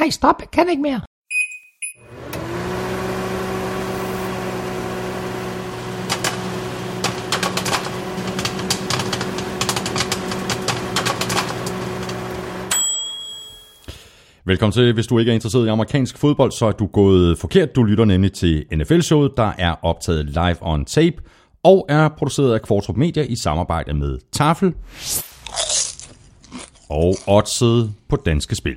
Nej, stop, jeg kan ikke mere. Velkommen til. Hvis du ikke er interesseret i amerikansk fodbold, så er du gået forkert. Du lytter nemlig til NFL-showet, der er optaget live on tape og er produceret af Kvartrup Media i samarbejde med Tafel og Oddset på Danske Spil.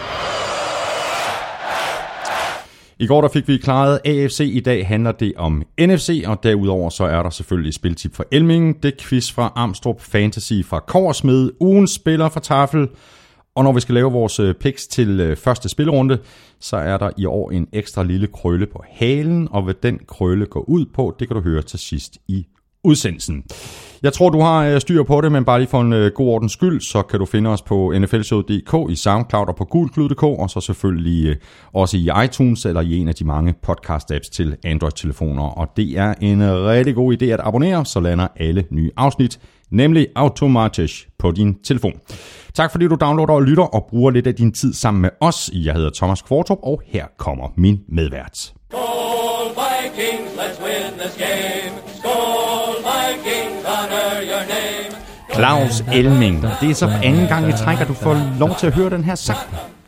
I går der fik vi klaret AFC, i dag handler det om NFC, og derudover så er der selvfølgelig spiltip fra Elming, det quiz fra Amstrup, Fantasy fra Korsmed, ugens spiller fra Tafel. Og når vi skal lave vores picks til første spillerunde, så er der i år en ekstra lille krølle på halen, og hvad den krølle går ud på, det kan du høre til sidst i udsendelsen. Jeg tror, du har styr på det, men bare lige for en god ordens skyld, så kan du finde os på nflshow.dk, i SoundCloud og på gulklud.dk, og så selvfølgelig også i iTunes eller i en af de mange podcast-apps til Android-telefoner. Og det er en rigtig god idé at abonnere, så lander alle nye afsnit, nemlig automatisk på din telefon. Tak fordi du downloader og lytter og bruger lidt af din tid sammen med os. Jeg hedder Thomas Kvartrup, og her kommer min medvært. Skål Vikings, let's win this game. Skål Vikings, honor your name. Claus Elming, det er så anden gang i træk, at du får lov til at høre den her sang.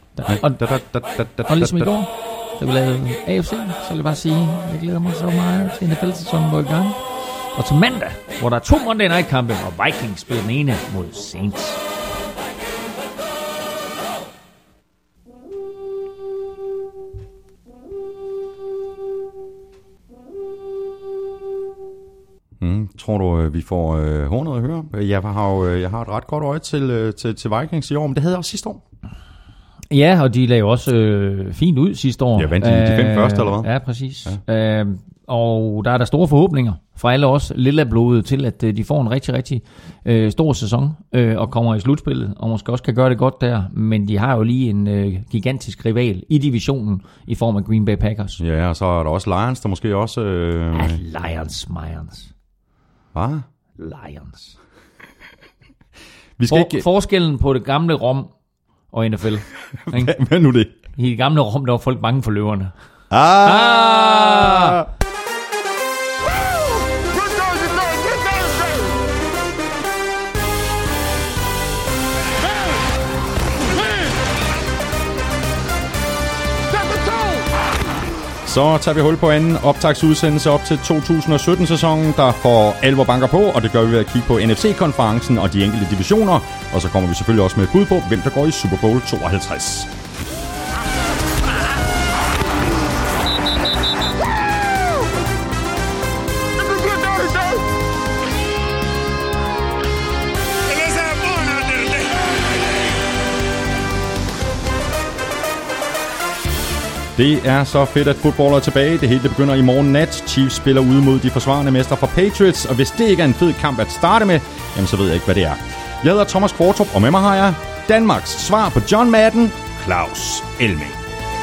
Og ligesom i går, da vi lavede AFC, så vil jeg bare sige, jeg glæder mig så meget til NFL-sæsonen går i gang. Og til mandag, hvor der er 2 Monday Night-kampe, og Vikings spiller den ene mod Saints. Tror du, vi får hornet at høre? Jeg har et ret godt øje til Vikings i år, men det havde jeg også sidste år. Ja, og de lavede også fint ud sidste år. Ja, vandt de 5 første, eller hvad? Ja, præcis. Ja. Og der er der store forhåbninger fra alle os lille blodet til, at de får en rigtig, rigtig stor sæson og kommer i slutspillet, og måske også kan gøre det godt der. Men de har jo lige en gigantisk rival i divisionen i form af Green Bay Packers. Ja, og så er der også Lions, der måske også... Lions. Hvad? Lions. Vi skal ikke... Forskellen på det gamle Rom og NFL. Hvad nu det? I det gamle Rom, der var folk bange for løverne. Så tager vi hul på anden optagsudsendelse op til 2017-sæsonen, der får alvor banker på, og det gør vi ved at kigge på NFC-konferencen og de enkelte divisioner. Og så kommer vi selvfølgelig også med et bud på, hvem der går i Super Bowl 52. Det er så fedt, at fodbold er tilbage. Det hele begynder i morgen nat. Chiefs spiller ude mod de forsvarende mestre fra Patriots. Og hvis det ikke er en fed kamp at starte med, jamen så ved jeg ikke, hvad det er. Jeg hedder Thomas Kvartrup, og med mig har jeg Danmarks svar på John Madden, Claus Elming.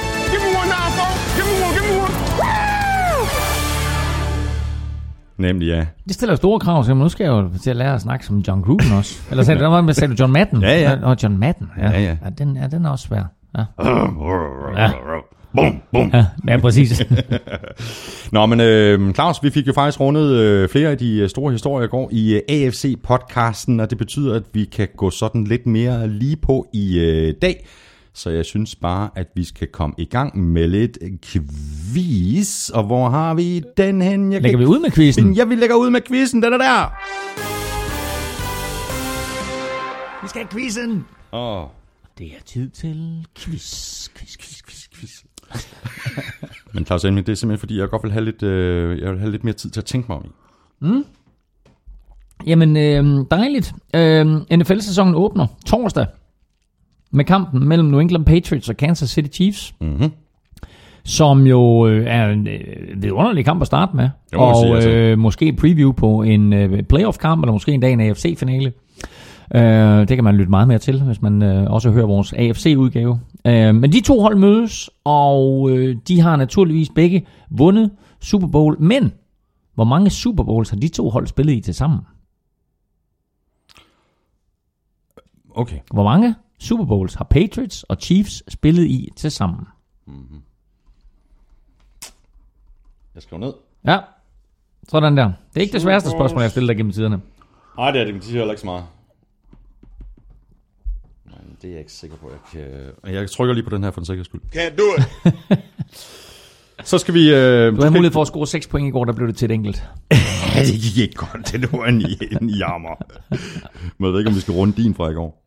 Nemlig ja. Det stiller store krav, så nu skal jeg jo til at lære at snakke som John Gruden også. Eller sagde du John Madden? Ja. Og John Madden, ja. Ja. Den er også svær. Ja. Bum, bum. Ja, præcis. Nå, men Claus, vi fik jo faktisk rundet flere af de store historier i går i AFC-podcasten, og det betyder, at vi kan gå sådan lidt mere lige på i dag. Så jeg synes bare, at vi skal komme i gang med lidt quiz. Og hvor har vi den hen? Lægger vi ud med quizzen? Ja, vi lægger ud med quizzen. Den er der. Vi skal have quizzen. Det er tid til quiz. Men Claus Elming, det er simpelthen fordi, jeg godt vil have lidt mere tid til at tænke mig om i. Jamen, dejligt. NFL-sæsonen åbner torsdag med kampen mellem New England Patriots og Kansas City Chiefs. Mm-hmm. Som jo er en vidunderlig kamp at starte med. Jo, og måske et preview på en playoff-kamp, eller måske en dag en AFC-finale. Det kan man lytte meget mere til, hvis man også hører vores AFC-udgave. Men de to hold mødes, og de har naturligvis begge vundet Super Bowl. Men hvor mange Super Bowls har de to hold spillet i til sammen? Okay. Hvor mange? Super Bowls har Patriots og Chiefs spillet i til sammen? Mm-hmm. Jeg skriver ned. Ja, sådan der. Det er ikke det sværeste spørgsmål, jeg stiller dig gennem tiderne. Nej, det er det, men de siger heller ikke så meget. Nej, det er jeg ikke sikker på, jeg kan... Jeg trykker lige på den her for en sikkerheds skyld. Can't do it. Så skal vi... Du havde mulighed for at score 6 point i går, der blev det til et enkelt. Det gik ikke godt, det var en jammer. Men jeg ved ikke, om vi skal runde din fra i går.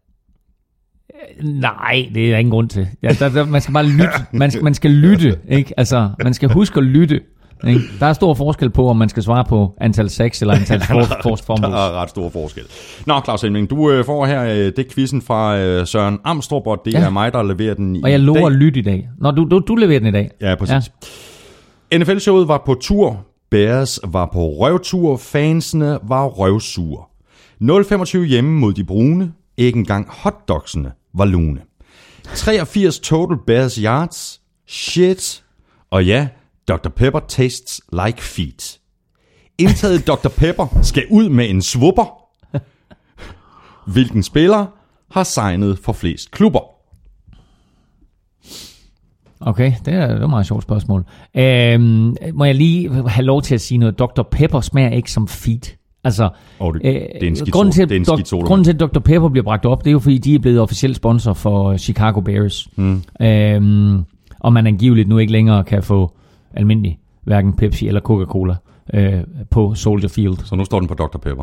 Nej, det er der ingen grund til. Ja, man skal bare lytte. Man skal lytte, ikke? Altså, man skal huske at lytte. Ikke? Der er stor forskel på, om man skal svare på antal 6 eller antal force fumbles. Der er ret stor forskel. Nå, Claus Elming, du får her det quizzen fra Søren Amstrup, og det er mig, der leverer den i dag. Og jeg lover at lytte i dag. Nå, du leverer den i dag. Ja, præcis. Ja. NFL-showet var på tur. Bears var på røvtur. Fansene var røvsure. 0-25 hjemme mod de brune. Ikke engang hotdogsene var lune. 83 total Bears yards. Shit. Og ja, Dr. Pepper tastes like feet. Indtaget Dr. Pepper skal ud med en svupper. Hvilken spiller har signet for flest klubber? Okay, det er et meget sjovt spørgsmål. Må jeg lige have lov til at sige noget? Dr. Pepper smager ikke som feet. Altså, det er en grunden til, at Dr. Pepper bliver bragt op, det er jo fordi, de er blevet officiel sponsor for Chicago Bears. Og man angiveligt nu ikke længere kan få almindelig hverken Pepsi eller Coca-Cola på Soldier Field. Så nu står den på Dr. Pepper?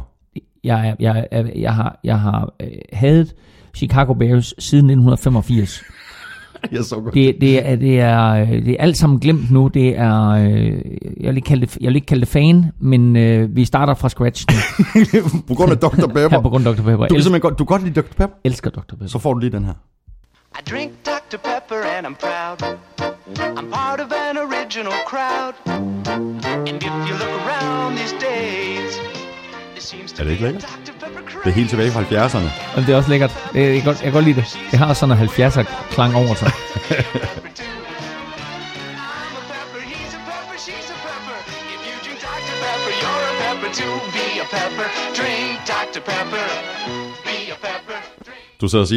Jeg har hadet Chicago Bears siden 1985. Jeg så godt. Det er alt sammen glemt nu. Det er jeg vil ikke kalde det fan, men vi starter fra scratch nu. På grund af Dr. Pepper. Ja, på grund af Dr. Pepper. Du godt lide Dr. Pepper? Elsker Dr. Pepper. Så får du lige den her. I drink Dr. Pepper and I'm proud. I'm part of an original crowd. And if you look around these days, it seems to be a Dr. Pepper craze. Det er helt tilbage fra 70'erne. Og det er også lækkert. Jeg kan godt lide det. Det har sådan en 70'er klang over sig. Du sad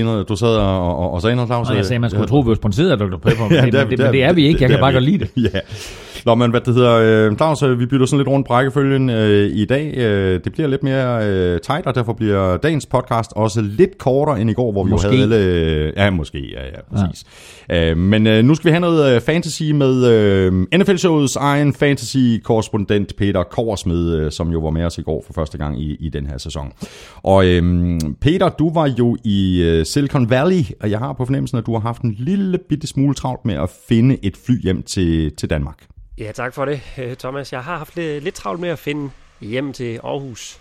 og sagde noget, Claus? Jeg sagde, man skulle tro, vi var sponsoreret af Dr. Pepper, men det er vi ikke. Jeg kan bare godt lide det. Ja. Nå, men hvad det hedder, Claus, vi bytter sådan lidt rundt på rækkefølgen i dag. Det bliver lidt mere tight, og derfor bliver dagens podcast også lidt kortere end i går, hvor vi jo havde alle... Ja, måske. Ja, præcis. Ja. Men nu skal vi have noget fantasy med NFL-showets egen fantasy-korrespondent Peter Korsmed, som jo var med os i går for første gang i den her sæson. Og Peter, du var jo i Silicon Valley, og jeg har på fornemmelsen, at du har haft en lille bitte smule travlt med at finde et fly hjem til Danmark. Ja, tak for det, Thomas. Jeg har haft lidt travlt med at finde hjem til Aarhus.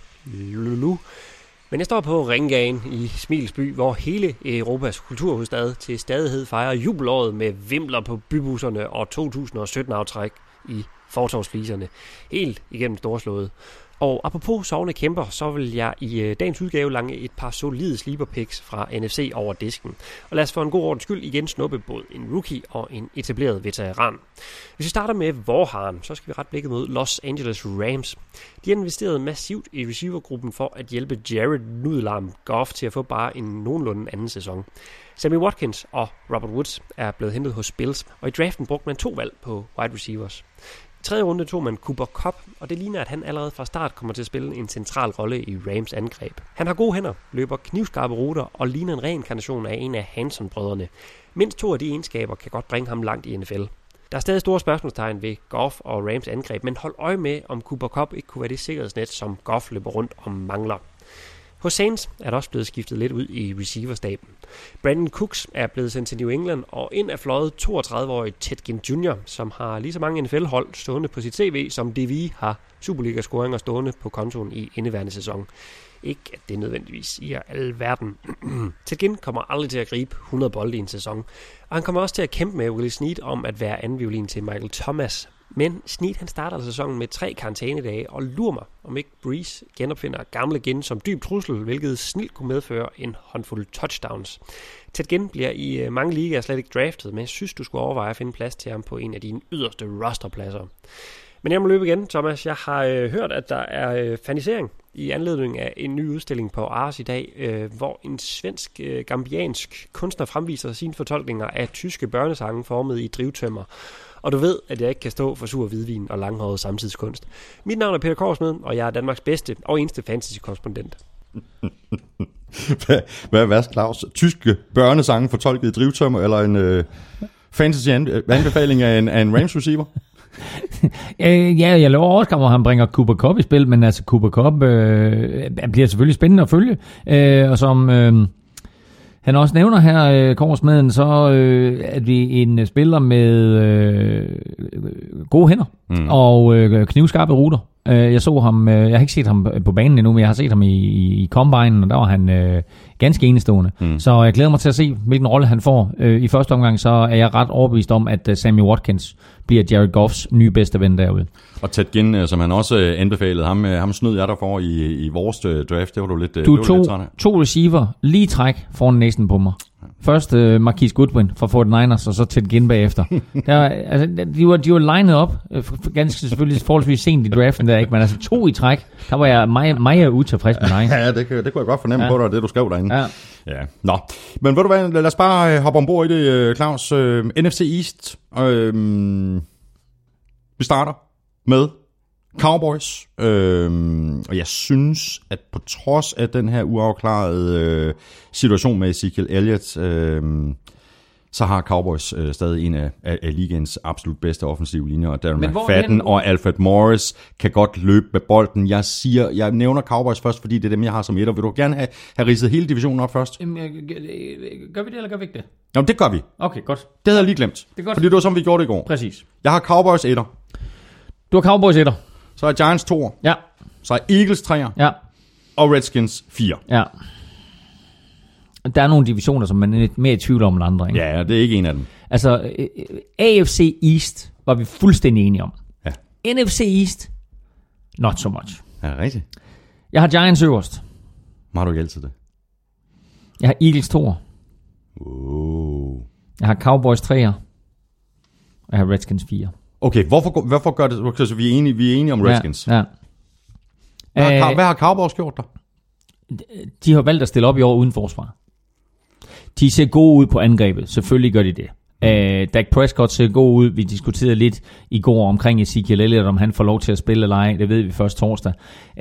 Men jeg står på Ringgaden i Smilsby, hvor hele Europas kulturhovedstad til stadighed fejrer jubelåret med vimler på bybusserne og 2017-aftræk i fortovsfliserne. Helt igennem storslået. Og apropos sovende kæmper, så vil jeg i dagens udgave lange et par solide sleeper picks fra NFC over disken. Og lad os for en god ordens skyld igen snuppe både en rookie og en etableret veteran. Hvis vi starter med Vorharen, så skal vi rette blikket mod Los Angeles Rams. De har investeret massivt i receivergruppen for at hjælpe Jared Nudelarm Goff til at få bare en nogenlunde anden sæson. Sammy Watkins og Robert Woods er blevet hentet hos Bills, og i draften brugte man 2 valg på wide receivers. I 3. runde tog man Cooper Kupp, og det ligner, at han allerede fra start kommer til at spille en central rolle i Rams angreb. Han har gode hænder, løber knivskarpe ruter og ligner en reinkarnation af en af Hanson-brødrene. Mindst 2 af de egenskaber kan godt bringe ham langt i NFL. Der er stadig store spørgsmålstegn ved Goff og Rams angreb, men hold øje med, om Cooper Kupp ikke kunne være det sikkerhedsnet, som Goff løber rundt og mangler. Hos Saints er der også blevet skiftet lidt ud i receiverstaben. Brandon Cooks er blevet sendt til New England, og ind er fløjet 32-årig Ted Ginn Jr., som har lige så mange NFL-hold stående på sit CV, som DV har Superliga-scoringer stående på kontoen i indeværende sæson. Ikke at det nødvendigvis siger alverden. Ted Ginn kommer aldrig til at gribe 100 bolde i en sæson, og han kommer også til at kæmpe med Willie Snead om at være anden violin til Michael Thomas. Men Snead han starter sæsonen med 3 karantænedage, og lurer mig, om ikke Breeze genopfinder gamle Ginn som dyb trussel, hvilket snilt kunne medføre en håndfuld touchdowns. Ted Ginn bliver i mange ligaer slet ikke draftet, men jeg synes, du skulle overveje at finde plads til ham på en af dine yderste rosterpladser. Men jeg må løbe igen, Thomas. Jeg har hørt, at der er fanisering i anledning af en ny udstilling på Ars i dag, hvor en svensk-gambiansk kunstner fremviser sine fortolkninger af tyske børnesange formet i drivtømmer. Og du ved, at jeg ikke kan stå for sur hvidvin og langhåret samtidskunst. Mit navn er Peter Korsmed, og jeg er Danmarks bedste og eneste fantasy-korrespondent. Hvad er værst, Claus? Tyske børnesange fortolket i drivtømmer, eller en fantasy-anbefaling af en Rams receiver? Ja, jeg lover overskammer, at han bringer Cooper Kupp i spil, men altså Cooper Kupp bliver selvfølgelig spændende at følge, og som han også nævner her, Korsmeden, så er vi en spiller med gode hænder og knivskarpe ruter. Jeg så ham, jeg har ikke set ham på banen endnu, men jeg har set ham i combinen, og der var han ganske enestående. Så jeg glæder mig til at se, hvilken rolle han får. I første omgang, så er jeg ret overbevist om, at Sammy Watkins bliver Jared Goffs nye bedste ven derude. Og Ted Ginn, som han også anbefalede, ham snød jeg der for i vores draft. Det var du lidt to receiver lige træk foran næsen på mig. Først Marquise Goodwin fra 49ers, og så Ted Ginn bagefter. De var lined op, ganske selvfølgelig forholdsvis sent i draften der, ikke? Men altså 2 i træk, der var jeg meget utilfreds med dig. Ja, det kunne jeg godt fornemme på dig, det du skrev derinde. Ja. Nå, men ved du hvad, lad os bare hoppe ombord i det, Claus. NFC East. Vi starter med Cowboys, og jeg synes, at på trods af den her uafklarede situation med Ezekiel Elliott, så har Cowboys stadig en af ligaens absolut bedste offensive linjer, og Darren McFadden og Alfred Morris kan godt løbe med bolden. Jeg nævner Cowboys først, fordi det er dem, jeg har som etter. Vil du gerne have ridset hele divisionen op først? Gør vi det, eller gør vi ikke det? Jamen, det gør vi. Okay, godt. Det havde jeg lige glemt, fordi det var som vi gjorde det i går. Præcis. Jeg har Cowboys etter. Du har Cowboys etter. Så er Giants 2'er. Ja. Så er Eagles 3'er. Ja. Og Redskins 4. Ja. Der er nogle divisioner, som man er lidt mere i tvivl om end andre, ikke? Ja, det er ikke en af dem. Altså, AFC East var vi fuldstændig enige om. Ja. NFC East, not so much. Ja, rigtigt. Jeg har Giants øverst. Har du ikke altid det? Jeg har Eagles 2'er. Jeg har Cowboys 3'er. Og jeg har Redskins 4. Okay, hvorfor gør det? Så vi er enige om Redskins. Ja. Hvad har Cowboys gjort der? De har valgt at stille op i år uden forsvar. De ser gode ud på angrebet. Selvfølgelig gør de det. Dak Prescott ser god ud. Vi diskuterede lidt i går omkring Ezekiel Elliott, om han får lov til at spille eller ej. Det ved vi først torsdag.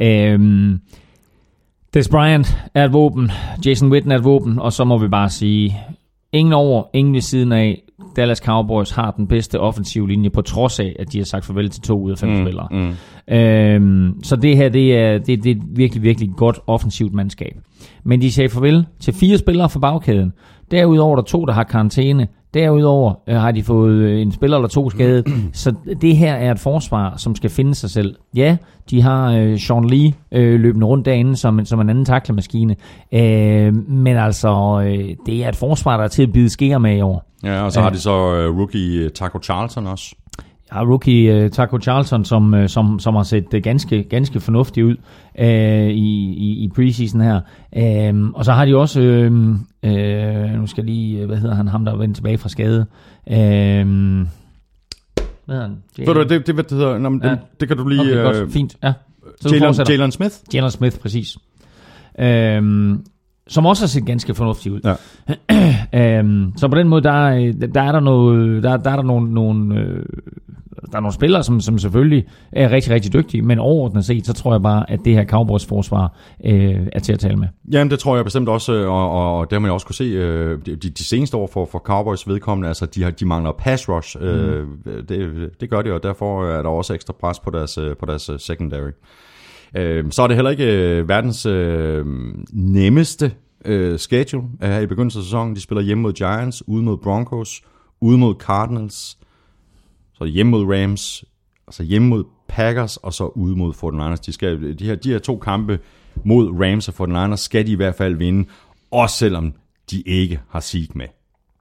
Dez Bryant er et våben. Jason Witten er et våben. Og så må vi bare sige, ingen over, ingen ved siden af. Dallas Cowboys har den bedste offensive linje, på trods af, at de har sagt farvel til 2 ud af 5 spillere. Så det her, det er et virkelig, virkelig godt offensivt mandskab. Men de sagde farvel til 4 spillere fra bagkæden. Derudover er der 2, der har karantæne. Derudover har de fået en spiller eller 2 skadet. Så det her er et forsvar, som skal finde sig selv. Ja, de har Sean Lee løbende rundt derinde som en anden tacklermaskine. Men altså, det er et forsvar, der er til at bide skære med i år. Ja, og så har de så rookie Taco Charlton også. Ja, rookie Taco Charlton, som har set ganske fornuftigt ud i preseason her. Og så har de også, nu skal jeg lige, hvad hedder han, ham der er vendt tilbage fra skade. Hvad hedder han? Det hedder, nå, ja. Det kan du lige... Okay, godt, fint, ja. Jalen Smith? Jalen Smith, præcis. Som også har set ganske fornuftigt ud. Ja. Så på den måde, der er der noget, der er nogle spillere, som selvfølgelig er rigtig, rigtig dygtige, men overordnet set, så tror jeg bare, at det her Cowboys forsvar er til at tale med. Jamen, det tror jeg bestemt også, og det har man også kunne se de seneste år for Cowboys vedkommende, altså de mangler pass rush. Det gør de, og derfor er der også ekstra pres på deres secondary. Så er det heller ikke verdens nemmeste schedule her i begyndelsen af sæsonen. De spiller hjemme mod Giants, ude mod Broncos, ude mod Cardinals, så hjemme mod Rams, og så hjemme mod Packers, og så ude mod 49ers. De her 2 kampe mod Rams og 49ers skal de i hvert fald vinde, også selvom de ikke har Zeke med.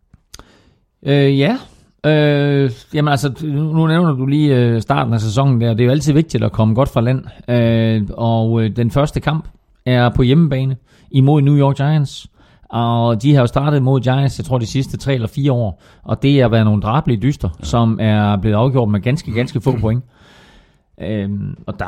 Ja. Jamen altså, nu nævner du lige starten af sæsonen der. Det er jo altid vigtigt at komme godt fra land. Og den første kamp er på hjemmebane imod New York Giants. Og de har jo startet mod Giants, jeg tror de sidste 3 eller 4 år. Og det har været nogle drabelige dyster, som er blevet afgjort med ganske få point. Og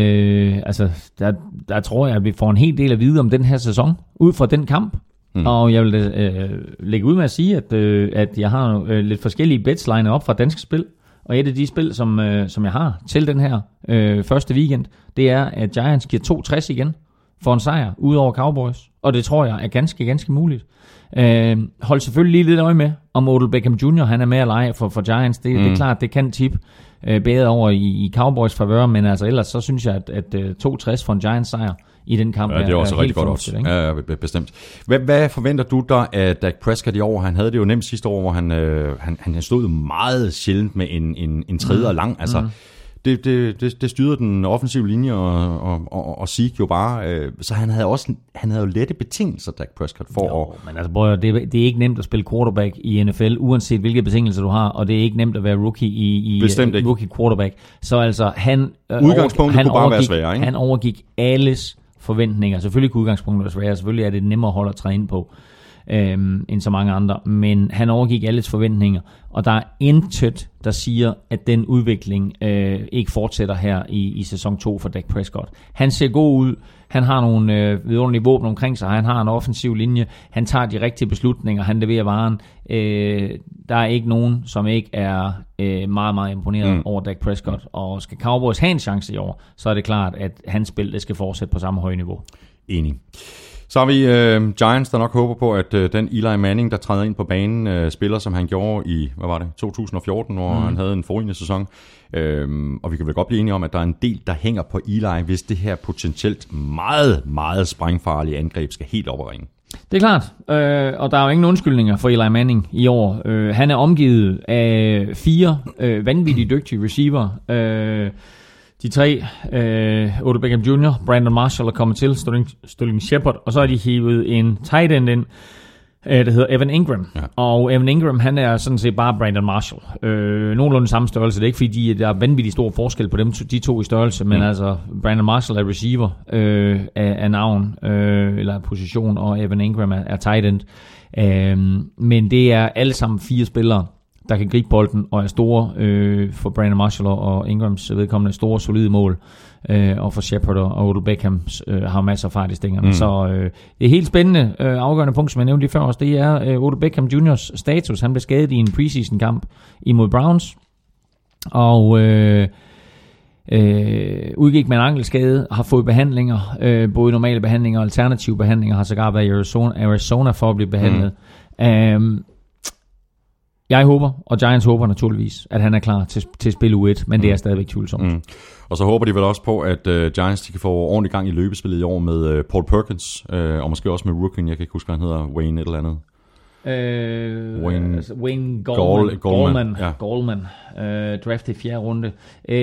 der tror jeg, at vi får en hel del at vide om den her sæson, ud fra den kamp. Og jeg vil lægge ud med at sige, at jeg har lidt forskellige bets linet op fra danske spil. Og et af de spil, som jeg har til den her første weekend, det er, at Giants giver 2-60 igen for en sejr ud over Cowboys. Og det tror jeg er ganske, ganske muligt. Hold selvfølgelig lige lidt øje med, om Odell Beckham Jr. han er med at lege for Giants. Det er klart, det kan tip bedre over i Cowboys favør, men altså ellers så synes jeg, at 2-60 for en Giants sejr i den kamp det er også rigtig godt også. Ja, bestemt. Hvad forventer du der af Dak Prescott i år? Han havde det jo nemt sidste år, hvor han stod meget sjældent med en tredje og lang. Altså, det styrede den offensive linje, og Zeke jo bare. Så han havde jo lette betingelser, Dak Prescott, for men altså, bror, det er ikke nemt at spille quarterback i NFL, uanset hvilke betingelser du har, og det er ikke nemt at være rookie i rookie quarterback. Så altså, han overgik alles forventninger. Selvfølgelig kunne udgangspunktet være svære, selvfølgelig er det nemmere at holde at træne på end så mange andre, men han overgik alles forventninger, og der er intet, der siger, at den udvikling ikke fortsætter her i sæson 2 for Dak Prescott. Han ser god ud, han har nogle vidunderlige våben omkring sig, han har en offensiv linje, han tager de rigtige beslutninger, han leverer varen. Der er ikke nogen, som ikke er meget, meget imponeret over Dak Prescott, og skal Cowboys have en chance i år, så er det klart, at hans spil det skal fortsætte på samme høje niveau. Enig. Så har vi Giants, der nok håber på, at den Eli Manning, der træder ind på banen, spiller som han gjorde i, 2014, hvor han havde en forrygende sæson. Og vi kan vel godt blive enige om, at der er en del, der hænger på Eli, hvis det her potentielt meget, meget sprængfarlige angreb skal helt op at ringe. Det er klart, og der er jo ingen undskyldninger for Eli Manning i år. Han er omgivet af 4 vanvittigt dygtige receiver. De 3, Odell Beckham Jr., Brandon Marshall er kommet til, Sterling Shepard, og så har de hivet en tight end ind, der hedder Evan Ingram. Ja. Og Evan Ingram, han er sådan set bare Brandon Marshall. Nogenlunde samme størrelse. Det er ikke fordi, der er vanvittig stor forskel på dem, de to i størrelse, men altså Brandon Marshall er receiver af navn eller af position, og Evan Ingram er tight end. Men det er alle sammen 4 spillere, der kan gribe bolden og er store for Brandon Marshall og Ingrams vedkommende store, solide mål. Og for Shepard og Odell Beckham har masser af fart i stængerne. Så det er helt spændende afgørende punkt, som jeg nævnte lige før også, det er Odell Beckham Jr.'s status. Han blev skadet i en preseason kamp imod Browns, og udgik med en ankelskade, har fået behandlinger, både normale behandlinger og alternative behandlinger, har sågar været i Arizona for at blive behandlet. Jeg håber, og Giants håber naturligvis, at han er klar til at spille U1, men det er stadigvæk tvivlsomt. Og så håber de vel også på, at Giants de kan få ordentlig gang i løbespillet i år med Paul Perkins, og måske også med rookien, jeg kan ikke huske, hvad han hedder, Wayne et eller andet. Wayne Gallman, draftet i 4. runde.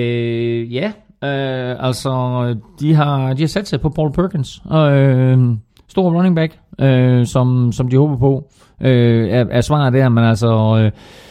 De har sat sig på Paul Perkins, stor running back, som de håber på er svaret der, men altså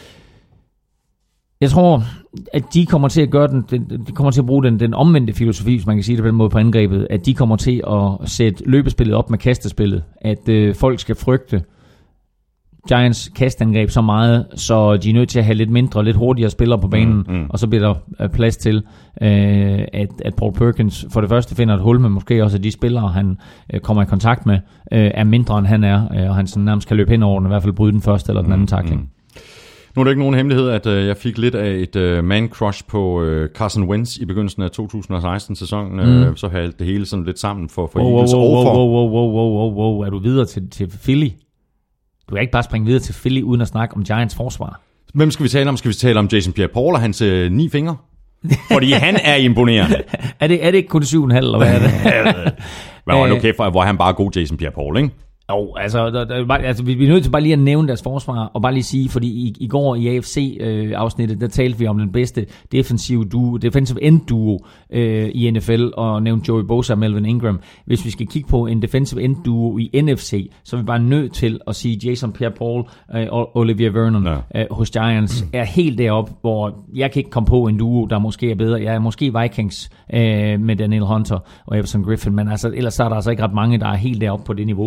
jeg tror, at de kommer til at gøre de kommer til at bruge den omvendte filosofi, hvis man kan sige det på den måde på angrebet, at de kommer til at sætte løbespillet op med kastespillet, at folk skal frygte Giants kastangreb så meget, så de er nødt til at have lidt mindre, lidt hurtigere spillere på banen, og så bliver der plads til, at Paul Perkins for det første finder et hul, men måske også, at de spillere, han kommer i kontakt med, er mindre, end han er, og han sådan nærmest kan løbe hen over den, i hvert fald bryde den første eller den anden tackling. Nu er det ikke nogen hemmelighed, at jeg fik lidt af et man-crush på Carson Wentz i begyndelsen af 2016-sæsonen, så har det hele sådan lidt sammen for Eagles Wow, er du videre til Philly? Du kan ikke bare springe videre til Philly uden at snakke om Giants forsvar. Hvem skal vi tale om? Skal vi tale om Jason Pierre-Paul og hans 9 fingre? Fordi han er imponerende. er det ikke kun 7,5, eller hvad er det? Men okay, hvor han bare er god, Jason Pierre-Paul, ikke? Jo, altså vi er nødt til bare lige at nævne deres forsvar, og bare lige sige, fordi i går i AFC-afsnittet, der talte vi om den bedste defensive end duo i NFL, og nævnte Joey Bosa og Melvin Ingram. Hvis vi skal kigge på en defensive end duo i NFC, så er vi bare nødt til at sige, Jason Pierre-Paul og Olivier Vernon hos Giants er helt deroppe, hvor jeg kan ikke komme på en duo, der måske er bedre. Jeg er måske Vikings med Daniel Hunter og Everson Griffin, men altså, ellers er der altså ikke ret mange, der er helt deroppe på det niveau.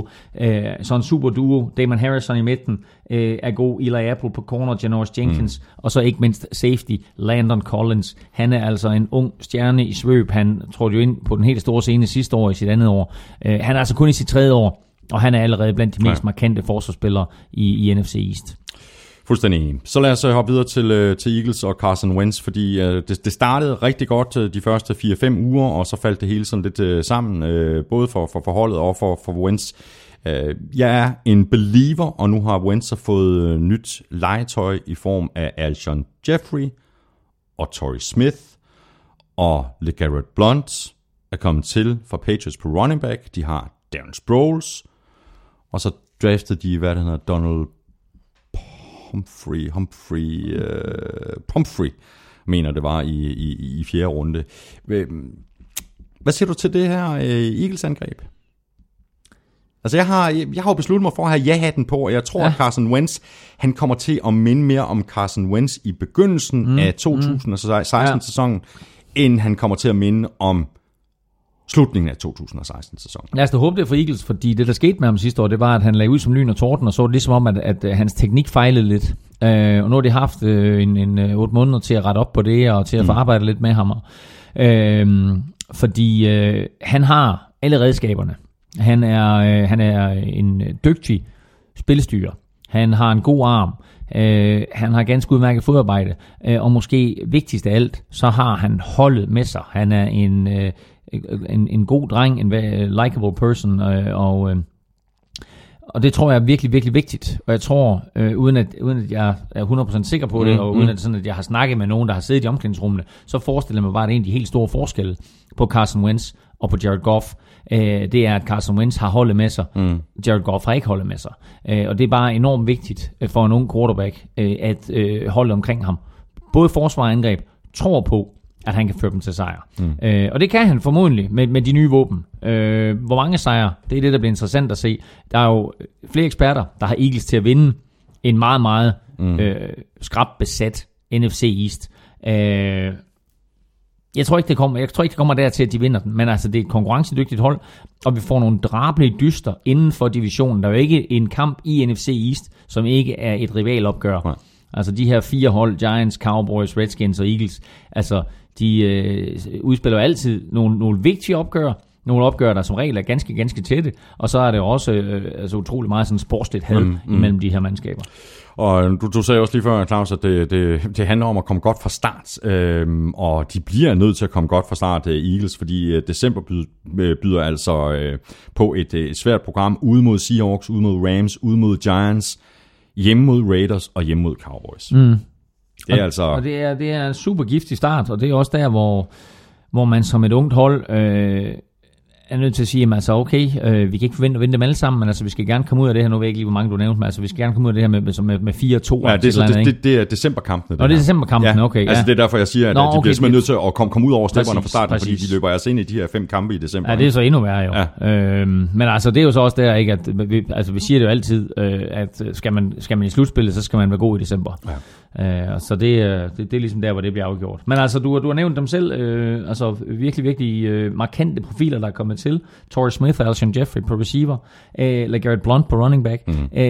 Så en super duo, Damon Harrison i midten er god, Eli Apple på corner, Janoris Jenkins, og så ikke mindst safety, Landon Collins. Han er altså en ung stjerne i svøb. Han trådte jo ind på den helt store scene sidste år i sit andet år. Han er altså kun i sit 3. år, og han er allerede blandt de mest markante forsvarsspillere i NFC East. Fuldstændig enig. Så lad os hoppe videre til Eagles og Carson Wentz, fordi det startede rigtig godt de første 4-5 uger, og så faldt det hele sådan lidt sammen, både for holdet og for Wentz. Jeg er en believer, og nu har Wentz fået nyt legetøj i form af Alshon Jeffrey og Torrey Smith, og LeGarrette Blount er kommet til fra Patriots på running back. De har Darren Sproles, og så draftede de, hvad det hedder, Donald Pumphrey, mener det var i 4. runde. Hvad siger du til det her Eagles-angreb? Altså jeg har jo besluttet mig for at have ja-hatten på, og jeg tror, at Carson Wentz, han kommer til at minde mere om Carson Wentz i begyndelsen af 2016-sæsonen, end han kommer til at minde om slutningen af 2016-sæsonen. Lad os da håbe det for Eagles, fordi det, der skete med ham sidste år, det var, at han lagde ud som lyn og torden, og så det ligesom om, at hans teknik fejlede lidt. Og nu har de haft en 8 måneder til at rette op på det, og til at få arbejdet lidt med ham. Fordi han har alle redskaberne. Han er en dygtig spillestyrer. Han har en god arm. Han har ganske udmærket fodarbejde. Og måske vigtigst af alt, så har han holdet med sig. Han er en god dreng, en likable person, og det tror jeg er virkelig, virkelig vigtigt. Og jeg tror, uden at jeg er 100% sikker på det, og uden at jeg har snakket med nogen, der har siddet i omklædningsrummene, så forestiller jeg mig bare, at det er en af de helt store forskelle på Carson Wentz og på Jared Goff. Det er, at Carson Wentz har holdet med sig. Jared Goff har ikke holdet med sig. Og det er bare enormt vigtigt for en ung quarterback, at holde omkring ham. Både forsvar og angreb tror på, at han kan føre dem til sejr. Og det kan han formodentlig med de nye våben. Hvor mange sejre, det er det, der bliver interessant at se. Der er jo flere eksperter, der har Eagles til at vinde en meget, meget skrab besat NFC East. Jeg tror ikke, det kommer dertil, at de vinder den, men altså, det er et konkurrencedygtigt hold, og vi får nogle drabelige dyster inden for divisionen. Der er jo ikke en kamp i NFC East, som ikke er et rivalopgør. Nej. Altså de her 4 hold, Giants, Cowboys, Redskins og Eagles, altså de udspiller altid nogle vigtige opgør, nogle opgør, der som regel er ganske, ganske tætte, og så er det også altså utrolig meget sådan sportsligt had imellem de her mandskaber. Og du sagde også lige før, Claus, at det handler om at komme godt fra start, og de bliver nødt til at komme godt fra start, Eagles, fordi december byder altså på et svært program ude mod Seahawks, ude mod Rams, ude mod Giants, hjemme mod Raiders og hjemme mod Cowboys. Det er og det er en super giftig start, og det er også der, hvor man som et ungt hold er nødt til at sige, at altså, okay, vi kan ikke forvente at vinde dem alle sammen, men altså, vi skal gerne komme ud af det her. Nu ved jeg ikke lige, hvor mange du nævnte, men altså, vi skal gerne komme ud af det her med 4-2. Ja, det er decemberkampen. Nå, det er decemberkampen, ja. Okay. Ja. Altså, det er derfor, jeg siger, at de bliver simpelthen nødt til at komme ud over stepperne fra starten, fordi de løber altså ind i de her 5 kampe i december. Ja, det er så endnu værre jo. Ja. Men altså, det er jo så også der, ikke, at vi siger det jo altid, at skal man i slutspillet, så skal man være god i december. Ja. Så det er ligesom der, hvor det bliver afgjort. Men altså, du har nævnt dem selv, altså virkelig, virkelig markante profiler, der er kommet til. Torrey Smith, Alshon Jeffrey på receiver, LeGarrette Blount på running back.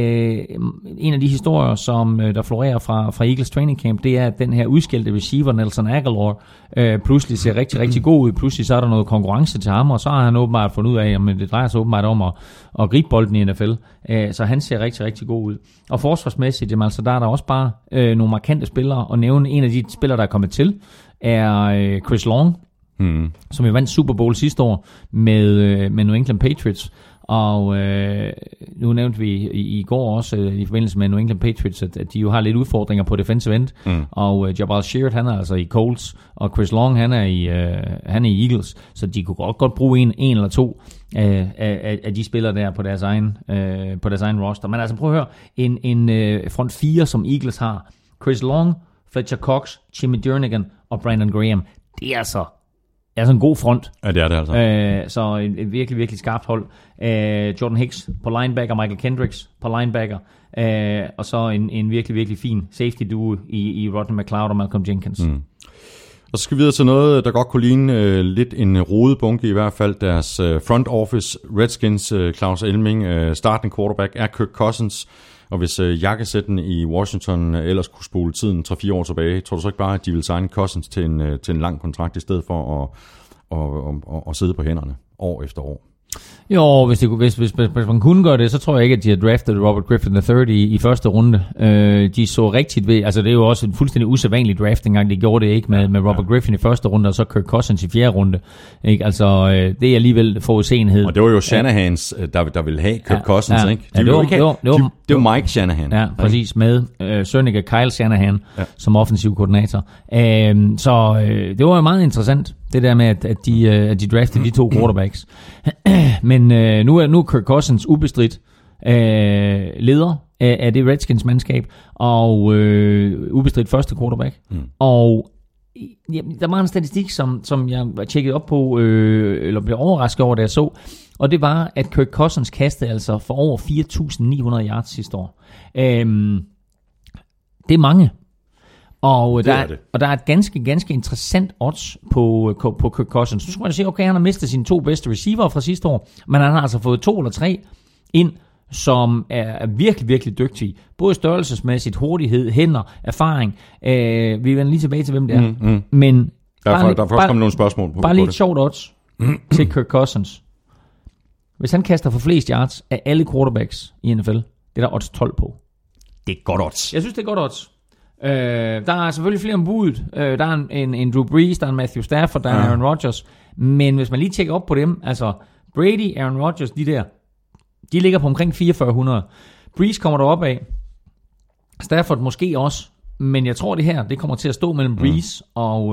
En af de historier, som der florerer fra Eagles training camp, det er, at den her udskældte receiver, Nelson Aguilar, pludselig ser rigtig, rigtig god ud. Pludselig så er der noget konkurrence til ham, og så har han åbenbart fundet ud af, at det drejer sig åbenbart om at gribe bolden i NFL. Så han ser rigtig, rigtig god ud. Og forsvarsmæssigt, jamen, altså, der er der også bare nogle markante spillere, og nævne en af de spillere, der er kommet til, er Chris Long, som jo vandt Super Bowl sidste år med New England Patriots. Og nu nævnte vi i går også i forbindelse med New England Patriots, at de jo har lidt udfordringer på defensive end. Og Jabal Sheard, han er altså i Colts, og Chris Long, han er i Eagles. Så de kunne godt bruge en eller to af de spillere der på deres egen roster. Men altså prøv at høre, en front 4, som Eagles har. Chris Long, Fletcher Cox, Jimmy Jernigan og Brandon Graham. Det er altså en god front. Ja, det er det altså. Så et virkelig, virkelig skarpt hold. Jordan Hicks på linebacker, Michael Kendricks på linebacker, og så en virkelig, virkelig fin safety duo i Rodney McLeod og Malcolm Jenkins. Og så skal vi videre til noget, der godt kunne ligne lidt en rodebunke, i hvert fald deres front office. Redskins, Claus Elming, startende quarterback, er Kirk Cousins. Og hvis jakkesætten i Washington ellers kunne spole tiden 3-4 år tilbage, tror du så ikke bare, at de vil signe Cousins til en lang kontrakt, i stedet for at sidde på hænderne år efter år? Jo, hvis man kunne gøre det, så tror jeg ikke, at de har draftet Robert Griffin III i første runde. De så rigtigt ved, altså det er jo også en fuldstændig usædvanlig draft, dengang de gjorde det ikke med Robert Griffin i første runde, og så Kirk Cousins i fjerde runde. Ikke? Altså, det er alligevel forudsenhed. Og det var jo Shanahans, der ville have Kirk Cousins, ikke? Det var Mike Shanahan. Ja, præcis, med søn af Kyle Shanahan som offensiv koordinator. Så det var jo meget interessant, det der med, at de draftede de to quarterbacks. Men nu er Kirk Cousins ubestridt leder af det Redskins-mandskab, og ubestridt første quarterback. Og der var en statistik, som jeg var tjekket op på, eller blev overrasket over, da jeg så, og det var, at Kirk Cousins kastede altså for over 4.900 yards sidste år. Det er mange. Og der er et ganske interessant odds på Kirk Cousins. Så skulle man sige, okay, han har mistet sine 2 bedste receiver fra sidste år, men han har altså fået 2 eller 3 ind, som er virkelig, virkelig dygtige. Både størrelsesmæssigt, hurtighed, hænder, erfaring. Vi vender lige tilbage til, hvem det er. Men der er først kommet nogle spørgsmål på bare lige et det. sjovt odds til Kirk Cousins. Hvis han kaster for flest yards af alle quarterbacks i NFL, det er der odds 12 på. Det er godt odds. Jeg synes, det er godt odds. Der er selvfølgelig flere om budet. Der er en Drew Brees, der er en Matthew Stafford, der er Aaron Rodgers. Men hvis man lige tjekker op på dem, altså Brady, Aaron Rodgers, de ligger på omkring 4400. Brees kommer derop af. Stafford måske også. Men jeg tror, det kommer til at stå mellem Brees og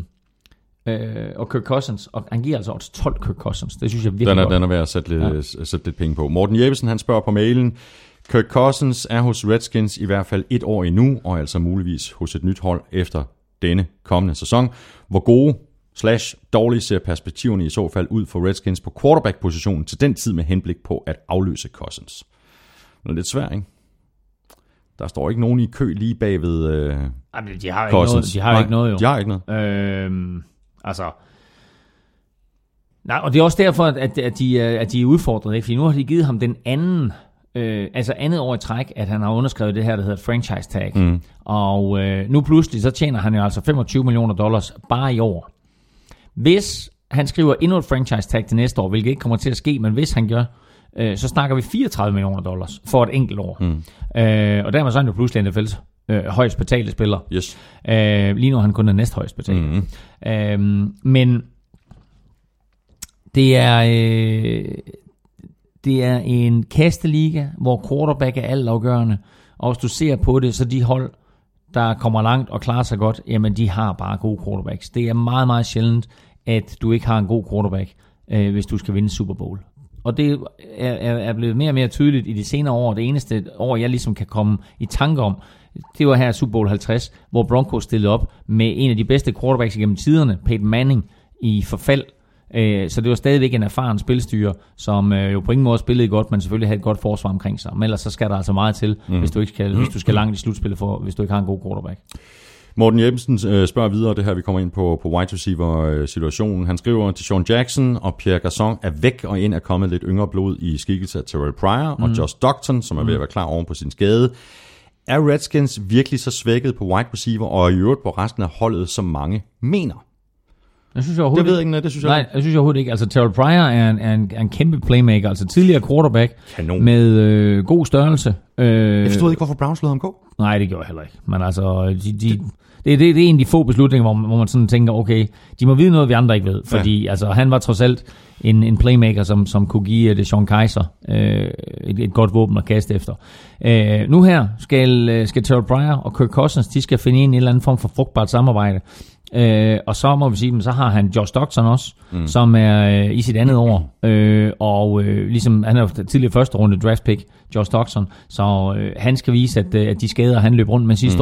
Kirk Cousins. Og han giver altså også 12 Kirk Cousins. Det synes jeg virkelig godt. Den er værd at sætte lidt penge på. Morten Jeppesen, han spørger på mailen: Kirk Cousins er hos Redskins i hvert fald 1 år endnu, og altså muligvis hos et nyt hold efter denne kommende sæson. Hvor gode / dårlige ser perspektiverne i så fald ud for Redskins på quarterback-positionen til den tid med henblik på at afløse Cousins? Det er lidt svært, ikke? Der står ikke nogen i kø lige bagved de har Cousins. ikke noget, jo. De har ikke noget. Nej, og det er også derfor, at de er udfordret, ikke? Fordi nu har de givet ham den anden, andet år i træk, at han har underskrevet det her, der hedder franchise tag. Og nu pludselig, så tjener han jo altså $25 million bare i år. Hvis han skriver endnu et franchise tag til næste år, hvilket ikke kommer til at ske, men hvis han gør, så snakker vi $34 million for et enkelt år. Og dermed så er han jo pludselig NFL's højst betalte spiller. Yes. Lige nu er han kun den næst højst betalte. Men det er en kasteliga, hvor quarterback er altafgørende. Og hvis du ser på det, så de hold, der kommer langt og klarer sig godt, jamen de har bare gode quarterbacks. Det er meget, meget sjældent, at du ikke har en god quarterback, hvis du skal vinde Super Bowl. Og det er blevet mere og mere tydeligt i de senere år. Det eneste år, jeg ligesom kan komme i tanke om, det var her Super Bowl 50, hvor Broncos stillede op med en af de bedste quarterbacks igennem tiderne, Peyton Manning, i forfald. Så det var stadigvæk en erfaren spilstyrer, som jo på ingen måde spillede godt, men selvfølgelig havde et godt forsvar omkring sig. Men ellers så skal der altså meget til, hvis du skal langt i slutspillet, hvis du ikke har en god quarterback. Morten Jebsen spørger videre, det her vi kommer ind på wide receiver-situationen. Han skriver, at Sean Jackson og Pierre Garçon er væk, og ind er kommet lidt yngre blod i skikkelse af Terrell Pryor og Josh Doctson, som er ved at være klar oven på sin skade. Er Redskins virkelig så svækket på wide receiver, og i øvrigt på resten af holdet, som mange mener? Jeg synes overhovedet ikke. Altså Terrell Pryor er en kæmpe playmaker, altså tidligere quarterback. Kanon. Med god størrelse. Jeg forstod ikke, hvorfor Browns lod ham gå. Nej, det gjorde jeg heller ikke. Men altså, det er en af de få beslutninger, hvor man sådan tænker, okay, de må vide noget, vi andre ikke ved. Fordi altså, han var trods alt en playmaker, som kunne give DeShone Kizer et godt våben at kaste efter. Nu her skal Terrell Pryor og Kirk Cousins, de skal finde en eller anden form for frugtbart samarbejde. Og så må vi sige, så har han Josh Doctson også, som er i sit andet år, og ligesom han er jo tidligere første runde draft pick, Josh Doctson, så han skal vise, at de skader, han løb rundt med sidste år,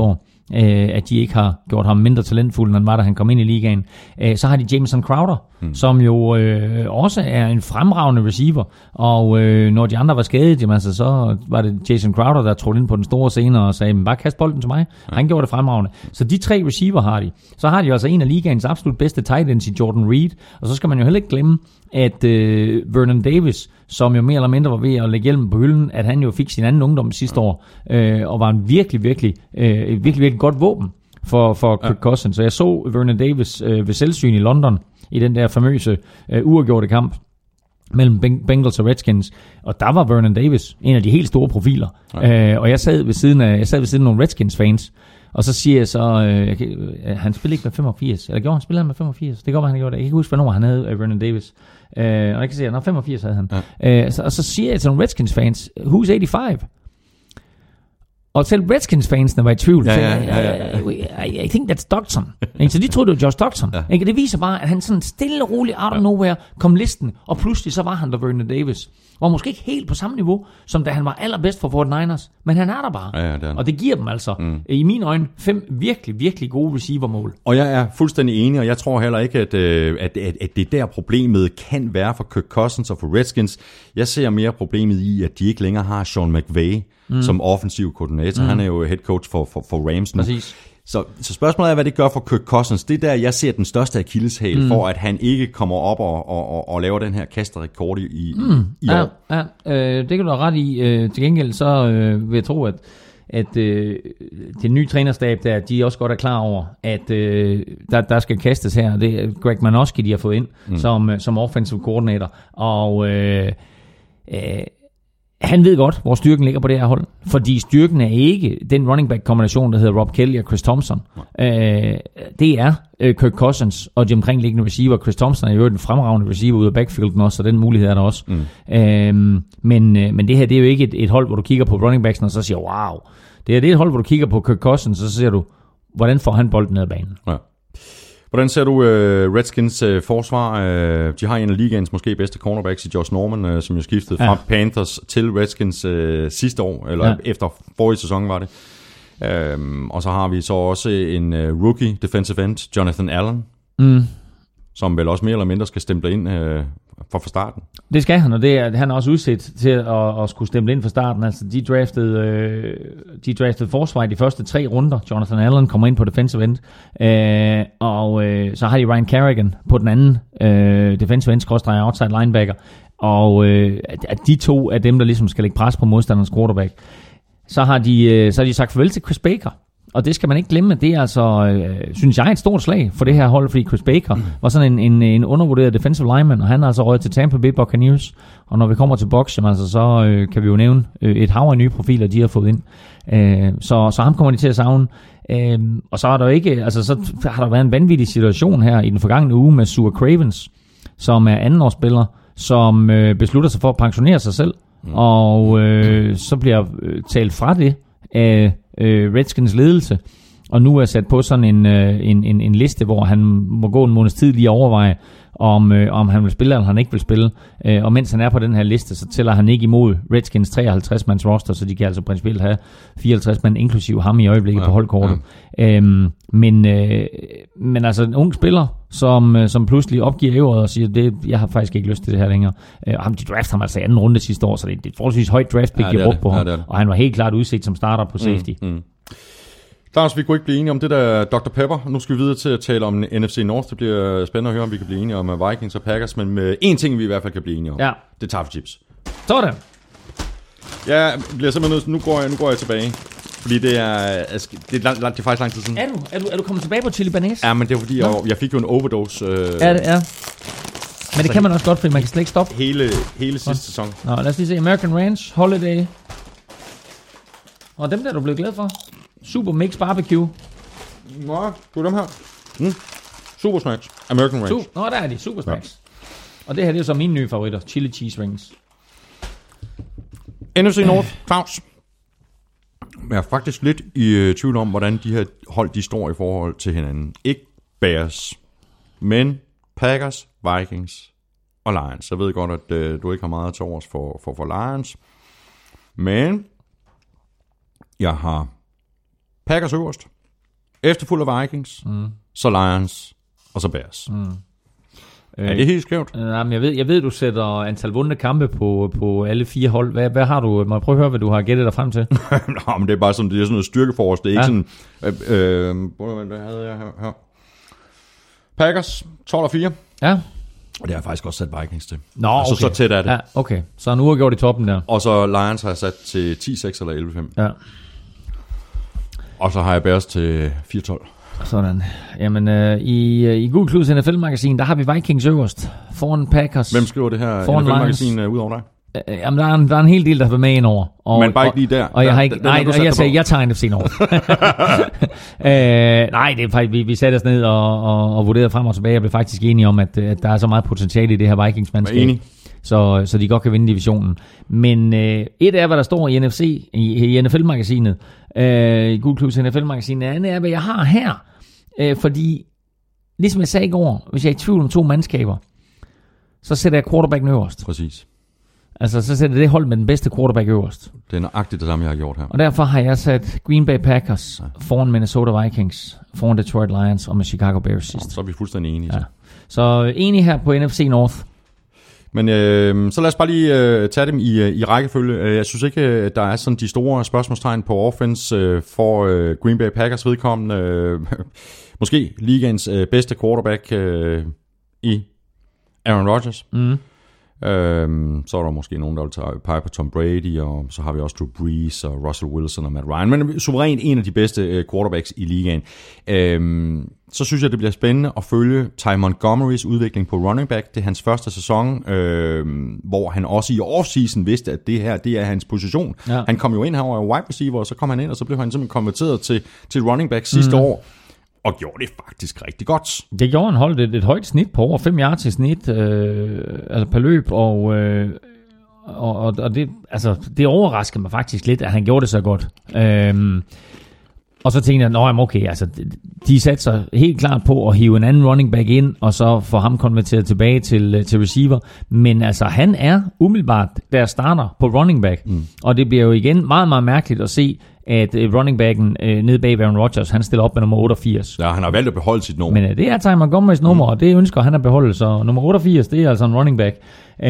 at de ikke har gjort ham mindre talentfuld, end han var, da han kom ind i ligaen. Så har de Jamison Crowder, som jo også er en fremragende receiver, og når de andre var skadet, jamen, altså, så var det Jason Crowder, der trådte ind på den store scene og sagde, bare kast bolden til mig. Han gjorde det fremragende. Så de 3 receiver har de. Så har de altså en af ligaens absolut bedste tight ends i Jordan Reed, og så skal man jo heller ikke glemme, at Vernon Davis, som jo mere eller mindre var ved at lægge hjelmen på hylden, at han jo fik sin anden ungdom sidste år, og var en virkelig godt våben for Kirk Cousins. Så jeg så Vernon Davis ved selvsyn i London, i den der famøse uafgjorte kamp mellem Bengals og Redskins, og der var Vernon Davis en af de helt store profiler. Og jeg sad ved siden af nogle Redskins-fans, og så siger jeg så, han spillede ikke med 85, eller gjorde han spillede med 85? Det går han gjorde det. Jeg kan ikke huske, hvornår han havde Vernon Davis. Og jeg kan sige, 85 havde han. Og så siger jeg til nogle Redskins-fans, who's 85? Og selv Redskins-fansene var i tvivl. I think that's Doctson. Så de troede, det var Josh Doctson. Det viser bare, at han sådan stille og roligt out of nowhere kom listen, og pludselig så var han der Vernon Davis. Var måske ikke helt på samme niveau, som da han var allerbedst for 49ers, men han er der bare. Og det giver dem altså, i mine øjne, 5 virkelig gode receiver-mål. Og jeg er fuldstændig enig, og jeg tror heller ikke, at det der problemet kan være for Kirk Cousins og for Redskins. Jeg ser mere problemet i, at de ikke længere har Sean McVay som offensiv koordinator. Han er jo head coach for Rams nu. Præcis. Så spørgsmålet er, hvad det gør for Kirk Cousins. Det er der, jeg ser den største akilleshæl for, at han ikke kommer op og laver den her kasterekord i år. Det kan du have ret i. Til gengæld så vil jeg tro, at det nye trænerstab der, de også godt er klar over, at der skal kastes her. Det er Greg Manoski, de har fået ind som offensive coordinator. Og han ved godt, hvor styrken ligger på det her hold. Fordi styrken er ikke den running back-kombination, der hedder Rob Kelly og Chris Thompson. Det er Kirk Cousins og de omkringliggende receiver. Chris Thompson er jo en fremragende receiver ud af backfielden også, så den mulighed er der også. Men det her, det er jo ikke et hold, hvor du kigger på running backs, og så siger, wow. Det er et hold, hvor du kigger på Kirk Cousins, og så ser du, hvordan får han bolden ned ad banen. Ja. Hvordan ser du Redskins forsvar? De har en af ligaens måske bedste cornerbacks i Josh Norman, som jo skiftede fra Panthers til Redskins sidste år, eller efter forrige sæson var det. Og så har vi så også en rookie defensive end, Jonathan Allen, som vel også mere eller mindre skal stemple ind fra starten. Det skal han, og han er også udsat til at skulle stemple ind fra starten. Altså, de draftede forsvar i de første 3 runder. Jonathan Allen kommer ind på defensive end. Og så har de Ryan Kerrigan på den anden defensive end, / outside linebacker. Og at de 2 er dem, der ligesom skal lægge pres på modstanderens quarterback. Så har de sagt farvel til Chris Baker. Og det skal man ikke glemme. Det er altså, synes jeg, et stort slag for det her hold, fordi Chris Baker var sådan en undervurderet defensive lineman, og han er altså røget til Tampa Bay Buccaneers. Og når vi kommer til Bucs, altså, så kan vi jo nævne et hav af nye profiler, de har fået ind. Så ham kommer de til at savne. Og så har der ikke, altså, så har der været en vanvittig situation her i den forgangne uge med Sua Cravens, som er andenårsspiller, som beslutter sig for at pensionere sig selv. Og så bliver talt fra det af Redskins ledelse, og nu er sat på sådan en liste, hvor han må gå en måneds tid lige at overveje, om han vil spille, eller han ikke vil spille. Og mens han er på den her liste, så tæller han ikke imod Redskins 53-mands roster, så de kan altså principielt have 54 mand, inklusive ham i øjeblikket på holdkortet. Men altså en ung spiller, som pludselig opgiver ævret og siger, jeg har faktisk ikke lyst til det her længere. Og de draftede ham altså i anden runde sidste år, så det er et forholdsvis højt draft pick, de brugt på ham. Og han var helt klart udset som starter på safety. Lars, vi kunne ikke blive enige om det der Dr. Pepper. Nu skal vi videre til at tale om NFC North. Det bliver spændende at høre, om vi kan blive enige om Vikings og Packers. Men med én ting, vi i hvert fald kan blive enige om. Ja. Det er Tough Chips. Sådan. Jeg bliver simpelthen nødt. Nu går jeg tilbage. Fordi det er faktisk lang tid siden. Er du kommet tilbage på chili banæs? Ja, men det er fordi, jeg fik jo en overdose. Ja. Men det kan man også godt, fordi man kan slet ikke stoppe. Hele sidste sæson. Nå, lad os lige se. American Ranch, Holiday. Og dem der er du blevet glad for. Super Mix Barbecue. Nå, du er dem her. Super Smacks. American Ranch. Nå, der er de. Super Smacks. Ja. Og det her, det er så mine nye favoritter. Chili Cheese Rings. NFC North, Claus. Jeg er faktisk lidt i tvivl om, hvordan de her hold, de står i forhold til hinanden. Ikke Bears, men Packers, Vikings og Lions. Jeg ved godt, at du ikke har meget til overs for Lions. Men jeg har Packers øverst, efterfulgt af Vikings, så Lions, og så Bears. Er det helt skævt? Jamen, jeg ved, du sætter antal vundne kampe på alle 4 hold. Hvad har du? Må jeg prøve at høre, hvad du har gættet dig frem til? Nå, men det er bare sådan, det er sådan noget styrkeforhold. Det er ikke sådan... hvad havde jeg her? Packers, 12-4. Ja. Og det har jeg faktisk også sat Vikings til. Nå, okay. Så tæt er det. Ja, okay. Så nu har gjort i toppen der. Og så Lions har jeg sat til 10-6 eller 11-5. Ja. Og så har jeg Bears til 4-12. Sådan. Jamen, i Google Clues NFL-magasin, der har vi Vikings øverst. Foran Packers. Hvem skriver det her NFL-magasin ud over dig? Jamen, der er en hel del, der har været med ind over. Men bare ikke lige der. Og jeg har ikke... Jeg tager NFC over. Nej, det er faktisk... Vi satte os ned og vurderede frem og tilbage. Jeg blev faktisk enige om, at der er så meget potentiale i det her Vikings-mandskab. Enig. Så de godt kan vinde divisionen. Men et er, hvad der står i NFC, i NFL-magasinet, i Google Clues NFL-magasinet. Det andet er, hvad jeg har her. Fordi, ligesom jeg sagde i går, hvis jeg er i tvivl om 2 mandskaber, så sætter jeg quarterbacken øverst. Præcis. Altså, så sætter det hold med den bedste quarterback øverst. Det er nøjagtigt det samme, jeg har gjort her. Og derfor har jeg sat Green Bay Packers foran Minnesota Vikings, foran Detroit Lions og med Chicago Bears sidst. Så er vi fuldstændig enige. Ja. Så enige her på NFC North. Men så lad os bare lige tage dem i rækkefølge. Jeg synes ikke, der er sådan de store spørgsmålstegn på offense for Green Bay Packers vedkommende. Måske ligaens bedste quarterback i Aaron Rodgers. Så er der måske nogen, der vil tage pege på Tom Brady, og så har vi også Drew Brees og Russell Wilson og Matt Ryan. Men suverænt en af de bedste quarterbacks i ligaen. Så synes jeg, det bliver spændende at følge Ty Montgomerys udvikling på running back. Det er hans første sæson, hvor han også i offseason vidste, at det her, det er hans position. Ja. Han kom jo ind her over wide receiver, og så kom han ind, og så blev han simpelthen konverteret til running back sidste år. Og gjorde det faktisk rigtig godt. Det gjorde han, holdt et højt snit på over 5 yards i snit altså per løb, og det, altså, det overraskede mig faktisk lidt, at han gjorde det så godt. Og så tænkte jeg, okay, altså, de satte sig helt klart på at hive en anden running back ind, og så få ham konverteret tilbage til receiver. Men altså, han er umiddelbart der starter på running back. Og det bliver jo igen meget, meget mærkeligt at se, at running backen nede bag Aaron Rodgers, han stiller op med nummer 88. Ja, han har valgt at beholde sit nummer. Men det er Ty Montgomerys nummer, og det ønsker han at beholde. Så nummer 88, det er altså en running back.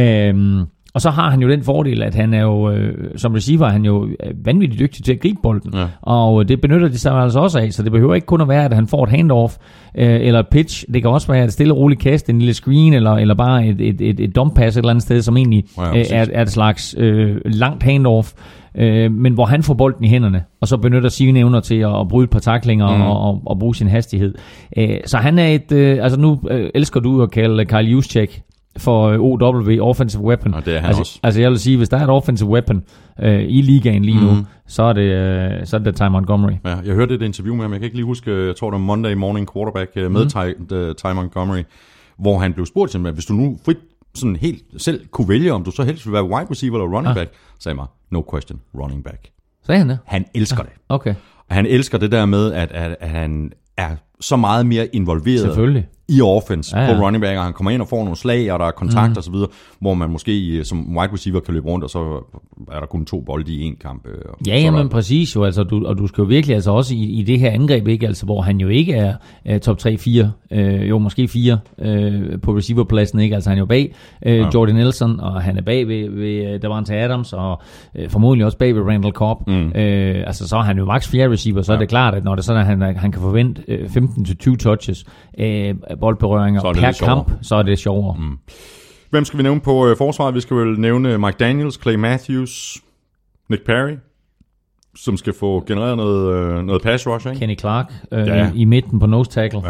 Og så har han jo den fordel, at han er jo, som receiver, han jo vanvittigt dygtig til at gribe bolden. Ja. Og det benytter de sig altså også af, så det behøver ikke kun at være, at han får et handoff eller et pitch. Det kan også være et stille og roligt kast, en lille screen, eller bare et dump pass et eller andet sted, som egentlig er et slags langt handoff. Men hvor han får bolden i hænderne, og så benytter sine evner til at bryde et par tacklinger og bruge sin hastighed. Så han er altså nu elsker du at kalde Kyle Juszczyk for OW, Offensive Weapon. Og det er han også. Altså jeg vil sige, hvis der er et Offensive Weapon i ligaen lige nu, så er det Ty Montgomery. Ja, jeg hørte et interview med ham, jeg kan ikke lige huske, jeg tror det var Monday Morning Quarterback med Ty Montgomery, hvor han blev spurgt til, hvis du nu frit sådan helt selv kunne vælge, om du så helst vil være wide receiver eller running back, sagde mig, no question, running back. Sagde han det? Han elsker det. Okay. Og han elsker det der med, at han er så meget mere involveret i offense på running back, og han kommer ind og får nogle slag, og der er kontakt og så videre, hvor man måske som wide receiver kan løbe rundt, og så er der kun 2 bolde i en kamp. Ja, men præcis jo, altså, du skal jo virkelig altså også i det her angreb, ikke, altså, hvor han jo ikke er top 3-4, jo måske 4 på receiverpladsen, ikke, altså han er jo bag Jordan Nelson, og han er bag ved Davante Adams, og formodentlig også bag ved Randall Cobb. Altså så er han jo max 4 receiver, så er det klart, at når det er sådan, at han kan forvente 15-20 touches, boldberøringer per kamp, så er det sjovere. Hvem skal vi nævne på forsvaret? Vi skal vel nævne Mike Daniels, Clay Matthews, Nick Perry, som skal få genereret noget pass rush, ikke? Kenny Clark i midten på nose tackle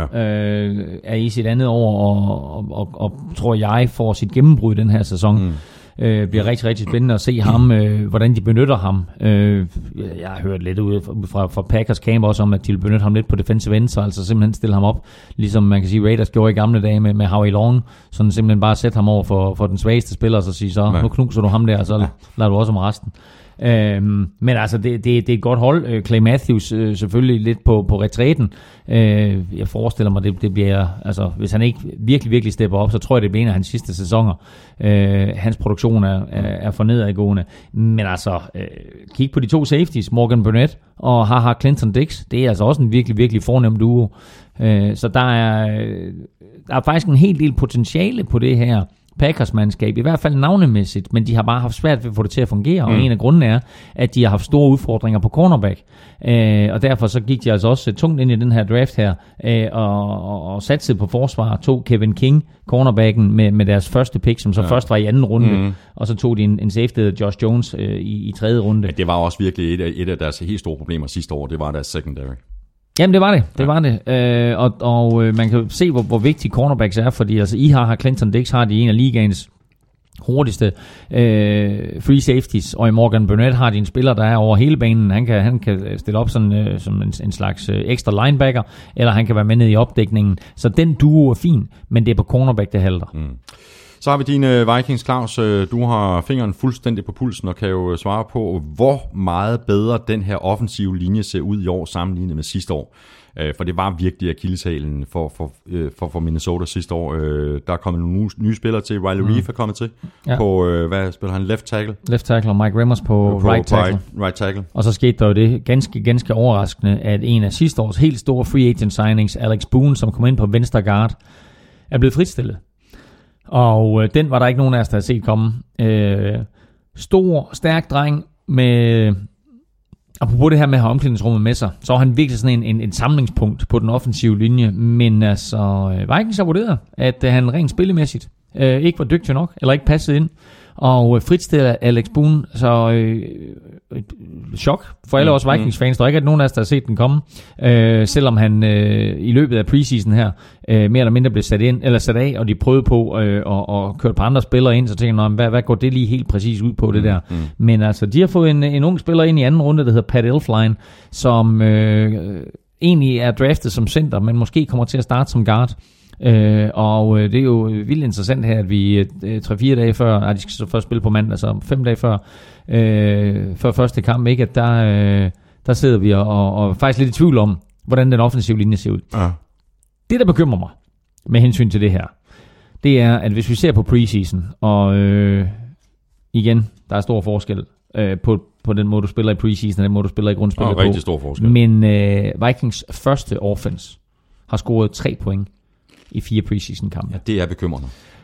er i sit andet år, og tror jeg får sit gennembrud den her sæson. Bliver rigtig, rigtig spændende at se ham, hvordan de benytter ham. Jeg har hørt lidt ud fra Packers camp også om, at de vil benytte ham lidt på defensive end, så altså simpelthen stille ham op, ligesom man kan sige Raiders gjorde i gamle dage med Howie Long, sådan simpelthen bare sætte ham over for den svageste spiller, og så sige så, nu knuser du ham der, og så lader du også om resten. Men altså, det er et godt hold. Clay Matthews selvfølgelig lidt på retræten. Jeg forestiller mig, det bliver, altså, hvis han ikke virkelig stepper op, så tror jeg, det bliver en af hans sidste sæsoner. Hans produktion er for nedadgående. Men altså, kig på de to safeties, Morgan Burnett og Haha Clinton Dix. Det er altså også en virkelig fornem duo. Så der er faktisk en hel del potentiale på det her Packers-mandskab, i hvert fald navnemæssigt, men de har bare haft svært ved at få det til at fungere, og en af grundene er, at de har haft store udfordringer på cornerback, og derfor så gik de altså også tungt ind i den her draft her, og satsede på forsvar, tog Kevin King, cornerbacken, med deres første pick, som så først var i anden runde, og så tog de en safety, Josh Jones, i tredje runde. Men det var også virkelig et af deres helt store problemer sidste år, det var deres secondary. Jamen, det var det. Og man kan se, hvor vigtige cornerbacks er, fordi altså, har Clinton Dix, har de en af ligaens hurtigste free safeties, og i Morgan Burnett har de en spiller, der er over hele banen. Han kan stille op sådan, som en slags ekstra linebacker, eller han kan være med ned i opdækningen. Så den duo er fin, men det er på cornerback, det halter. Så har vi dine Vikings, Claus. Du har fingeren fuldstændig på pulsen og kan jo svare på, hvor meget bedre den her offensive linje ser ud i år sammenlignet med sidste år. For det var virkelig akilleshælen for Minnesota sidste år. Der er kommet nogle nye spillere til. Riley Reef er kommet til på, hvad spiller han? Left tackle? Left tackle, og Mike Remmers på right tackle. Og så skete der jo det ganske overraskende, at en af sidste års helt store free agent signings, Alex Boone, som kom ind på venstre guard, er blevet fritstillet. Og den var der ikke nogen af os, der havde set komme. Stor, stærk dreng med... Apropos det her med at have omklædningsrummet med sig, så var han virkelig sådan en samlingspunkt på den offensive linje. Men altså, Vikings har vurderet, at han rent spillemæssigt ikke var dygtig nok, eller ikke passede ind. Og fritstiller Alex Boone, så chok for alle os Vikings-fans. Der er ikke nogen af os, der har set den komme. Selvom han i løbet af preseason her mere eller mindre blev sat af, og de prøvede på at køre på andre spillere ind, så tænker jeg, hvad går det lige helt præcis ud på det der? Men altså, de har fået en ung spiller ind i anden runde, der hedder Pat Elflein, som egentlig er draftet som center, men måske kommer til at starte som guard. Og det er jo vildt interessant her, at vi 3-4 dage før, de skal så først spille på mandag, så 5 dage før første kamp, ikke, at der sidder vi og faktisk lidt i tvivl om, hvordan den offensive linje ser ud. Ja. Det, der bekymrer mig med hensyn til det her, det er, at hvis vi ser på preseason, og igen, der er stor forskel på den måde, du spiller i preseason, og den måde, du spiller i grundspillet på. Rigtig stor forskel. Men Vikings første offense har scoret 3 point i 4 preseason-kampe. Ja, det er bekymrende.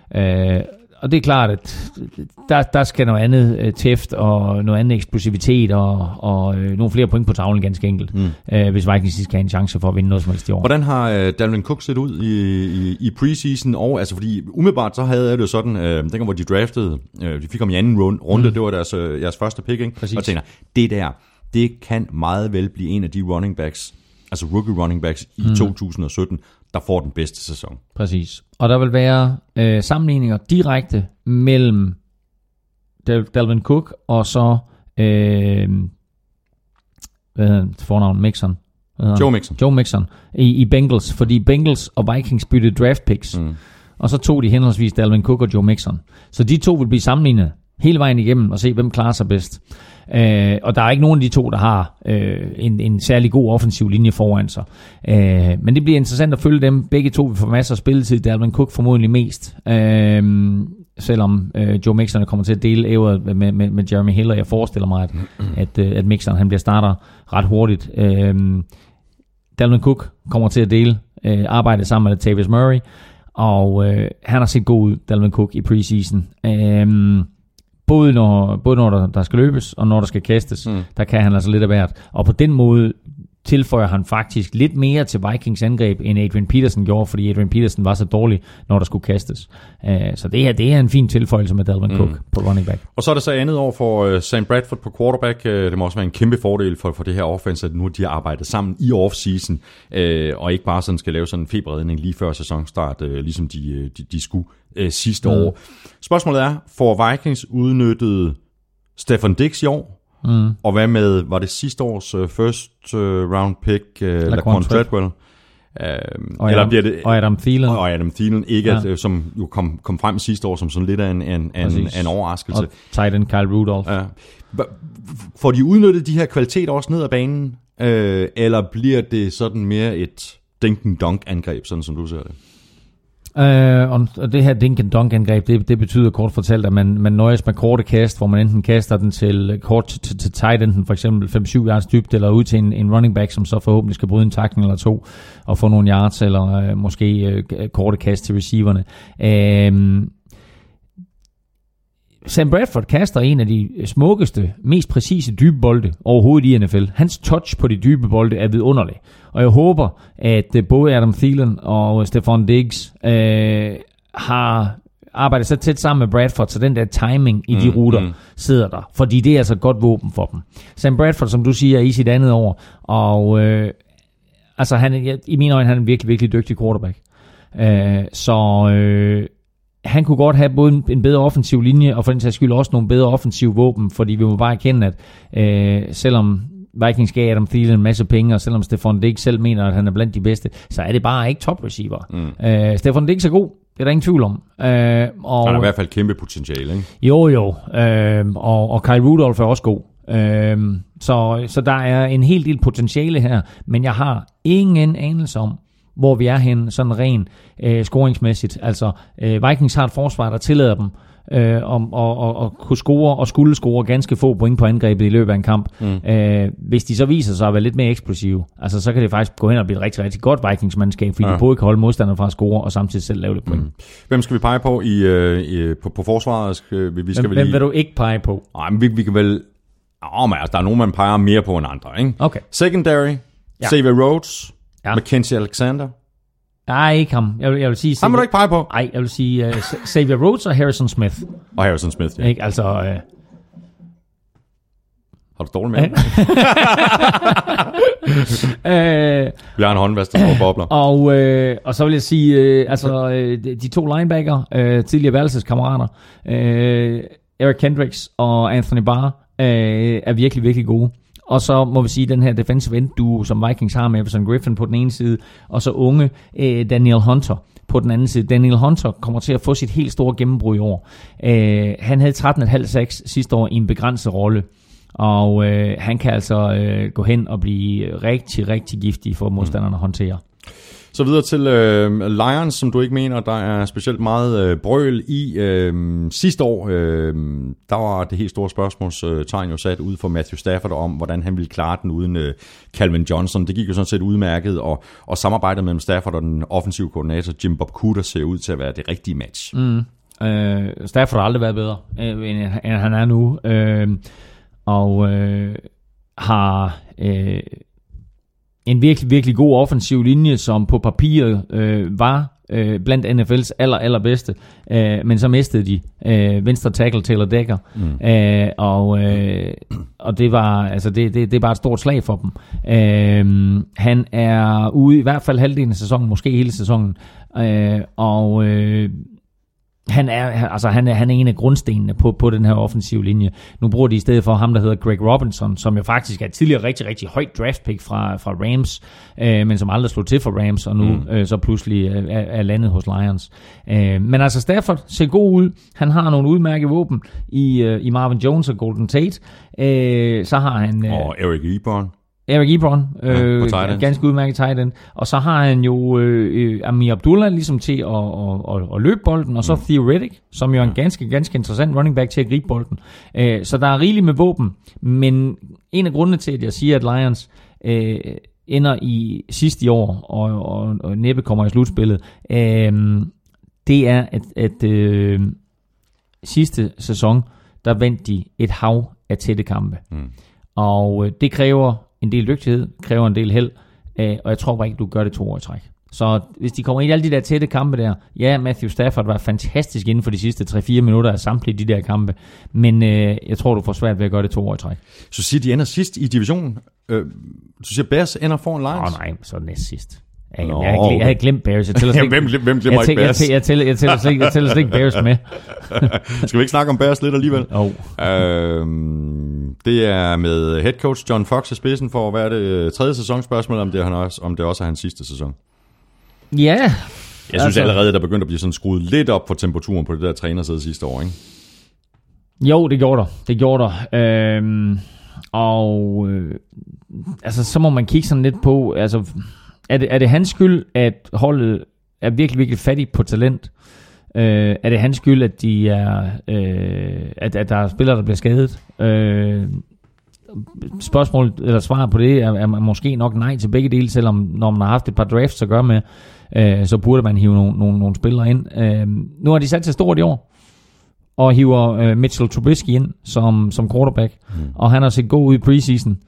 Og det er klart, at der skal noget andet tæft og noget andet eksplosivitet og nogle flere point på tavlen ganske enkelt, hvis Vikings skal have en chance for at vinde noget som helst i år. Hvordan har Dalvin Cook set ud i preseason? Og, altså, fordi umiddelbart så havde jeg det jo sådan, dengang hvor de draftede, de fik ham i anden runde, det var deres første pick, ikke? Og jeg tænker, det kan meget vel blive en af de running backs, altså rookie running backs i 2017, der får den bedste sæson. Præcis. Og der vil være sammenligninger direkte mellem Dalvin Cook og så hvad hedder fornavn? Mixon. Joe Mixon i Bengals, fordi Bengals og Vikings byttede draft picks. Og så tog de henholdsvis Dalvin Cook og Joe Mixon. Så de to vil blive sammenlignet hele vejen igennem og se, hvem klarer sig bedst. Og der er ikke nogen af de to, der har en særlig god offensiv linje foran sig. Men det bliver interessant at følge dem. Begge to vil få masser af spilletid. Dalvin Cook formodentlig mest. Selvom Joe Mixon kommer til at dele ævret med Jeremy Hill, og jeg forestiller mig, at Mixon han bliver starter ret hurtigt. Dalvin Cook kommer til at dele arbejdet sammen med Latavius Murray, og han har set god ud, Dalvin Cook, i preseason. Både når der skal løbes, og når der skal kastes, der kan han altså lidt af hvert. Og på den måde tilføjer han faktisk lidt mere til Vikings angreb, end Adrian Peterson gjorde, fordi Adrian Peterson var så dårlig, når der skulle kastes. Så det er en fin tilføjelse med Dalvin Cook på running back. Og så er der så andet år for Sam Bradford på quarterback. Det må også være en kæmpe fordel for det her offense, at nu de har arbejdet sammen i off-season, og ikke bare sådan skal lave sådan en feberredning lige før sæsonstart, ligesom de skulle sidste år. Spørgsmålet er, får Vikings udnyttet Stefon Diggs i år? Og hvad med, var det sidste års first round pick, Laquan Treadwell? Og eller bliver det, og Adam Thielen. Og Adam Thielen, ikke at, som jo kom frem sidste år som sådan lidt af en overraskelse. Og tight end Kyle Rudolph. Ja. Får de udnyttet de her kvaliteter også ned ad banen, eller bliver det sådan mere et dink-and-dunk-angreb, sådan som du ser det? Og det her dink-and-dunk-angreb, det betyder kort fortalt, at man nøjes med korte kast, hvor man enten kaster den til kort til tight enden, for eksempel 5-7 yards dybt, eller ud til en running back, som så forhåbentlig skal bryde en tackling eller to, og få nogle yards, eller måske korte kast til receiverne. Sam Bradford kaster en af de smukkeste, mest præcise dybe bolde overhovedet i NFL. Hans touch på de dybe bolde er vidunderlig. Og jeg håber, at både Adam Thielen og Stefon Diggs har arbejdet så tæt sammen med Bradford, så den der timing i de ruter sidder der. Fordi det er altså et godt våben for dem. Sam Bradford, som du siger, er i sit andet år. Og altså i mine øjne, han er en virkelig, virkelig dygtig quarterback. Han kunne godt have både en bedre offensiv linje, og for den sags skyld også nogle bedre offensive våben, fordi vi må bare erkende, at selvom Vikings gav Adam Thielen en masse penge, og selvom Stefon Diggs selv mener, at han er blandt de bedste, så er det bare ikke top receiver. Stefon Diggs er god, det er der ingen tvivl om. Han har i hvert fald kæmpe potentiale, ikke? Jo. Og Kyle Rudolph er også god. Så der er en hel del potentiale her, men jeg har ingen anelse om, hvor vi er henne, sådan ren scoringsmæssigt. Altså, Vikings har et forsvar, der tillader dem at kunne score og skulle score ganske få point på angrebet i løbet af en kamp. Hvis de så viser sig at være lidt mere eksplosive, altså, så kan det faktisk gå hen og blive et rigtig, rigtig godt Vikings-mandskab, fordi de både kan holde modstanderne fra at score og samtidig selv lave lidt point. Hvem skal vi pege på på forsvaret? Hvem vil du ikke pege på? Nej, men vi kan vel... der er nogen, man peger mere på end andre, ikke? Okay. Secondary, Xavier Rhodes, Mackenzie Alexander. Nej, ikke ham. Jeg vil sige... Ham må du ikke pege på? Nej, jeg vil sige Xavier Rhodes og Harrison Smith. Og Harrison Smith, ja. Ikke? Altså... Har du dårligt med det? Vi har en håndvask, der får bobler. Og så vil jeg sige, de to linebacker, tidligere værelseskammerater, Eric Kendricks og Anthony Barr, er virkelig, virkelig gode. Og så må vi sige, den her defensive end duo, som Vikings har med Everson Griffin på den ene side, og så unge Daniel Hunter på den anden side. Daniel Hunter kommer til at få sit helt store gennembrud i år. Han havde 13,5 sacks sidste år i en begrænset rolle, og han kan altså gå hen og blive rigtig, rigtig giftig for modstanderne at håndtere. Så videre til Lions, som du ikke mener, der er specielt meget brøl i. Sidste år, der var det helt store spørgsmålstegn jo sat ud for Matthew Stafford om, hvordan han ville klare den uden Calvin Johnson. Det gik jo sådan set udmærket, og samarbejdet mellem Stafford og den offensive koordinator Jim Bob Cooter ser ud til at være det rigtige match. Stafford har aldrig været bedre, end han er nu, og har... en virkelig, virkelig god offensiv linje, som på papiret var blandt NFL's allerbedste, men så mistede de venstre tackle Taylor Decker, og det var altså det er bare et stort slag for dem. Han er ude i hvert fald halvdelen af sæsonen, måske hele sæsonen, han er en af grundstenene på den her offensive linje. Nu bruger de i stedet for ham, der hedder Greg Robinson, som jo faktisk er tidligere rigtig, rigtig højt draft pick fra Rams, men som aldrig slog til for Rams, og nu så pludselig er landet hos Lions. Men altså Stafford ser god ud. Han har nogle udmærkede våben i Marvin Jones og Golden Tate. Så har han... og Eric Ebron. Ganske udmærket tight end. Og så har han jo Amir Abdullah ligesom til at løbe bolden, og så Theoretic, som jo er en ganske, ganske interessant running back til at gribe bolden. Så der er rigeligt med våben, men en af grundene til, at jeg siger, at Lions ender i sidste år, og næppe kommer i slutspillet, det er, at sidste sæson, der vandt de et hav af tætte kampe. Og det kræver en del dygtighed, kræver en del held, og jeg tror bare ikke, du gør det 2 år i træk. Så hvis de kommer ind i alle de der tætte kampe der, Matthew Stafford var fantastisk inden for de sidste 3-4 minutter af samtlige de der kampe, men jeg tror, du får svært ved at gøre det 2 år i træk. Så siger de ender sidst i divisionen? Du siger Bears ender foran Lions? Nej, så næst sidst. Jeg havde glemt Bears. Hvem glemmer ikke Bears? Jeg tæller slet ikke Bears med. Skal vi ikke snakke om Bears lidt alligevel? Jo. Det er med head coach John Fox i spidsen for at være det 3. sæsonspørgsmål, om det også er hans sidste sæson. Ja. Jeg synes allerede, der begyndte at blive sådan skruet lidt op for temperaturen på det der trænersæde sidste år, ikke? Jo, det gjorde der. Altså, så må man kigge sådan lidt på, altså, er det hans skyld, at holdet er virkelig, virkelig fattigt på talent? Er det hans skyld, at de er, at der er spillere, der bliver skadet? Spørgsmålet, eller svaret på det, er måske nok nej til begge dele, selvom når man har haft et par drafts at gøre med, så burde man hive nogle spillere ind. Nu har de sat sig stort i år, og hiver Mitchell Trubisky ind som quarterback, og han har set god ud i preseason.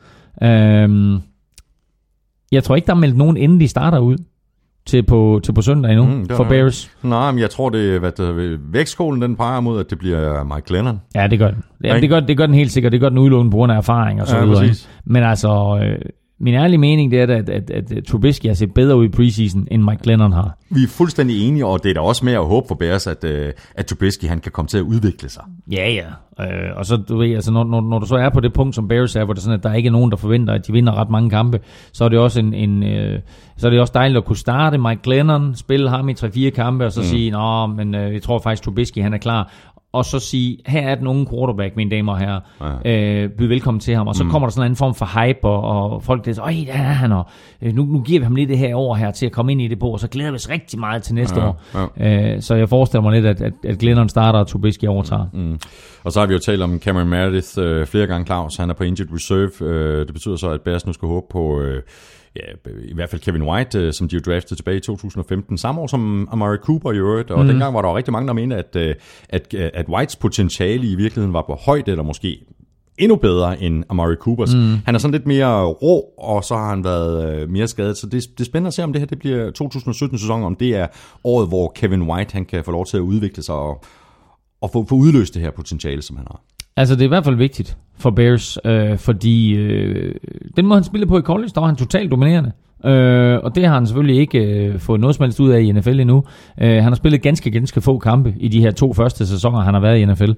Jeg tror ikke, der er meldt nogen endelig starter ud til på søndag endnu for Bears. Nej, men jeg tror, vægtskålen den peger mod, at det bliver Mike Glennon. Ja, det gør den. Ja, det gør den helt sikkert. Det gør den udelukkende på grund af erfaring og så videre. Men altså, min ærlige mening, det er, at Trubisky har set bedre ud i preseason, end Mike Glennon har. Vi er fuldstændig enige, og det er da også mere at håbe for Bears, at Trubisky han kan komme til at udvikle sig. Ja. Og så, du ved, altså, når du så er på det punkt, som Bears er, hvor det er sådan, at der ikke er nogen, der forventer, at de vinder ret mange kampe, så er det også så er det også dejligt at kunne starte Mike Glennon, spille ham i 3-4 kampe, og så sige, men jeg tror faktisk, Trubisky han er klar. Og så sige, her er den unge quarterback, mine damer og herrer. Byd velkommen til ham. Og så kommer der sådan en anden form for hype, og folk der siger, der er han, og nu giver vi ham lidt det her år her til at komme ind i det på, og så glæder vi os rigtig meget til næste år. Så jeg forestiller mig lidt, at Glennon starter, og Trubisky overtager. Og så har vi jo talt om Cameron Meredith flere gange, Claus. Han er på injured reserve. Det betyder så, at Bears nu skal håbe på... i hvert fald Kevin White, som de jo draftede tilbage i 2015, samme år som Amari Cooper i øvrigt, og dengang var der rigtig mange, der mente, at Whites potentiale i virkeligheden var på højde, eller måske endnu bedre end Amari Coopers. Han er sådan lidt mere rå, og så har han været mere skadet, så det er spændende at se, om det her det bliver 2017-sæson, om det er året, hvor Kevin White han kan få lov til at udvikle sig og få udløst det her potentiale, som han har. Altså, det er i hvert fald vigtigt for Bears, fordi den måde, han spiller på i college, der var han totalt dominerende. Og det har han selvfølgelig ikke fået noget som helst ud af i NFL endnu. Han har spillet ganske få kampe i de her 2 første sæsoner, han har været i NFL.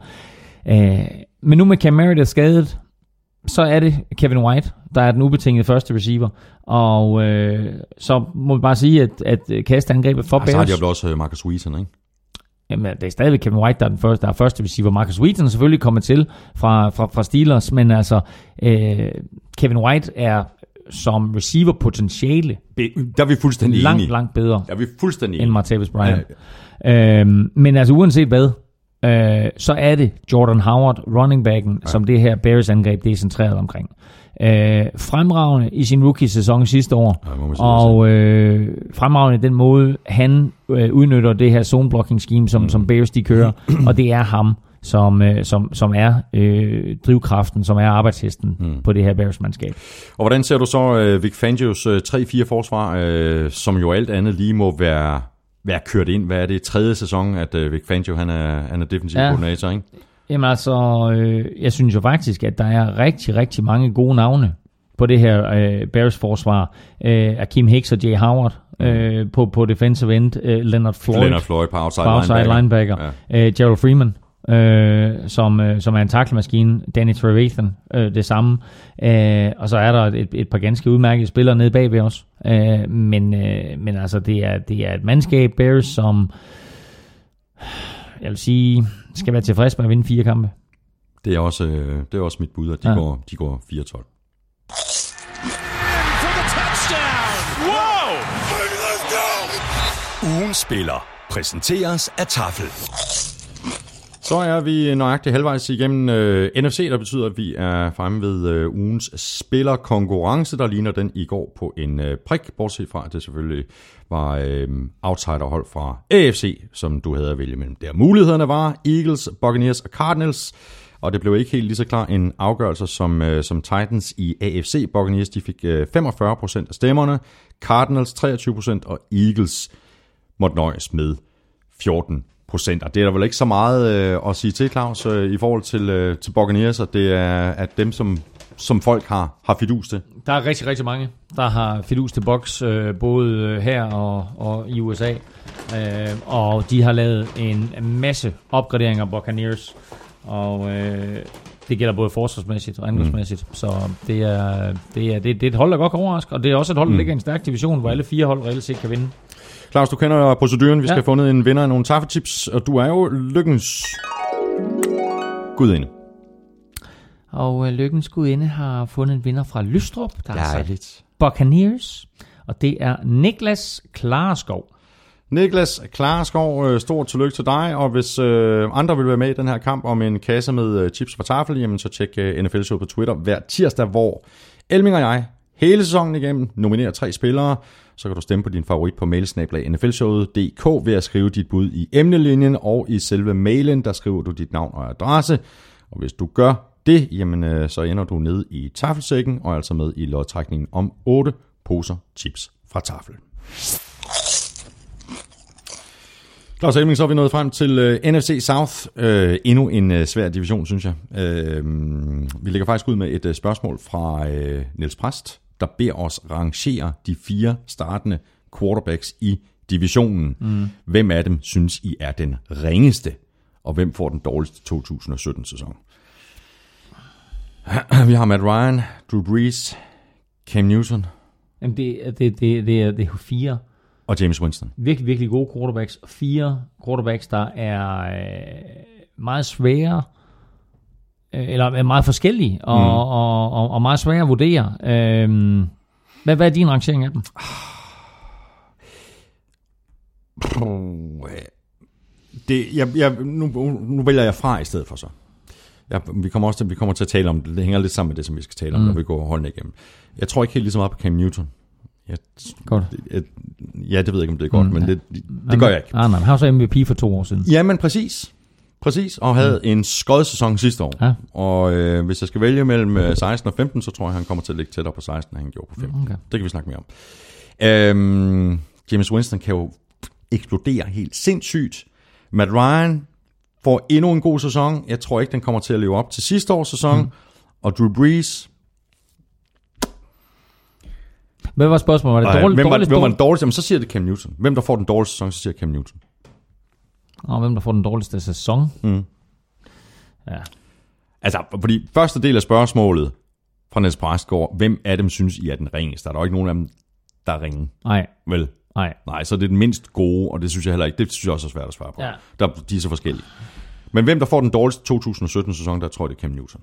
Men nu med Cam Meredith skadet, så er det Kevin White, der er den ubetingede første receiver. Og så må vi bare sige, at kasteangrebet for Bears... Så har de jo også Marcus Wheaton, ikke? Jamen, det er stadigvæk Kevin White, der er første receiver. Marcus Wheaton er selvfølgelig kommet til fra Steelers, men altså, Kevin White er som receiver potentiale. Der er vi fuldstændig enige. Langt bedre der er vi fuldstændig end Martavis Bryant. Men altså, uanset hvad, så er det Jordan Howard, running backen, som det her Bears angreb, det er centreret omkring. Fremragende i sin rookie-sæson sidste år, og fremragende i den måde, han udnytter det her zone-blocking-scheme, som Bears de kører, og det er ham, som er drivkraften, som er arbejdshesten på det her Bears-mandskab. Og hvordan ser du så Vic Fangios 3-4 forsvar, som jo alt andet lige må være kørt ind? Hvad er det 3. sæson, at Vic Fangio han er defensiv koordinator, ikke? Jamen altså, jeg synes jo faktisk, at der er rigtig, rigtig mange gode navne på det her Bears-forsvar. Akeem Hicks og Jay Howard på defensive end. Leonard Floyd på outside linebacker. Gerald Freeman, som er en tackle-maskine. Danny Trevathan, det samme. Og så er der et par ganske udmærkede spillere nede bagved os. Men altså, det er et mandskab, Bears, som... jeg vil sige, skal være tilfreds med at vinde 4 kampe. Det er også mit bud, at de går 4-12. Ugens spiller præsenteres af Tafel. Så er vi nøjagtigt halvvejs igennem NFC, der betyder, at vi er fremme ved ugens spillerkonkurrence, der ligner den i går på en prik, bortset fra, at det selvfølgelig var outsiderhold fra AFC, som du havde at vælge mellem der. Mulighederne var Eagles, Buccaneers og Cardinals, og det blev ikke helt lige så klar en afgørelse som Titans i AFC. Buccaneers de fik 45% af stemmerne, Cardinals 23%, og Eagles måtte nøjes med 14%. Og det er der vel ikke så meget at sige til, Claus, i forhold til Buccaneers, og det er at dem, som folk har fidus til. Der er rigtig, rigtig mange, der har fidus til Bucs, både her og i USA. Og de har lavet en masse opgraderinger af Buccaneers, og det gælder både forsvarsmæssigt og angrebsmæssigt. Så det er et hold, der godt kan overraske, og det er også et hold, der ligger i en stærk division, hvor alle 4 hold reelt set kan vinde. Claus, du kender proceduren. Vi skal have fundet en vinder af nogle taffetips, og du er jo lykkens gudinde. Og lykkens gudinde har fundet en vinder fra Lystrup, der har sagt lidt. Buccaneers, og det er Niklas Klareskov. Niklas Klareskov, stort tillykke til dig, og hvis andre vil være med i den her kamp om en kasse med chips fra Tafel, jamen så tjek NFL Show på Twitter hver tirsdag, hvor Elming og jeg hele sæsonen igennem nominerer 3 spillere. Så kan du stemme på din favorit på mailsnablag.nflshowet.dk ved at skrive dit bud i emnelinjen, og i selve mailen, der skriver du dit navn og adresse. Og hvis du gør det, jamen så ender du nede i taffelsækken, og altså med i lodtrækningen om 8 poser chips fra Tafel. Claus Elming, så er vi nået frem til NFC South. Endnu en svær division, synes jeg. Vi lægger faktisk ud med et spørgsmål fra Niels Præst, der beder os rangere de 4 startende quarterbacks i divisionen. Hvem af dem synes I er den ringeste, og hvem får den dårligste 2017-sæson? Vi har Matt Ryan, Drew Brees, Cam Newton. Jamen det er jo 4. Og James Winston. Virkelig, virkelig gode quarterbacks. 4 quarterbacks, der er meget svære, eller meget forskellige, og meget svære at vurdere. Hvad er din rangering af dem? Nu vælger jeg fra i stedet for så. Vi kommer til at tale om det. Det hænger lidt sammen med det, som vi skal tale om, når vi går holdene igennem. Jeg tror ikke helt lige så meget på Cam Newton. Godt. Ja, det ved jeg ikke, om det er godt, men det gør jeg ikke. Han har så MVP for 2 år siden. Jamen, præcis, og havde en skodsæson sidste år. Ja. Og hvis jeg skal vælge mellem 16 og 15, så tror jeg, han kommer til at ligge tættere på 16, end han gjorde på 15. Okay. Det kan vi snakke mere om. James Winston kan jo eksplodere helt sindssygt. Matt Ryan får endnu en god sæson. Jeg tror ikke, den kommer til at leve op til sidste års sæson. Og Drew Brees... Hvad var spørgsmålet? Var det hvem var den dårligste? Jamen, så siger det Cam Newton. Hvem der får den dårligste sæson, så siger Cam Newton. Og hvem der får den dårligste sæson? Ja. Altså, fordi første del af spørgsmålet fra Niels Præstgaard, hvem af dem synes I er den ringeste? Der er jo ikke nogen af dem, der er ringe. Nej. Vel? Nej, så det er den mindst gode, og det synes jeg heller ikke. Det synes jeg også er svært at svare på. Ja. De er så forskellige. Men hvem der får den dårligste 2017-sæson, der tror jeg, det er Cam Newton.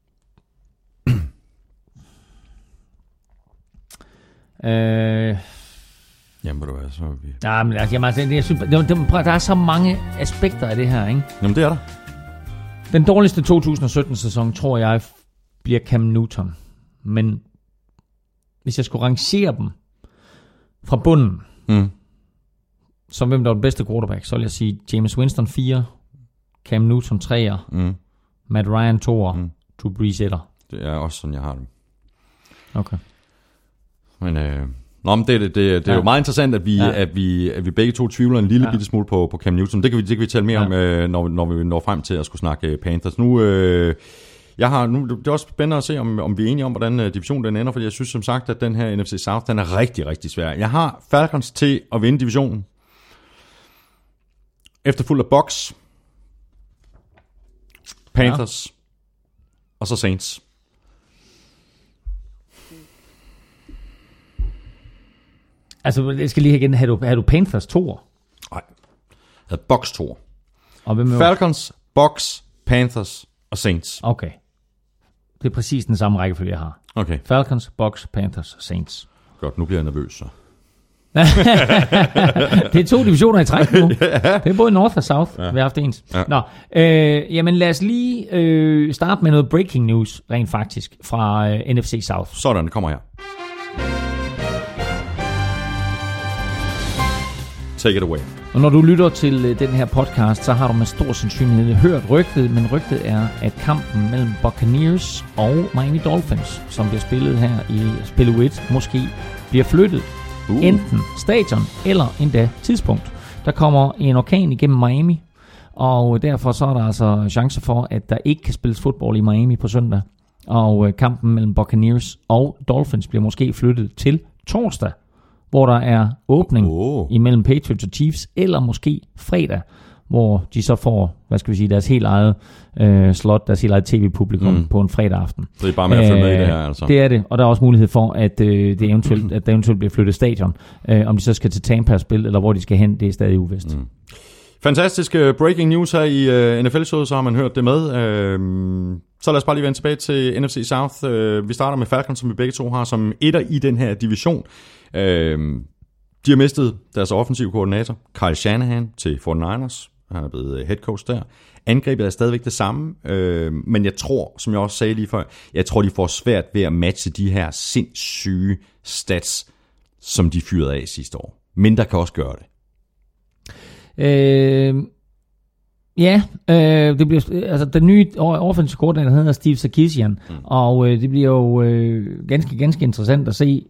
Jamen, hvad er så vi... Ja, men jeg synes, der er så mange aspekter af det her, ikke? Jamen, det er der. Den dårligste 2017-sæson, tror jeg, bliver Cam Newton. Men hvis jeg skulle rangere dem fra bunden, som hvem der er den bedste quarterback, så vil jeg sige James Winston 4, Cam Newton 3'er, Matt Ryan 2'er, Drew Brees 1'er. Det er også sådan, jeg har det. Okay. Men det er jo meget interessant, at vi begge to tvivler en lille bitte smule på Cam Newton. Det kan vi tale mere om, når vi når frem til at skulle snakke Panthers. Nu det er også spændende at se, om vi er enige om, hvordan divisionen den ender, fordi jeg synes som sagt, at den her NFC South, den er rigtig, rigtig svær. Jeg har Falcons til at vinde divisionen. Efterfulgt af Bucks, Panthers og så Saints. Altså, jeg skal lige igen, har du Panthers 2'er? Nej, jeg havde Bucks 2'er. Og hvem Falcons, Bucks, Panthers og Saints. Okay. Det er præcis den samme rækkefølge, jeg har. Okay. Falcons, Bucks, Panthers og Saints. Godt, nu bliver jeg nervøs så. Det er 2 divisioner i træk nu. Det er både North og South, vi har haft ens. Ja. Nå, jamen lad os lige starte med noget breaking news, rent faktisk, fra NFC South. Sådan, det kommer her. Take it away. Og når du lytter til den her podcast, så har du med stor sandsynlighed hørt rygtet, men rygtet er, at kampen mellem Buccaneers og Miami Dolphins, som bliver spillet her i spil 1, måske bliver flyttet. Enten stadion eller endda tidspunkt. Der kommer en orkan igennem Miami, og derfor så er der altså chance for, at der ikke kan spilles fodbold i Miami på søndag. Og kampen mellem Buccaneers og Dolphins bliver måske flyttet til torsdag, hvor der er åbning imellem Patriots og Chiefs, eller måske fredag, hvor de så får, deres helt eget slot, deres helt eget tv-publikum på en fredag aften. Så det er bare med at følge med i det her, altså. Det er det, og der er også mulighed for, at det eventuelt bliver flyttet stadion. Om de så skal til Tampa og spille, eller hvor de skal hen, det er stadig uvist. Fantastisk breaking news her i NFL-showet, så har man hørt det med. Så lad os bare lige vende tilbage til NFC South. Vi starter med Falcons, som vi begge to har som etter i den her division. De har mistet deres offensive koordinator, Kyle Shanahan, til 49ers. Han er blevet head coach der. Angrebet er stadigvæk det samme, men jeg tror, som jeg også sagde lige før, jeg tror, de får svært ved at matche de her sindssyge stats, som de fyrede af sidste år. Men der kan også gøre det. Det bliver, altså den nye offensive coordinator hedder Steve Sarkisian, og det bliver jo ganske interessant at se,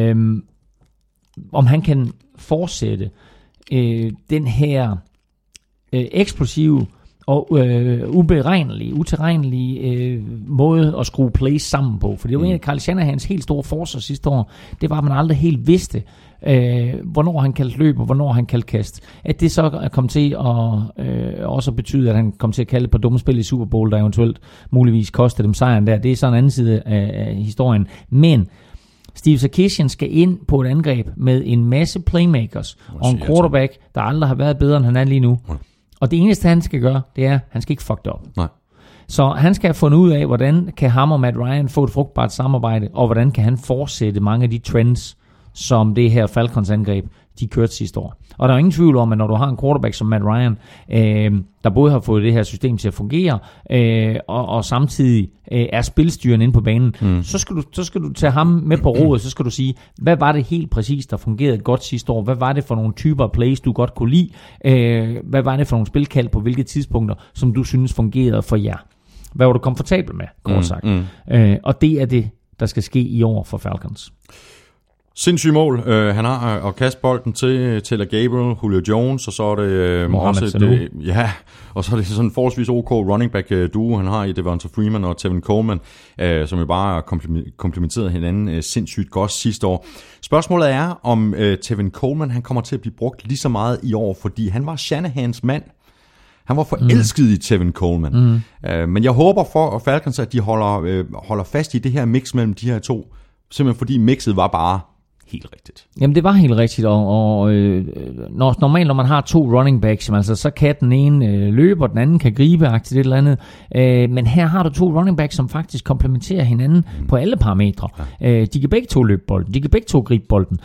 om han kan fortsætte den her eksplosive og utilregnelige måde at skrue plays sammen på. For det var en af Kyle Shanahans helt store forsvar sidste år. Det var, at man aldrig helt vidste, hvornår han kaldte løb og hvornår han kaldte kast. At det så kom til at også betyde, at han kom til at kalde på dumme spil i Super Bowl, der eventuelt muligvis kostede dem sejren der. Det er sådan en anden side af historien. Men Steve Sarkisian skal ind på et angreb med en masse playmakers og en quarterback, der aldrig har været bedre, end han er lige nu. Og det eneste, han skal gøre, det er, at han skal ikke fuck det op. Nej. Så han skal have fundet ud af, hvordan kan ham og Matt Ryan få et frugtbart samarbejde, og hvordan kan han fortsætte mange af de trends, som det her Falcons angreb, de kørte sidste år. Og der er ingen tvivl om, at når du har en quarterback som Matt Ryan, der både har fået det her system til at fungere, og samtidig er spilstyren inde på banen, så skal du tage ham med på rådet, så skal du sige, hvad var det helt præcis, der fungerede godt sidste år? Hvad var det for nogle typer af plays, du godt kunne lide? Hvad var det for nogle spilkald på hvilke tidspunkter, som du synes fungerede for jer? Hvad var du komfortabel med, kort sagt? Og det er det, der skal ske i år for Falcons. Sindssygt mål. Han har at kaste bolden til Taylor Gabriel, Julio Jones, og så er det og så er det sådan en forholdsvis OK running back duo, han har i Devonta Freeman og Tevin Coleman, som jo bare komplementerede hinanden sindssygt godt sidste år. Spørgsmålet er, om Tevin Coleman han kommer til at blive brugt lige så meget i år, fordi han var Shanahans mand. Han var forelsket i Tevin Coleman. Men jeg håber for Falcons, at de holder fast i det her mix mellem de her to, simpelthen fordi mixet var bare helt rigtigt. Jamen det var helt rigtigt, og normalt når man har to running backs, altså, så kan den ene løbe, og den anden kan gribe-agtigt et eller andet. Men her har du to running backs, som faktisk komplementerer hinanden på alle parametre. De kan begge to løbe bolden, de kan begge to gribe bolden,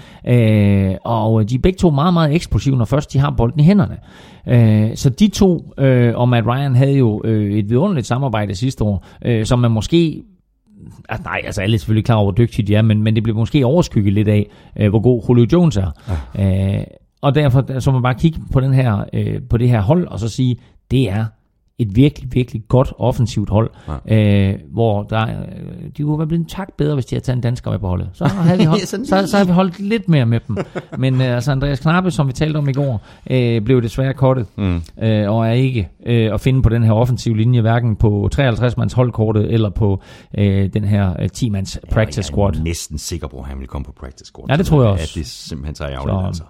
og de er begge to meget, meget eksplosive, når først de har bolden i hænderne. Så de to, og Matt Ryan havde jo et vidunderligt samarbejde sidste år, som man måske... Altså alle er selvfølgelig klar over, hvor dygtige de er, men det bliver måske overskygget lidt af, hvor god Julio Jones er. Og derfor så må man bare kigge på på det her hold, og så sige, det er et virkelig, virkelig godt offensivt hold, hvor de kunne være blevet en tak bedre, hvis de havde taget en dansker med på holdet. Så havde vi holdt, så havde vi holdt lidt mere med dem. Men altså Andreas Knappe, som vi talte om i går, blev desværre cuttet, og er ikke at finde på den her offensive linje, hverken på 53-mands holdkortet, eller på den her 10-mands practice squad. Jeg er næsten sikker på, at han vil komme på practice squad. Ja, det tror jeg også. At det simpelthen tager ærgerligt, altså.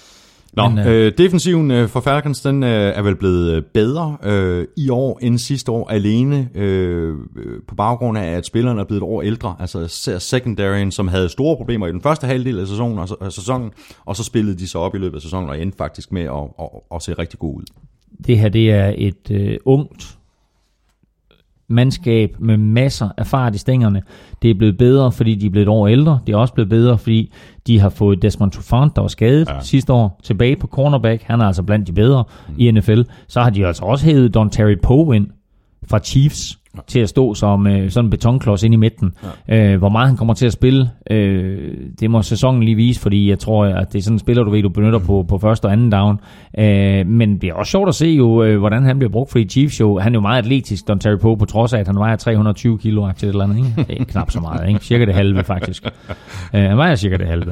Defensiven for Falcons, den er vel blevet bedre i år end sidste år, alene på baggrund af, at spillerne er blevet et år ældre. Altså secondaryen, som havde store problemer i den første halvdel af sæsonen, og så spillede de så op i løbet af sæsonen, og endte faktisk med at se rigtig god ud. Det her, det er et ungt mandskab med masser af fart i stængerne. Det er blevet bedre, fordi de er blevet et år ældre. Det er også blevet bedre, fordi de har fået Desmond Trufant, der var skadet sidste år, tilbage på cornerback. Han er altså blandt de bedre i NFL. Så har de altså også hævet Don Terry Poe ind fra Chiefs til at stå som sådan en betonklods ind i midten. Hvor meget han kommer til at spille, det må sæsonen lige vise, fordi jeg tror, at det er sådan en spiller, du benytter på første og anden down. Men det bliver også sjovt at se jo, hvordan han bliver brugt, fordi Chiefs jo, han er jo meget atletisk, Don Terry Poe, på trods af, at han vejer 320 kilo til et eller andet. Ikke? Det er knap så meget, ikke? Cirka det halve faktisk. Han vejer cirka det halve.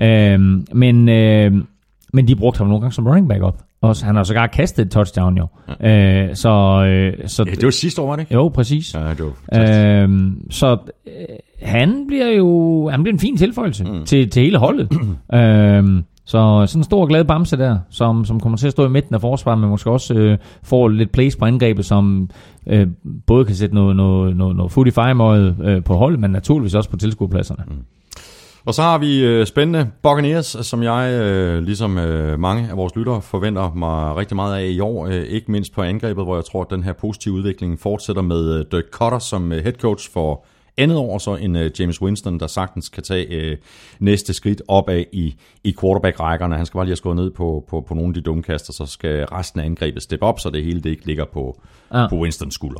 Men de brugte ham nogle gange som running back op. Og han har sågar kastet et touchdown jo. Så det var sidste år, var det ikke? Jo, præcis. Ja, det var så han bliver en fin tilføjelse til hele holdet. Så sådan en stor glad bamse der, som kommer til at stå i midten af forsvaret, men måske også får lidt plays på angrebet, som både kan sætte noget foot i fejemøjet på hold, men naturligvis også på tilskuerpladserne. Og så har vi spændende Buccaneers, som jeg, ligesom mange af vores lyttere, forventer mig rigtig meget af i år. Ikke mindst på angrebet, hvor jeg tror, at den her positive udvikling fortsætter med Dirk Koetter som head coach for andet år, så en James Winston, der sagtens kan tage næste skridt opad i quarterback-rækkerne. Han skal bare lige have skåret ned på nogle af de dumme kaster, så skal resten af angrebet steppe op, så det hele det ikke ligger på Winstons skuldre.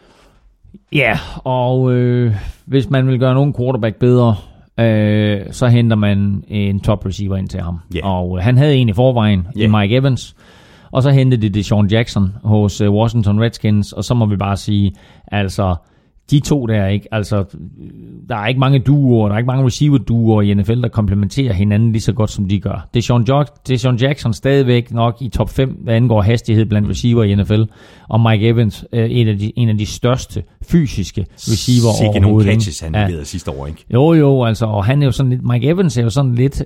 Ja, og hvis man vil gøre nogen quarterback bedre, så henter man en top receiver ind til ham. Yeah. Og han havde en i forvejen, i Mike Evans, og så hentede de DeSean Jackson hos Washington Redskins, og så må vi bare sige, altså de to der, ikke? Altså, der er ikke mange duoer, der er ikke mange receiver-duoer i NFL, der komplementerer hinanden lige så godt, som de gør. DeSean Jackson stadigvæk nok i top 5, hvad angår hastighed blandt receiver i NFL, og Mike Evans, en af de største fysiske receiver overhovedet. Sikke nogle catches, han leverede sidste år, ikke? Jo, altså, og han er jo sådan lidt, Mike Evans er jo sådan lidt,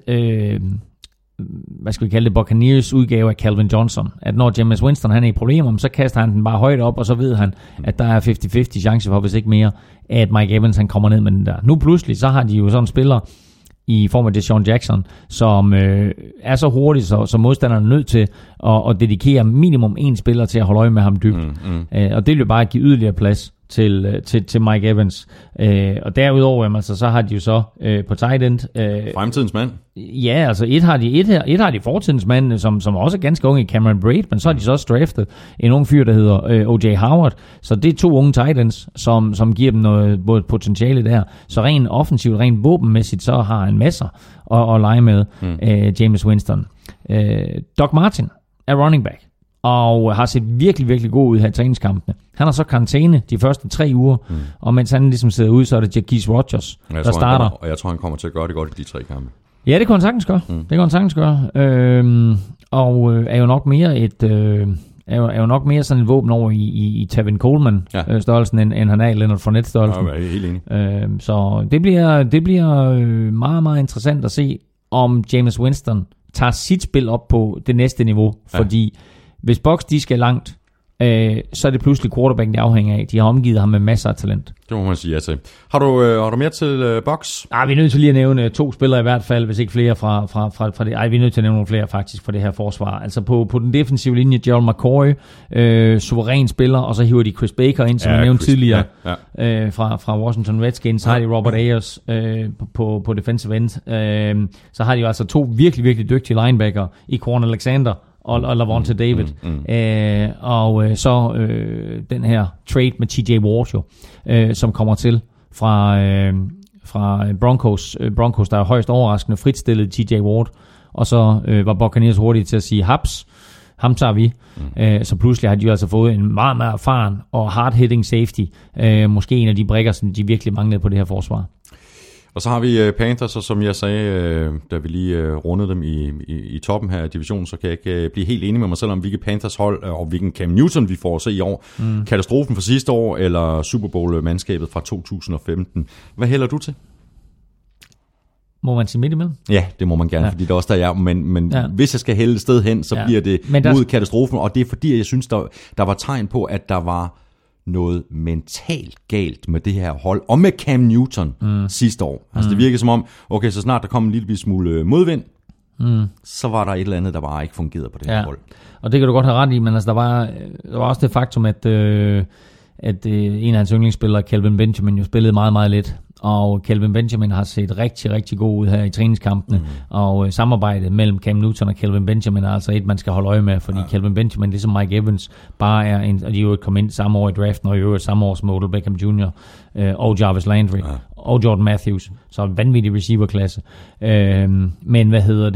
hvad skal vi kalde det, Buccaneers udgave af Calvin Johnson. At når James Winston han er i problemer, så kaster han den bare højt op, og så ved han, at der er 50-50 chance for, hvis ikke mere, at Mike Evans han kommer ned med den der. Nu pludselig, så har de jo sådan en spiller i form af DeSean Jackson, som er så hurtig, så modstanderen er nødt til at dedikere minimum en spiller til at holde øje med ham dybt. Og det vil bare give yderligere plads til Mike Evans. Og derudover, altså, så har de jo så på tight end... fremtidens mand. Ja, altså et har de fortidens mand, som også er ganske unge i Cameron Braid, men så har de så også draftet en ung fyr, der hedder O.J. Howard. Så det er 2 unge tight ends, som giver dem noget både potentiale der. Så rent offensivt, rent våbenmæssigt, så har han masser at lege med James Winston. Doc Martin er running back, og har set virkelig, virkelig god ud her i træningskampene. Han har så karantæne de første 3 uger, og mens han ligesom sidder ude, så er det Jacquizz Rodgers, der starter. Og jeg tror, han kommer til at gøre det godt i de 3 kampe. Ja, det kan han sagtens gøre. Det kan han sagtens gøre. Og er jo nok mere er jo nok mere sådan et våben over i Tevin Coleman størrelsen, end han er i Leonard Fournette størrelsen. Ja, jeg er helt enig. Så det bliver meget, meget interessant at se, om James Winston tager sit spil op på det næste niveau, fordi hvis Bucs de skal langt, så er det pludselig quarterbacken, de afhænger af. De har omgivet ham med masser af talent. Det må man sige ja til. Har du mere til Bucs? Vi er nødt til lige at nævne 2 spillere i hvert fald, hvis ikke flere fra det. Vi er nødt til at nævne nogle flere faktisk fra det her forsvar. Altså på den defensive linje, Gerald McCoy, suveræn spiller, og så hiver de Chris Baker ind, som jeg nævnte tidligere, fra Washington Redskins. Så har de Robert Ayers på defensive end. Så har de jo altså 2 virkelig, virkelig dygtige linebacker i Quan Alexander og Lavonte David. Og så den her trade med TJ Ward, som kommer til fra Broncos. Broncos, der er højst overraskende fritstillet TJ Ward. Og så var Buccaneers hurtige til at sige, haps, ham tager vi. Så pludselig har de jo altså fået en meget, meget erfaren og hard-hitting safety. Måske en af de brikker, som de virkelig manglede på det her forsvar. Og så har vi Panthers, og som jeg sagde, da vi lige rundede dem i toppen her af divisionen, så kan jeg ikke blive helt enig med mig selv om, hvilket Panthers hold og hvilken Cam Newton vi får se i år. Katastrofen fra sidste år, eller Super Bowl-mandskabet fra 2015. Hvad hælder du til? Må man sige midt imellem? Ja, det må man gerne, fordi det er også der men hvis jeg skal hælde et sted hen, så bliver det mod katastrofen, og det er fordi, jeg synes, der var tegn på, at der var noget mentalt galt med det her hold, og med Cam Newton sidste år. Altså det virkede som om, okay, så snart der kom en lille smule modvind, så var der et eller andet, der bare ikke fungerede på det her hold. Og det kan du godt have ret i, men altså, der var også det faktum, at en af hans yndlingsspillere, Kelvin Benjamin, jo spillede meget, meget lidt. Og Kelvin Benjamin har set rigtig, rigtig god ud her i træningskampene. Og samarbejdet mellem Cam Newton og Kelvin Benjamin er altså et, man skal holde øje med, fordi Kelvin Benjamin, ligesom Mike Evans, bare er en, og de er jo kommet ind samme år i draften, og i øvrigt samme år som Odell Beckham Jr. Og Jarvis Landry og Jordan Matthews. Så en vanvittig receiverklasse. Men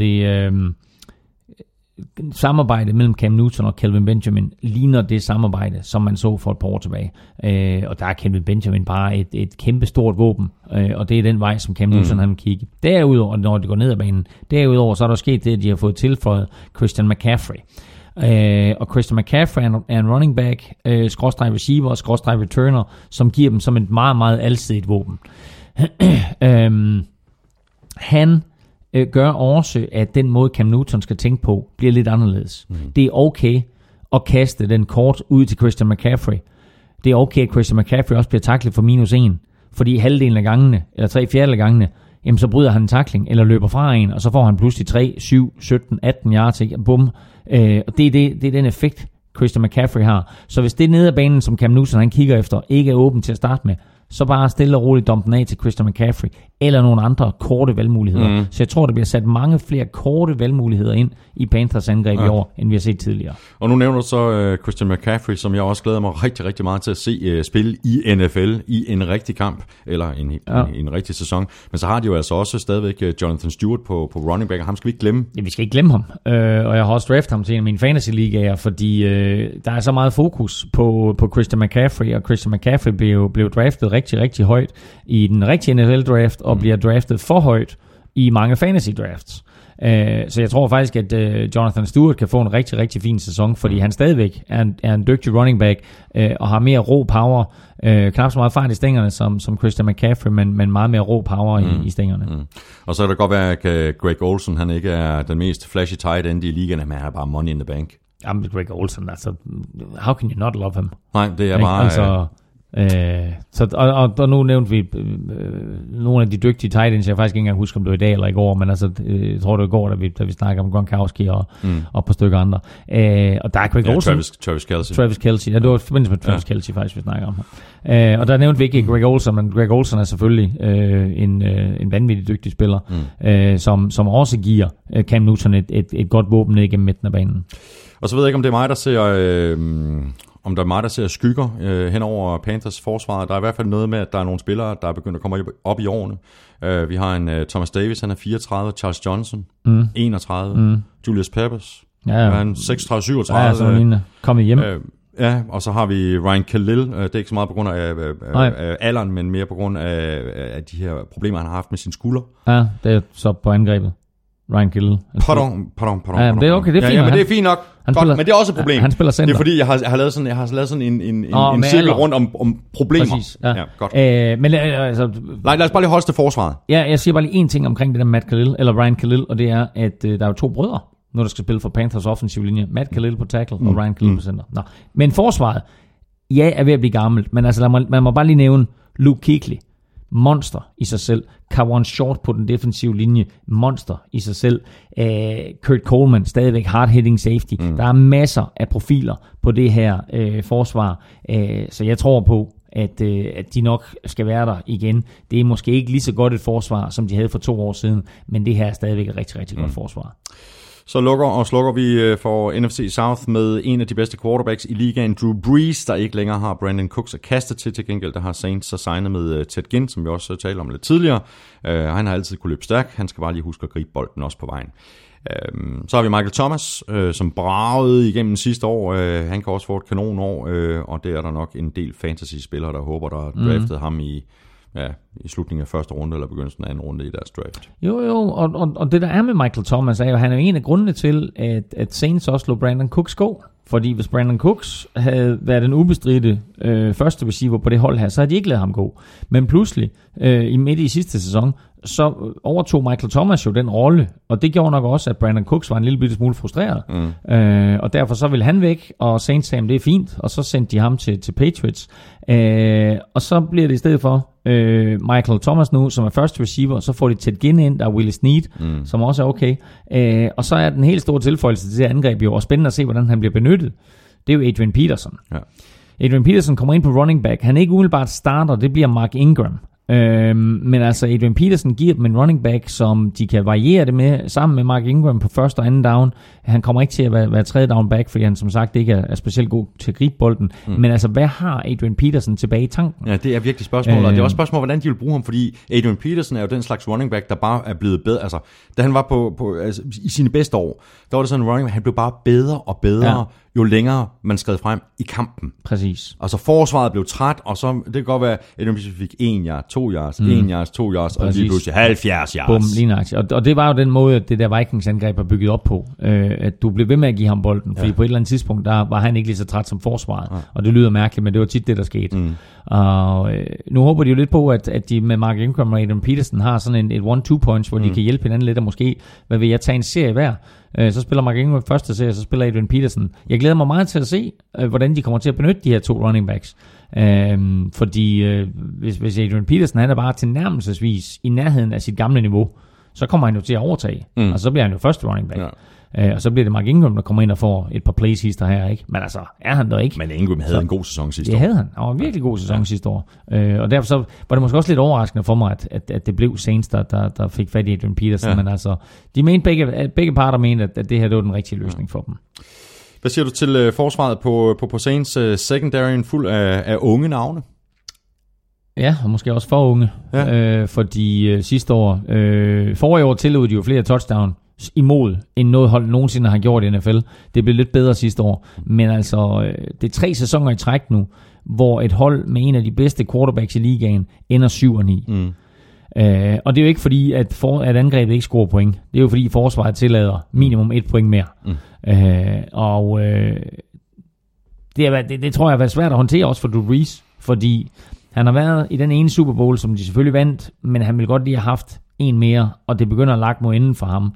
samarbejdet mellem Cam Newton og Kelvin Benjamin ligner det samarbejde, som man så for et par år tilbage. Og der er Kelvin Benjamin bare et kæmpe stort våben, og det er den vej, som Cam Newton han vil kigge. Derudover, når de går ned ad banen, så er der sket det, at de har fået tilføjet Christian McCaffrey. Og Christian McCaffrey er en running back, skråstreg receiver, skråstreg returner, som giver dem som et meget, meget alsidigt våben. Han gør også, at den måde Cam Newton skal tænke på, bliver lidt anderledes. Det er okay at kaste den kort ud til Christian McCaffrey. Det er okay, at Christian McCaffrey også bliver taklet for -1, fordi halvdelen af gangene, eller 3/4 af gangene, jamen så bryder han en tackling, eller løber fra en, og så får han pludselig 3, 7, 17, 18 yards, ikke? Bum. Og det er den effekt, Christian McCaffrey har. Så hvis det nede af banen, som Cam Newton han kigger efter, ikke er åben til at starte med, så bare stille og roligt dumpe den af til Christian McCaffrey, eller nogle andre korte valgmuligheder. Så jeg tror, der bliver sat mange flere korte valgmuligheder ind i Panthers angreb i år, end vi har set tidligere. Og nu nævner du så Christian McCaffrey, som jeg også glæder mig rigtig, rigtig meget til at se spille i NFL i en rigtig kamp, eller en rigtig sæson. Men så har de jo altså også stadigvæk Jonathan Stewart på running back, og ham skal vi ikke glemme. Ja, vi skal ikke glemme ham. Og jeg har også draftet ham til en af mine fantasy-ligaer, fordi der er så meget fokus på Christian McCaffrey, og Christian McCaffrey blev draftet rigtig, rigtig højt i den rigtige NFL-draft, og bliver draftet for højt i mange fantasy-drafts. Så jeg tror faktisk, at Jonathan Stewart kan få en rigtig, rigtig fin sæson, fordi han stadigvæk er en dygtig running back, og har mere rå power. Knap så meget fart i stængerne som Christian McCaffrey, men meget mere rå power i stængerne. Og så kan det godt være, at Greg Olsen, han ikke er den mest flashy tight end i ligaen, men han er bare money in the bank. Jamen, Greg Olsen, altså, how can you not love him? Nej, det er bare... Altså, og nu nævnte vi nogle af de dygtige tight ends. Jeg faktisk ikke engang huske, om det var i dag eller i går, men altså, jeg tror det var i går, da vi snakker om Gronkowski og et par stykker andre. Og der er Greg Olsen. Travis Kelce. Ja, det var i forbindelse med Travis Kelce faktisk, vi snakker om. Og der nævnte vi ikke Greg Olsen, men Greg Olsen er selvfølgelig en vanvittig dygtig spiller, som også giver Cam Newton et godt våben ned igennem midten af banen. Og så ved jeg ikke, om det er mig, der ser skygger hen over Panthers forsvar. Der er i hvert fald noget med, at der er nogle spillere, der er begyndt at komme op i årene. Vi har en Thomas Davis, han er 34, Charles Johnson, 31, Julius Peppers, han 36-37. Ja, sådan kommet hjem. Ja, og så har vi Ryan Khalil. Det er ikke så meget på grund af alderen, men mere på grund af de her problemer, han har haft med sine skuldre. Ja, det er så på angrebet. Ryan Khalil. Pardon. Ja, det er okay, det er fint. Ja, men det er fint nok. Godt, men det er også et problem. Han spiller center. Det er fordi, jeg har lavet sådan en cirkel rundt om problemer. Præcis, ja. Ja, godt. Men altså... Lad os bare lige holde til forsvaret. Ja, jeg siger bare lige en ting omkring det der Matt Khalil, eller Ryan Khalil, og det er, at der er jo 2 brødre, når der skal spille for Panthers offensiv linje. Matt Khalil på tackle, og Ryan Khalil på center. Nå. Men forsvaret, er ved at blive gammelt, men altså man må bare lige nævne Luke Kuechly. Monster i sig selv. Kawan Short på den defensive linje. Monster i sig selv. Kurt Coleman, stadigvæk hard-hitting safety. Der er masser af profiler på det her forsvar. Så jeg tror på, at de nok skal være der igen. Det er måske ikke lige så godt et forsvar, som de havde for 2 år siden, men det her er stadigvæk et rigtig, rigtig godt forsvar. Så lukker og slukker vi for NFC South med en af de bedste quarterbacks i ligaen, Drew Brees, der ikke længere har Brandon Cooks at kaste til gengæld, der har Saints så signet med Ted Ginn, som vi også talte om lidt tidligere. Han har altid kunne løbe stærk, han skal bare lige huske at gribe bolden også på vejen. Så har vi Michael Thomas, som bragede igennem sidste år. Han kan også få et kanonår, og det er der nok en del fantasy-spillere, der håber, der draftede ham i slutningen af første runde eller begyndelsen af anden runde i deres draft. Jo, og det der er med Michael Thomas, er jo, han er jo en af grundene til, at Saints også slog Brandon Cooks gå. Fordi hvis Brandon Cooks havde været den ubestridte første receiver på det hold her, så havde de ikke ladet ham gå. Men pludselig, midt i sidste sæson, så overtog Michael Thomas jo den rolle, og det gjorde nok også, at Brandon Cooks var en lille bitte smule frustreret. Og derfor så ville han væk, og Saints sagde, det er fint, og så sendte de ham til Patriots. Og så bliver det i stedet for Michael Thomas nu, som er første receiver, så får de Ted Ginn ind, der er Willie Snead, som også er okay. Og så er den helt store tilføjelse til det angreb jo, og spændende at se, hvordan han bliver benyttet. Det er jo Adrian Peterson. Ja. Adrian Peterson kommer ind på running back. Han er ikke umiddelbart starter, det bliver Mark Ingram. Men altså Adrian Peterson giver dem en running back, som de kan variere det med, sammen med Mark Ingram på første og anden down. Han kommer ikke til at være tredje down back, fordi han som sagt ikke er specielt god til at gribe bolden. Men altså, hvad har Adrian Peterson tilbage i tanken? Ja, det er virkelig spørgsmål, og det er også spørgsmål, hvordan de vil bruge ham, fordi Adrian Peterson er jo den slags running back, der bare er blevet bedre. Altså, da han var på i sine bedste år, der var det sådan en running back, han blev bare bedre og bedre jo længere man skred frem i kampen. Præcis. Altså forsvaret blev træt, og så det kan godt være, at de fik 1 yard, 2 yards, 1 yards, 2 yards, og lige pludselig 70 yards. Bum, lige nøjagtigt. Og det var jo den måde, at det der Vikings-angreb var bygget op på. At du blev ved med at give ham bolden, fordi på et eller andet tidspunkt, der var han ikke lige så træt som forsvaret. Og det lyder mærkeligt, men det var tit det, der skete. Og nu håber de jo lidt på, at de med Mark Ingram og Adrian Peterson har sådan et 1-2 punch, hvor de kan hjælpe hinanden lidt, og måske, hvad vil jeg tage en serie hver. Så spiller Mark Ingram første serie, så spiller Adrian Peterson. Jeg glæder mig meget til at se, hvordan de kommer til at benytte de her 2 running backs. Fordi hvis Adrian Peterson han er bare tilnærmelsesvis i nærheden af sit gamle niveau, så kommer han jo til at overtage. Og så bliver han jo første running back. Og så bliver det Mark Ingram, der kommer ind og får et par plays hister her, ikke? Men altså, er han der ikke? Men Ingram havde en god sæson sidste år. Det havde han. Han var en virkelig god sæson sidste år. Og derfor så var det måske også lidt overraskende for mig, at det blev Saints, der fik fat i Adrian Peterson. Men altså, de mente begge parter mente, at det her det var den rigtige løsning for dem. Hvad siger du til forsvaret på Saints secondaryen fuld af unge navne? Ja, og måske også for unge. Fordi sidste år, forrige år tillod de jo flere touchdown imod, end noget hold nogensinde har gjort i NFL. Det blev lidt bedre sidste år. Men altså, det er 3 sæsoner i træk nu, hvor et hold med en af de bedste quarterbacks i ligaen ender 7-9. Og det er jo ikke fordi, at angrebet ikke scorer point. Det er jo fordi, forsvaret tillader minimum 1 point mere. Det tror jeg har været svært at håndtere også for Drew Brees, fordi han har været i den ene Super Bowl, som de selvfølgelig vandt, men han ville godt lige have haft en mere, og det begynder at lakke mod enden for ham.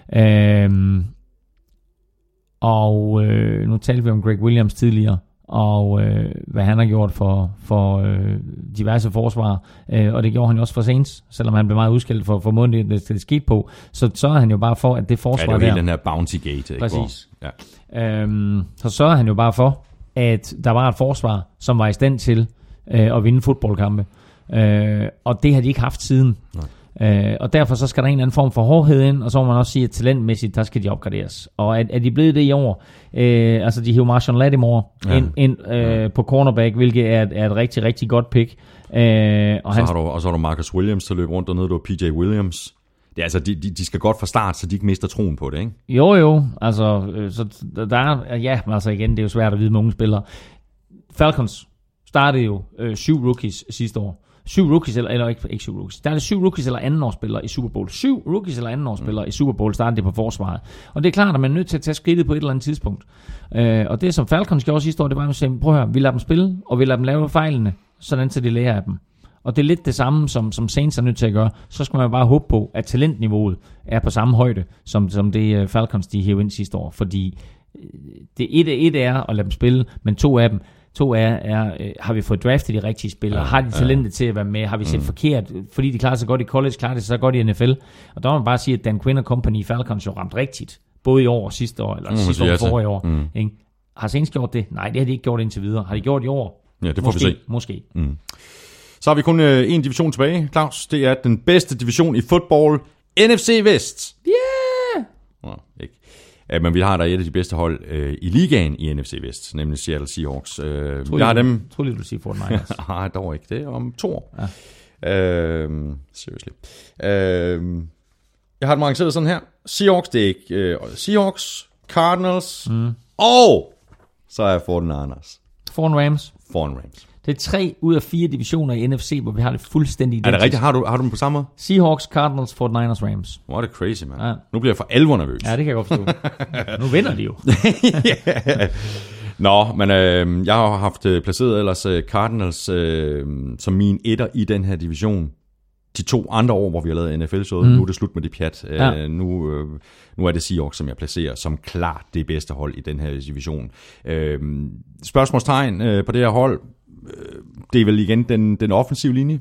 Nu talte vi om Greg Williams tidligere, og hvad han har gjort for diverse forsvar, og det gjorde han jo også for Saints, selvom han blev meget udskilt for måden det skete på, så er han jo bare for, at det forsvar der... Ja, det er jo hele den her bounty gate. Præcis. Så sørger han jo bare for, at der var et forsvar, som var i stand til at vinde fodboldkampe, og det har de ikke haft siden. Og derfor så skal der en eller anden form for hårdhed ind, og så må man også sige, at talentmæssigt, der skal de opgraderes. Og er de blevet det i år? Altså de hiver Marshawn Lattimore ind på cornerback, hvilket er et rigtig, rigtig godt pick. Og så har du Marcus Williams til at løbe rundt dernede, du har PJ Williams. Det er altså, de skal godt fra start, så de ikke mister troen på det, ikke? Jo, altså, så der er, altså igen, det er jo svært at vide med unge spillere. Falcons startede jo 7 rookies sidste år. 7 rookies, eller ikke 7 rookies. Der er 7 rookies eller andenårsspillere i Super Bowl. 7 rookies eller andenårsspillere i Super Bowl startede det på forsvaret. Og det er klart, at man er nødt til at tage skridtet på et eller andet tidspunkt. Og det som Falcons gjorde sidste år, det var at sige, prøv at høre, vi lader dem spille, og vi lader dem lave fejlene, sådan så de lærer af dem. Og det er lidt det samme, som Saints er nødt til at gøre. Så skal man bare håbe på, at talentniveauet er på samme højde, som det Falcons, de hævde ind sidste år. Fordi det et er at lade dem spille, men to er, har vi fået draftet de rigtige spillere? Har de talentet til at være med? Har vi set forkert? Fordi de klarer sig godt i college, klarer de sig så godt i NFL. Og der må man bare sige, at Dan Quinn og Company i Falcons jo ramt rigtigt. Både i år og sidste år, eller sidste år og forrige år. Har Saints gjort det? Nej, det har de ikke gjort indtil videre. Har de gjort i år? Ja, det får vi se. Måske. Så har vi kun en division tilbage, Claus. Det er den bedste division i football. NFC Vest. Yeah! Ikke. Men vi har der et af de bedste hold i ligaen i NFC Vest, nemlig Seattle Seahawks. Jeg har dem... Tror lige, du siger 49ers. Nej, dog ikke. Det er om 2 år. Ja. Seriously. Jeg har dem arrangeret sådan her. Seahawks, det er ikke... Seahawks, Cardinals, og så er 49ers. Rams. Det er 3 ud af 4 divisioner i NFC, hvor vi har det fuldstændig identisk. Er det rigtigt? Har du dem på samme måde? Seahawks, Cardinals, 49ers, Rams. Hvor er det crazy, man. Ja. Nu bliver jeg for alvor nervøs. Ja, det kan jeg godt forstå. Nu vinder de jo. Nå, men jeg har haft placeret ellers Cardinals som min etter i den her division. De 2 andre år, hvor vi har lavet NFL-showet, nu er det slut med det pjat. Nu er det Seahawks, som jeg placerer som klart det bedste hold i den her division. Spørgsmålstegn på det her hold, det er vel igen den offensive linje?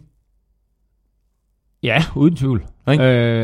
Ja, uden tvivl. Det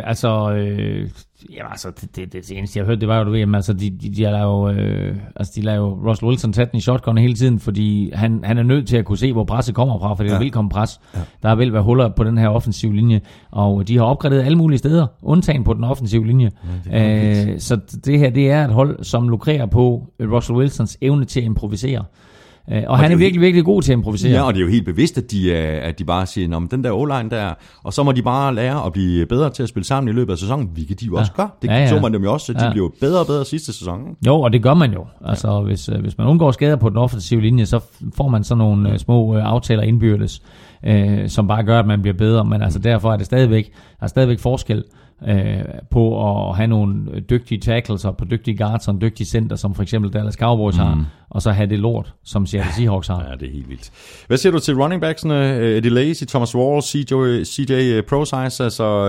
eneste jeg hørte, det var jo, du ved, altså de lader jo Russell Wilson tage den i shotgun hele tiden, fordi han er nødt til at kunne se, hvor presset kommer fra, fordi der vil komme pres. Ja. Der vil være huller på den her offensive linje, og de har opgraderet alle mulige steder, undtagen på den offensive linje. Ja, så det her, det er et hold, som lukrerer på Russell Wilsons evne til at improvisere. Og han er virkelig, virkelig god til at improvisere. Ja, og det er jo helt bevidst, at de bare siger, nå, men den der O-line der, og så må de bare lære at blive bedre til at spille sammen i løbet af sæsonen, hvilket de jo også gør. Det så man dem jo også, at de blev bedre og bedre sidste sæson. Jo, og det gør man jo. Altså, hvis man undgår skader på den offensive linje, så får man sådan nogle små aftaler indbyrdes, som bare gør, at man bliver bedre. Men altså, derfor er det stadigvæk forskel på at have nogle dygtige tackles og på dygtige guards og en dygtig center, som for eksempel Dallas Cowboys har, og så have det lort, som Seattle Seahawks har. Ja, det er helt vildt. Hvad siger du til running backsene? Eddie Lacy, Thomas Rawls, CJ Prosize? Altså,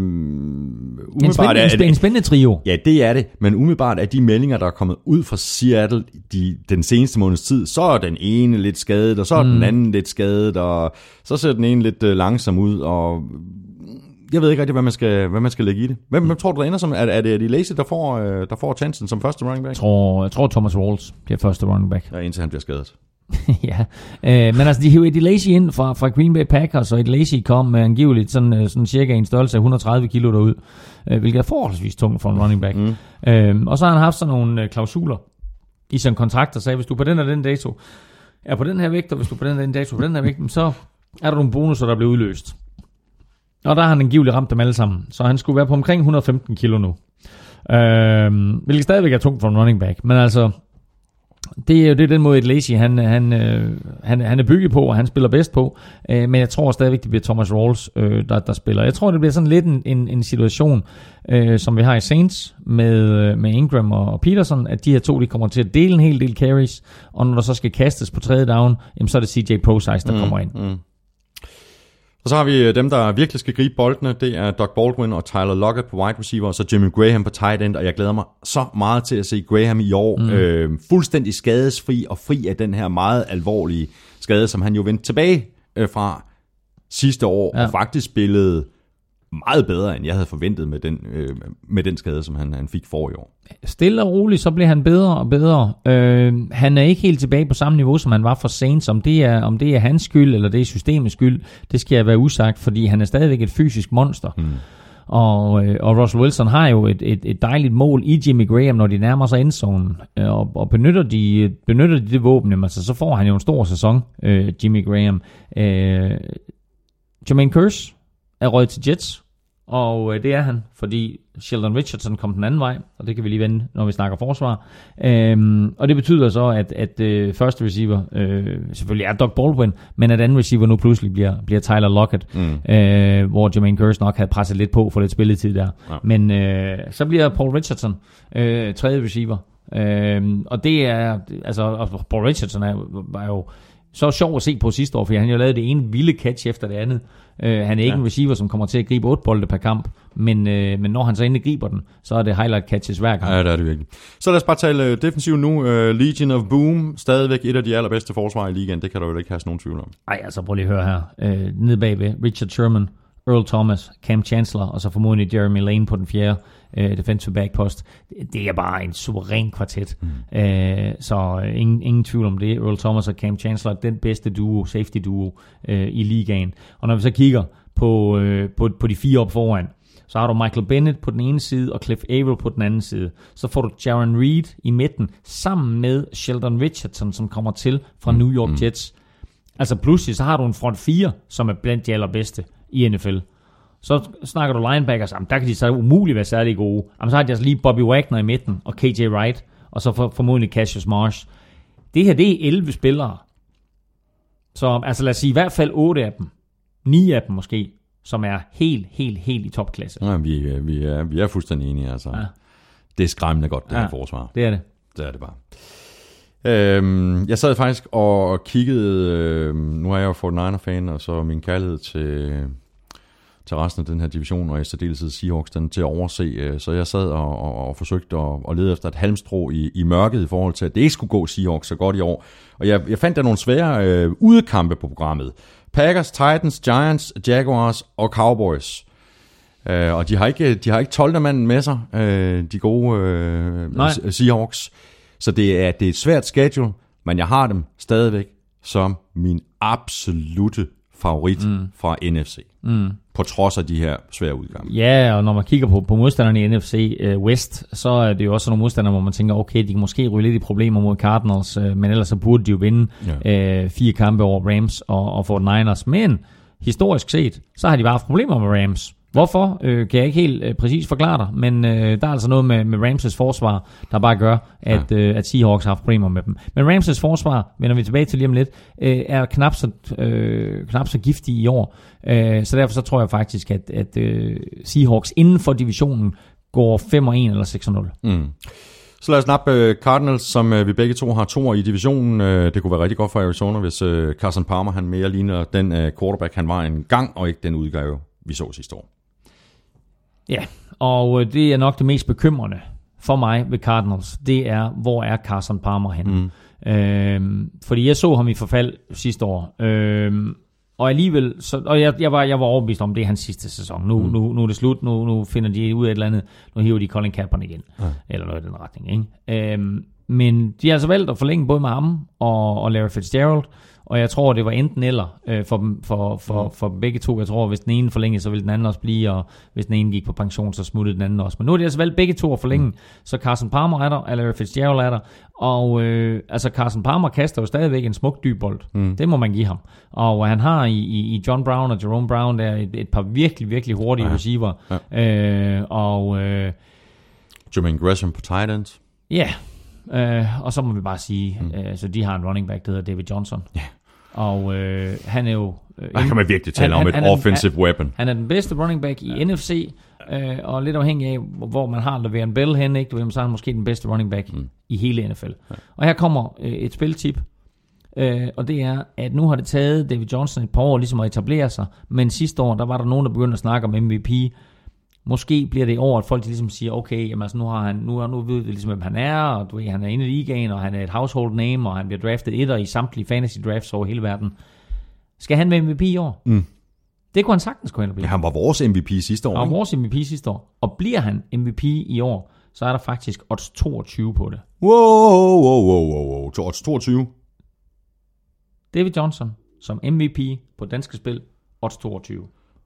en spændende trio. Ja, det er det. Men umiddelbart er de meldinger, der er kommet ud fra Seattle den seneste måneds tid, så er den ene lidt skadet, og så er den anden lidt skadet, og så ser den ene lidt langsom ud, og jeg ved ikke rigtig, hvad man skal lægge i det. Hvem tror du, der ender som? Er det Eddie Lacy, der får chancen som første running back? Jeg tror Thomas Rawls bliver første running back. Ja, indtil han bliver skadet. Ja, men altså de hiver Eddie Lacy ind fra Green Bay Packers, og Eddie Lacy kom med angiveligt sådan cirka en størrelse af 130 kilo derud, hvilket er forholdsvis tungt for en running back. Og så har han haft sådan nogle klausuler i sin kontrakt, der sagde, hvis du på den og den dato er på den her vægt, og hvis du på den og den dato på den her vægt, så er der nogle bonusser, der bliver udløst. Og der har han angiveligt ramt dem alle sammen. Så han skulle være på omkring 115 kilo nu. Hvilket stadigvæk er tungt for en running back. Men altså, det er den måde, at Lacy han er bygget på, og han spiller bedst på. Men jeg tror stadigvæk, det bliver Thomas Rawls, der spiller. Jeg tror, det bliver sådan lidt en situation, som vi har i Saints med Ingram og Peterson, at de her to, de kommer til at dele en hel del carries. Og når der så skal kastes på tredje down, jamen, så er det CJ Prosize, der kommer ind. Og så har vi dem, der virkelig skal gribe boldene. Det er Doug Baldwin og Tyler Lockett på wide receiver, og så Jimmy Graham på tight end. Og jeg glæder mig så meget til at se Graham i år. Fuldstændig skadesfri og fri af den her meget alvorlige skade, som han jo vendte tilbage fra sidste år, og faktisk spillede meget bedre, end jeg havde forventet med den skade, som han fik for i år. Stille og roligt, så bliver han bedre og bedre. Han er ikke helt tilbage på samme niveau, som han var for Saints. Om det er hans skyld, eller det er systemets skyld, det skal jeg være usagt, fordi han er stadigvæk et fysisk monster. Og Russell Wilson har jo et dejligt mål i Jimmy Graham, når de nærmer sig endzonen, og benytter de det våben, altså, så får han jo en stor sæson, Jimmy Graham. Jermaine Kearse er røget til Jets, og det er han, fordi Sheldon Richardson kom den anden vej, og det kan vi lige vende, når vi snakker forsvar. Og det betyder så, at første receiver selvfølgelig er Doug Baldwin, men at anden receiver nu pludselig bliver Tyler Lockett, hvor Jermaine Kearse nok havde presset lidt på for lidt spilletid der. Ja. Men så bliver Paul Richardson tredje receiver. Og det er, altså Paul Richardson var jo så sjov at se på sidste år, fordi han jo lavede det ene vilde catch efter det andet. Han er ikke en receiver, som kommer til at gribe 8 bolde per kamp, men når han så endelig griber den, så er det highlight catches hver gang. Ja, det er det virkelig. Så lad os bare tale defensiv nu. Legion of Boom, stadigvæk et af de allerbedste forsvar i ligaen. Det kan der jo ikke have nogen tvivl om. Ej, altså prøv lige at høre her. Nede bagved Richard Sherman, Earl Thomas, Cam Chancellor, og så formodentlig Jeremy Lane på den fjerde defensive back post. Det er bare en suveræn kvartet. Så ingen tvivl om det. Earl Thomas og Cam Chancellor er den bedste duo, safety duo i ligaen. Og når vi så kigger på de fire op foran, så har du Michael Bennett på den ene side og Cliff Averill på den anden side. Så får du Jaron Reed i midten sammen med Sheldon Richardson, som kommer til fra New York Jets. Altså pludselig så har du en front 4, som er blandt de allerbedste i NFL. Så snakker du linebackers, der kan de så umuligt være særlig gode. Så har de altså lige Bobby Wagner i midten og KJ Wright, og så formodentlig Cassius Marsh. Det her, det er 11 spillere. Så altså lad os sige i hvert fald 8 af dem, 9 af dem måske, som er helt i topklasse. Ja, vi er fuldstændig enige. Altså. Ja. Det er skræmmende godt, det her forsvar. Det er det. Det er det bare. Jeg sad faktisk og kiggede, nu er jeg jo 49er-fan, og så min kærlighed til resten af den her division, og i særdeleshed Seahawks, den til at overse. Så jeg sad og forsøgte at lede efter et halmstrå i mørket i forhold til, at det ikke skulle gå Seahawks så godt i år. Og jeg fandt der nogle svære udekampe på programmet. Packers, Titans, Giants, Jaguars og Cowboys. Og de har ikke 12. manden med sig, de gode Seahawks. Så det er et svært schedule, men jeg har dem stadigvæk som min absolute favorit fra NFC. På trods af de her svære udgange. Ja, og når man kigger på modstanderne i NFC West, så er det jo også nogle modstandere, hvor man tænker, okay, de kan måske ryge lidt i problemer mod Cardinals, men ellers så burde de jo vinde 4 kampe over Rams og 49ers. Men historisk set, så har de bare haft problemer med Rams. Hvorfor, kan jeg ikke helt præcis forklare dig, men der er altså noget med Rams' forsvar, der bare gør, at Seahawks har haft problemer med dem. Men Rams' forsvar, vender vi tilbage til lige om lidt, er knap så giftig i år. Så derfor så tror jeg faktisk, at Seahawks inden for divisionen går 5-1 eller 6-0. Så lad os snappe Cardinals, som vi begge to har 2 i divisionen. Det kunne være rigtig godt for Arizona, hvis Carson Palmer han mere ligner den quarterback, han var en gang, og ikke den udgave, vi så sidste år. Ja, og det er nok det mest bekymrende for mig ved Cardinals. Det er, hvor er Carson Palmer henne? Fordi jeg så ham i forfald sidste år. Og alligevel, jeg var overbevist om, det er hans sidste sæson. Nu er det slut, nu finder de ud af et eller andet, nu hiver de Colin Kaepernick igen. Eller noget i den retning, ikke? Men de har altså valgt at forlænge både med ham og Larry Fitzgerald. Og jeg tror, det var enten eller for begge to. Jeg tror, hvis den ene forlængede, så ville den anden også blive, og hvis den ene gik på pension, så smuttede den anden også. Men nu er det altså valgt begge to at forlænge, så Carson Palmer er der, og Larry Fitzgerald er der, og altså Carson Palmer kaster jo stadigvæk en smuk dyb bold. Det må man give ham. Og han har i John Brown og Jerome Brown der et par virkelig, virkelig hurtige receiver. Jermaine Gresham på tight ends. Ja, og så må vi bare sige, så de har en running back, der hedder David Johnson. Og han er jo... Der kan man virkelig tale om et offensive weapon. Han er den bedste running back i NFC, og lidt afhængig af, hvor man har Le'Veon Bell hen, ikke? Så er han måske den bedste running back i hele NFL. Og her kommer et spiltip, og det er, at nu har det taget David Johnson et par år ligesom at etablere sig, men sidste år, der var der nogen, der begyndte at snakke om MVP. Måske bliver det i år, at folk ligesom siger, okay, jamen, altså, nu ved vi ligesom, hvem han er, og du ved, han er inde i ligaen, og han er et household name, og han bliver draftet etter i samtlige fantasy drafts over hele verden. Skal han være MVP i år? Det kunne han sagtens gå hen og blive. Ja, han var vores MVP sidste år. Han var vores MVP sidste år. Og bliver han MVP i år, så er der faktisk odds 22 på det. Wow. Odds 22? David Johnson som MVP på danske spil, odds 22.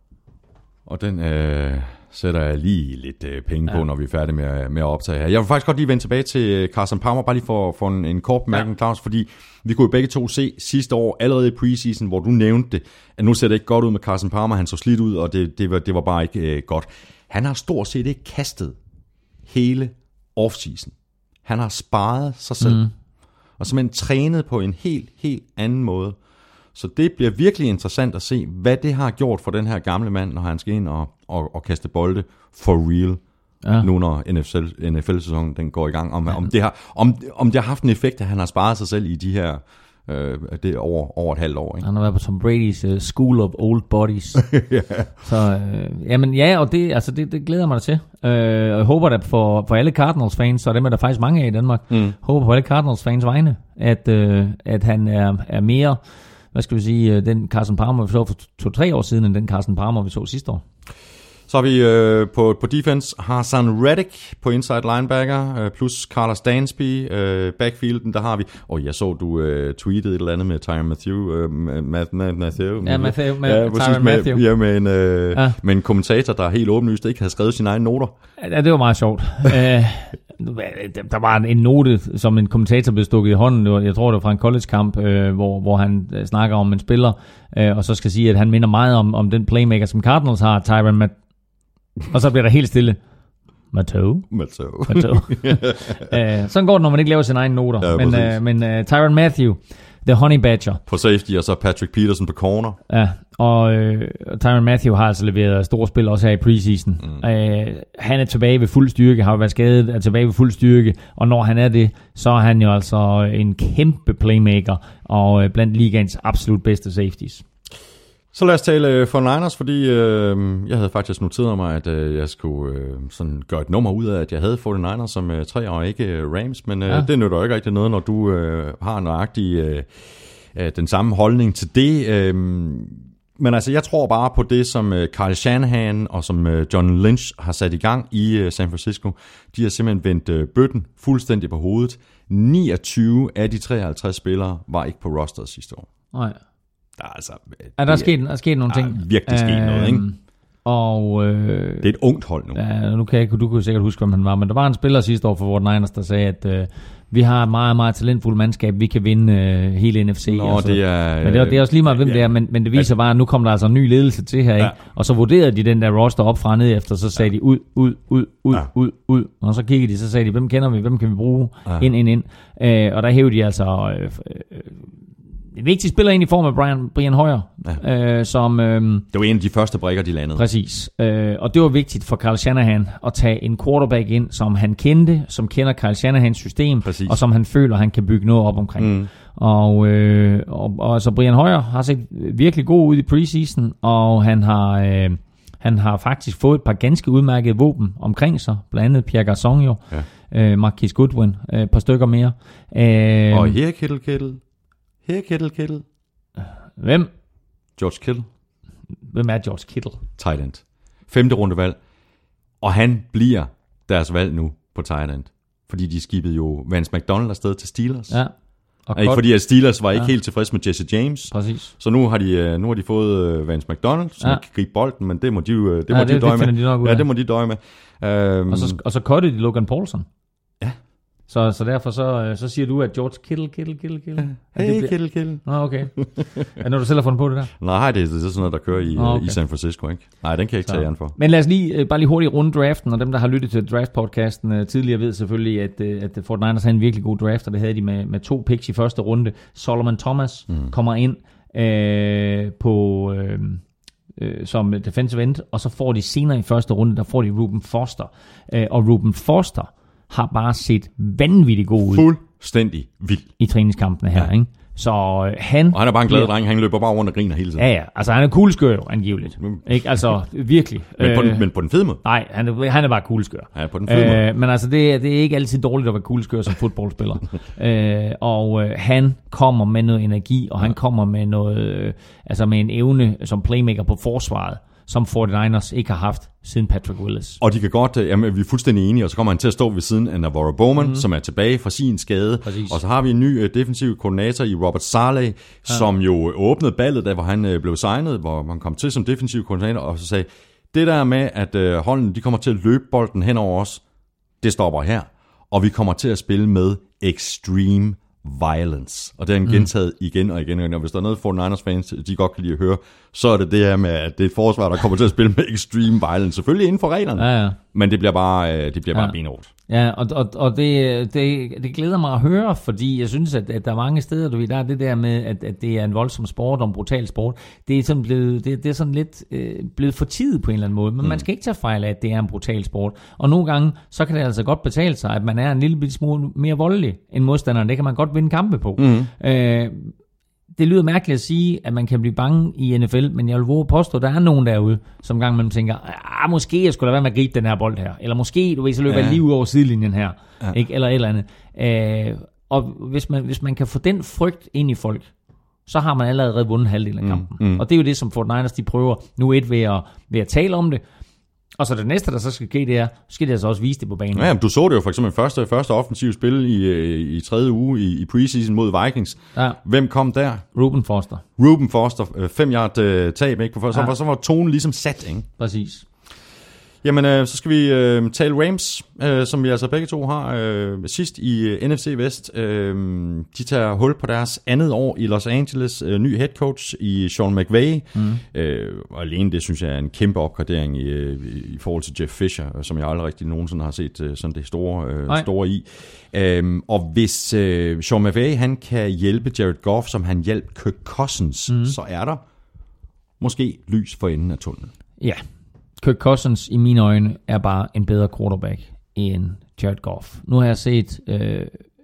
Og den sætter jeg lige lidt penge på, når vi er færdige med at optage her. Jeg vil faktisk godt lige vende tilbage til Carson Palmer, bare lige for en kort bemærkning, Claus, fordi vi kunne jo begge to se sidste år, allerede i preseason, hvor du nævnte det, at nu ser det ikke godt ud med Carson Palmer, han så slidt ud, og det var bare ikke godt. Han har stort set ikke kastet hele offseason. Han har sparet sig selv, og simpelthen trænet på en helt anden måde. Så det bliver virkelig interessant at se, hvad det har gjort for den her gamle mand, når han skal ind og kaste bolde for real, nu når NFL-sæsonen den går i gang. Om det har haft en effekt, at han har sparet sig selv i de her det over et halvt år. Ikke? Han har været på Tom Brady's School of Old Bodies. Så og det glæder mig til. Og jeg håber at for alle Cardinals-fans, og dem er der faktisk mange af i Danmark, håber på alle Cardinals-fans vegne, at han er mere... Hvad skal vi sige, den Carson Palmer, vi så for 2-3 år siden, end den Carson Palmer, vi så sidste år. Så har vi på defense Hassan Reddick på inside linebacker, plus Carlos Dansby. Backfielden, der har vi... jeg så, du tweetede et eller andet med Tyrann Mathieu. Mathieu. Med en kommentator, der helt åbenlyst ikke havde skrevet sine egne noter. Ja, det var meget sjovt. Der var en note, som en kommentator blev stukket i hånden. Jeg tror, det var fra en college-kamp, hvor han snakker om en spiller, og så skal sige, at han minder meget om den playmaker, som Cardinals har, Tyrann og så bliver der helt stille. Mathieu. Sådan går det, når man ikke laver sine egne noter. Ja, men Tyrann Mathieu, the Honey Badger. På safety, og så Patrick Peterson på corner. Ja, og Tyrann Mathieu har altså leveret store spil også her i preseason. Han er tilbage ved fuld styrke, har været skadet, er tilbage ved fuld styrke, og når han er det, så er han jo altså en kæmpe playmaker, og blandt ligaens absolut bedste safeties. Så lad os tale for Niners, fordi jeg havde faktisk noteret mig, at jeg skulle sådan gøre et nummer ud af, at jeg havde 49ers som 3 og ikke Rams, men det nytter jo ikke rigtig noget, når du har nøjagtig den samme holdning til det. Men altså, jeg tror bare på det, som Kyle Shanahan og som John Lynch har sat i gang i San Francisco. De har simpelthen vendt bøtten fuldstændig på hovedet. 29 af de 53 spillere var ikke på rosteret sidste år. Nej. der er sket nogle ting. Der er virkelig sket noget, ikke? Og, det er et ungt hold nu. Ja, du kan sikkert huske, hvem han var, men der var en spiller sidste år for Fort Niners, der sagde, at vi har et meget, meget talentfuldt mandskab, vi kan vinde hele NFC. Nå, det er... Men det er også lige meget, hvem det er, men det viser bare, at nu kommer der altså en ny ledelse til her, ikke? Og så vurderede de den der roster op fra ned efter, så sagde de ud, og så kiggede de, så sagde de, hvem kender vi, hvem kan vi bruge, ind. Og der hævde de altså... en vigtig spiller ind i form af Brian Hoyer, som... det var en af de første brikker, de landede. Præcis. Og det var vigtigt for Kyle Shanahan at tage en quarterback ind, som han kendte, som kender Kyle Shanahans system, og som han føler, han kan bygge noget op omkring. Og altså Brian Hoyer har set virkelig god ud i preseason, og han har faktisk fået et par ganske udmærkede våben omkring sig, blandt andet Pierre Garçon jo, Marquise Goodwin, et par stykker mere. Og her Kittle. Hvem? George Kittle. Hvem er George Kittle? Tight end. 5. rundevalg. Og han bliver deres valg nu på tight end. Fordi de skibede jo Vance McDonald afsted til Steelers. Ja. Ikke fordi at Steelers var ikke helt tilfreds med Jesse James. Præcis. Så nu har de fået Vance McDonald, som kan gribe bolden, men det må de jo døje med. Det må de døje med. Og så cuttede de Logan Paulson. Ja. Så derfor så siger du, at George Kittle. Hey, Kittle. Okay. Er når du selv har fundet på det der? Nej, det er sådan noget, der kører i San Francisco, ikke? Nej, den kan jeg ikke tage æren for. Men lad os bare lige hurtigt runde draften, og dem, der har lyttet til draft-podcasten tidligere, ved selvfølgelig, at Fort Niners havde en virkelig god draft, og det havde de med 2 picks i første runde. Solomon Thomas kommer ind som defensive end, og så får de senere i første runde, der får de Reuben Foster. Og Reuben Foster har bare set vanvittigt god ud. Fuldstændig vild. I træningskampene her, ikke? Så og han er bare en glad dreng, han løber bare rundt og griner hele tiden. Ja, altså han er kugleskør jo, angiveligt. Ikke? Altså, virkelig. Men på den fede måde? Nej, han er bare kugleskør. Ja, på den fede måde. Men altså, det er ikke altid dårligt at være kugleskør som fodboldspiller. Og han kommer med noget energi, og han kommer med noget, altså med en evne som playmaker på forsvaret, som 49ers ikke har haft siden Patrick Willis. Og de kan godt, vi er fuldstændig enige, og så kommer han til at stå ved siden af Navarro Bowman, som er tilbage fra sin skade. Præcis. Og så har vi en ny defensiv koordinator i Robert Saleh, som jo åbnede ballet, der hvor han blev signet, hvor man kom til som defensiv koordinator, og så sagde, det der med, at holdene de kommer til at løbe bolden hen over os, det stopper her. Og vi kommer til at spille med extreme violence. Og det er han gentaget igen og igen. Og hvis der er noget for 49ers fans, de godt kan lide at høre, så er det her med, at det er et forsvar, der kommer til at spille med extreme violence. Selvfølgelig inden for reglerne. Ja. Men det bliver bare benhårdt. Ja, og det glæder mig at høre, fordi jeg synes, at der er mange steder, der er det der med, at det er en voldsom sport og en brutal sport. Det er sådan det er sådan lidt blevet fortidet på en eller anden måde, men man skal ikke tage fejl af, at det er en brutal sport. Og nogle gange, så kan det altså godt betale sig, at man er en lille smule mere voldelig end modstanderen. Det kan man godt vinde kampe på. Det lyder mærkeligt at sige, at man kan blive bange i NFL, men jeg vil våge at påstå, at der er nogen derude, som gang man tænker, måske jeg skulle da være med at gribe den her bold her, eller måske, du ved, så løber jeg lige ud over sidelinjen her, ikke? Eller et eller andet. Og hvis man kan få den frygt ind i folk, så har man allerede vundet halvdelen af kampen. Og det er jo det, som Fort Niners, de prøver nu ved at tale om det. Og så det næste, der så skal ske, det er, skal de altså også vise det på banen. Ja, du så det jo for eksempel første offensive spil i 3. uge i preseason mod Vikings. Ja. Hvem kom der? Reuben Foster. 5 yard tab, ikke? Så var tonen ligesom sat, ikke? Præcis. Jamen, så skal vi tale Rams, som vi altså begge to har sidst i NFC Vest. De tager hul på deres andet år i Los Angeles. Ny head coach i Sean McVay. Og alene det, synes jeg, er en kæmpe opgradering i forhold til Jeff Fisher, som jeg aldrig rigtig nogensinde har set sådan det store i. Og hvis Sean McVay, han kan hjælpe Jared Goff, som han hjalp Kirk Cousins, så er der måske lys for enden af tunnelen. Ja. Kirk Cousins i mine øjne er bare en bedre quarterback end Jared Goff. Nu har jeg set... hvad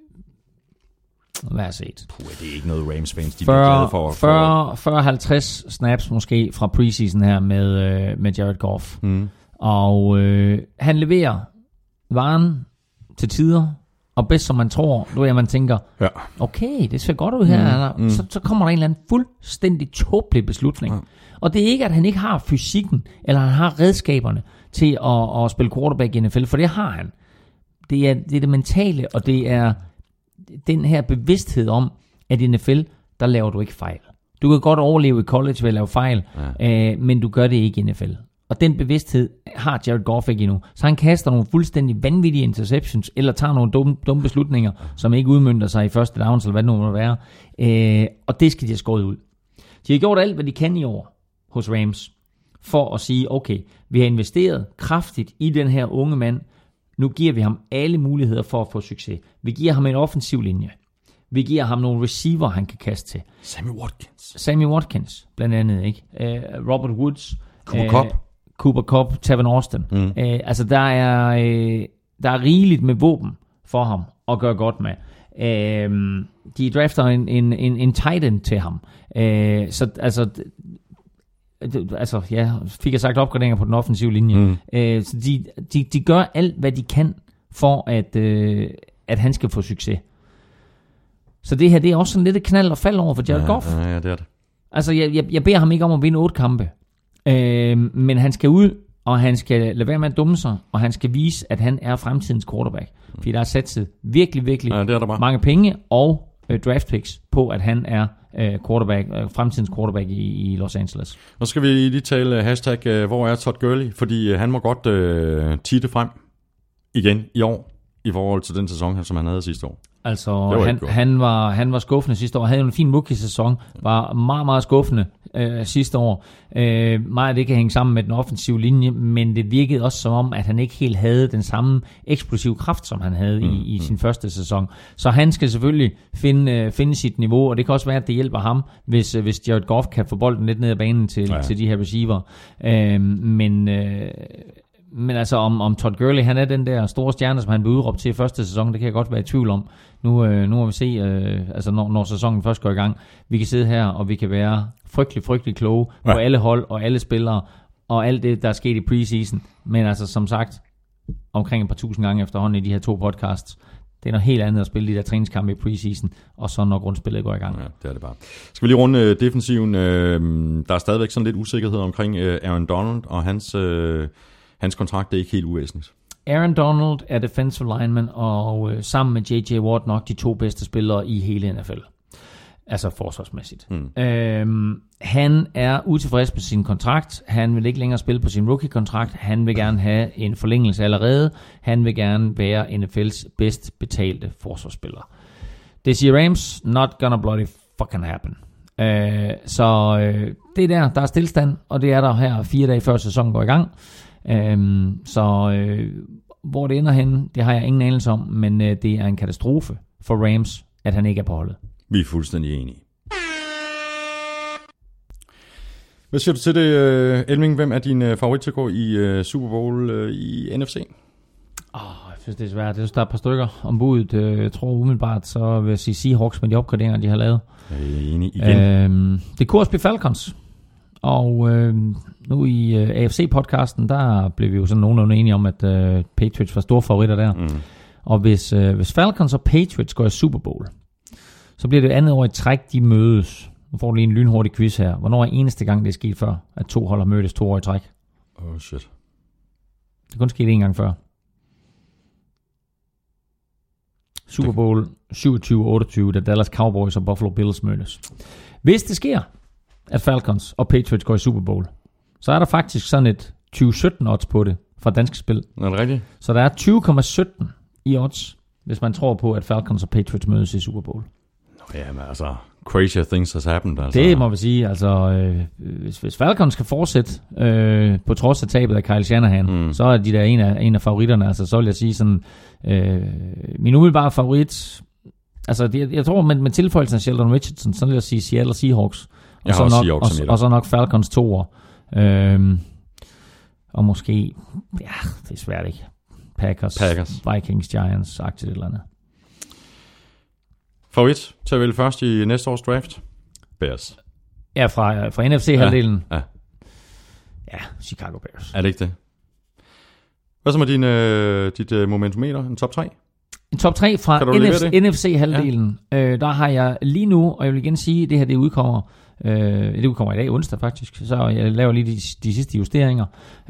har jeg set? Det er ikke noget Rams-fans, de bliver glade for. 40-50 snaps måske fra preseason her med Jared Goff. Og han leverer varen til tider, og bedst som man tror, nu er man tænker, okay, det ser godt ud her. Så kommer der en eller anden fuldstændig tåbelig beslutning. Og det er ikke, at han ikke har fysikken, eller han har redskaberne til at spille quarterback i NFL, for det har han. Det er det mentale, og det er den her bevidsthed om, at i NFL, der laver du ikke fejl. Du kan godt overleve i college ved at lave fejl, men du gør det ikke i NFL. Og den bevidsthed har Jared Goff ikke endnu. Så han kaster nogle fuldstændig vanvittige interceptions, eller tager nogle dumme beslutninger, som ikke udmønter sig i første downs, eller hvad det nu må være. Og det skal de have skåret ud. De har gjort alt, hvad de kan i år hos Rams, for at sige, okay, vi har investeret kraftigt i den her unge mand. Nu giver vi ham alle muligheder for at få succes. Vi giver ham en offensiv linje. Vi giver ham nogle receiver, han kan kaste til. Sammy Watkins, blandt andet, ikke? Robert Woods. Cooper Kupp, Tavon Austin. Altså, der er rigeligt med våben for ham at gøre godt med. De drafter en tight end til ham. Fik jeg sagt opgraderinger på den offensive linje. Så de gør alt, hvad de kan, for at han skal få succes. Så det her, det er også sådan lidt et knald og fald over for Jared Goff. Ja, det er det. Altså, jeg beder ham ikke om at vinde 8 kampe. Men han skal ud, og han skal lade være med at dumme sig, og han skal vise, at han er fremtidens quarterback. Fordi der er satset virkelig mange penge og draft picks på, at han er fremtidens quarterback i Los Angeles. Nu skal vi lige tale hashtag, hvor er Todd Gurley? Fordi han må godt titte frem igen i år, i forhold til den sæson, som han havde sidste år. Altså, han var skuffende sidste år. Havde jo en fin rookie-sæson. Var meget, meget skuffende sidste år. Meget af det kan hænge sammen med den offensive linje, men det virkede også som om, at han ikke helt havde den samme eksplosive kraft, som han havde i sin første sæson. Så han skal selvfølgelig finde sit niveau, og det kan også være, at det hjælper ham, hvis Jared Goff kan få bolden lidt ned ad banen til de her receiver. Men altså om Todd Gurley, han er den der store stjerne, som han blev udråbt til i første sæson, det kan jeg godt være i tvivl om. Nu må vi se, når sæsonen først går i gang. Vi kan sidde her, og vi kan være frygtelig kloge på alle hold og alle spillere, og alt det, der er sket i preseason. Men altså som sagt, omkring et par tusind gange efterhånden i de her 2 podcasts, det er noget helt andet at spille de der træningskampe i preseason, og så når grundspillet går i gang. Ja, det er det bare. Skal vi lige runde defensiven? Der er stadigvæk sådan lidt usikkerhed omkring Aaron Donald, og hans kontrakt er ikke helt uvæsentligt. Aaron Donald er defensive lineman, og sammen med J.J. Watt nok de 2 bedste spillere i hele NFL. Altså forsvarsmæssigt. Han er utilfreds med sin kontrakt. Han vil ikke længere spille på sin rookie-kontrakt. Han vil gerne have en forlængelse allerede. Han vil gerne være NFL's bedst betalte forsvarsspiller. Det siger Rams, not gonna bloody fucking happen. Det er der er stillstand, og det er der her 4 dage før sæsonen går i gang. Hvor det ender henne, det har jeg ingen anelse om, men det er en katastrofe for Rams, at han ikke er på holdet. Vi er fuldstændig enige. Hvad siger du til det, Elming? Hvem er din favorit til at gå i Super Bowl i NFC? Jeg synes, det er svært. Jeg synes, der er et par stykker om budet. Jeg tror umiddelbart, så vil jeg sige Seahawks med de opgraderinger, de har lavet. Jeg er enig igen. Det kunne også blive Falcons. Og nu i AFC-podcasten, der blev vi jo sådan nogenlunde enige om, at Patriots var store favoritter der. Og hvis Falcons og Patriots går i Super Bowl, så bliver det andet år i træk, de mødes. Nu får du lige en lynhurtig quiz her. Hvornår er eneste gang, det er sket før, at 2 hold har mødtes 2 år i træk? Shit. Det kun skete en gang før. Super Bowl 27-28, da Dallas Cowboys og Buffalo Bills mødtes. Hvis det sker, at Falcons og Patriots går i Super Bowl, så er der faktisk sådan et 2017 odds på det fra Danske Spil. Er det rigtigt? Så der er 20,17 i odds, hvis man tror på, at Falcons og Patriots mødes i Super Bowl. Jamen altså, crazy things has happened. Altså. Det må vi sige. Altså, hvis Falcons skal fortsætte på trods af tabet af Kyle Shanahan, så er de der en af favoritterne. Altså, så vil jeg sige sådan, min umiddelbare favorit, altså jeg tror med tilføjelsen af Sheldon Richardson, så vil jeg sige Seattle Seahawks. Og så nok Falcons 2'er. Og måske, det er svært ikke. Packers. Vikings, Giants, aktivt eller andet. Favorit til at vælge først i næste års draft? Bears. Ja, fra NFC-halvdelen. Ja. Ja, Chicago Bears. Er det ikke det? Hvad så med dit momentometer? En top 3? En top 3 fra NFC-halvdelen. Ja. Der har jeg lige nu, og jeg vil igen sige, at det her det udkommer i dag, onsdag faktisk, så jeg laver lige de sidste justeringer.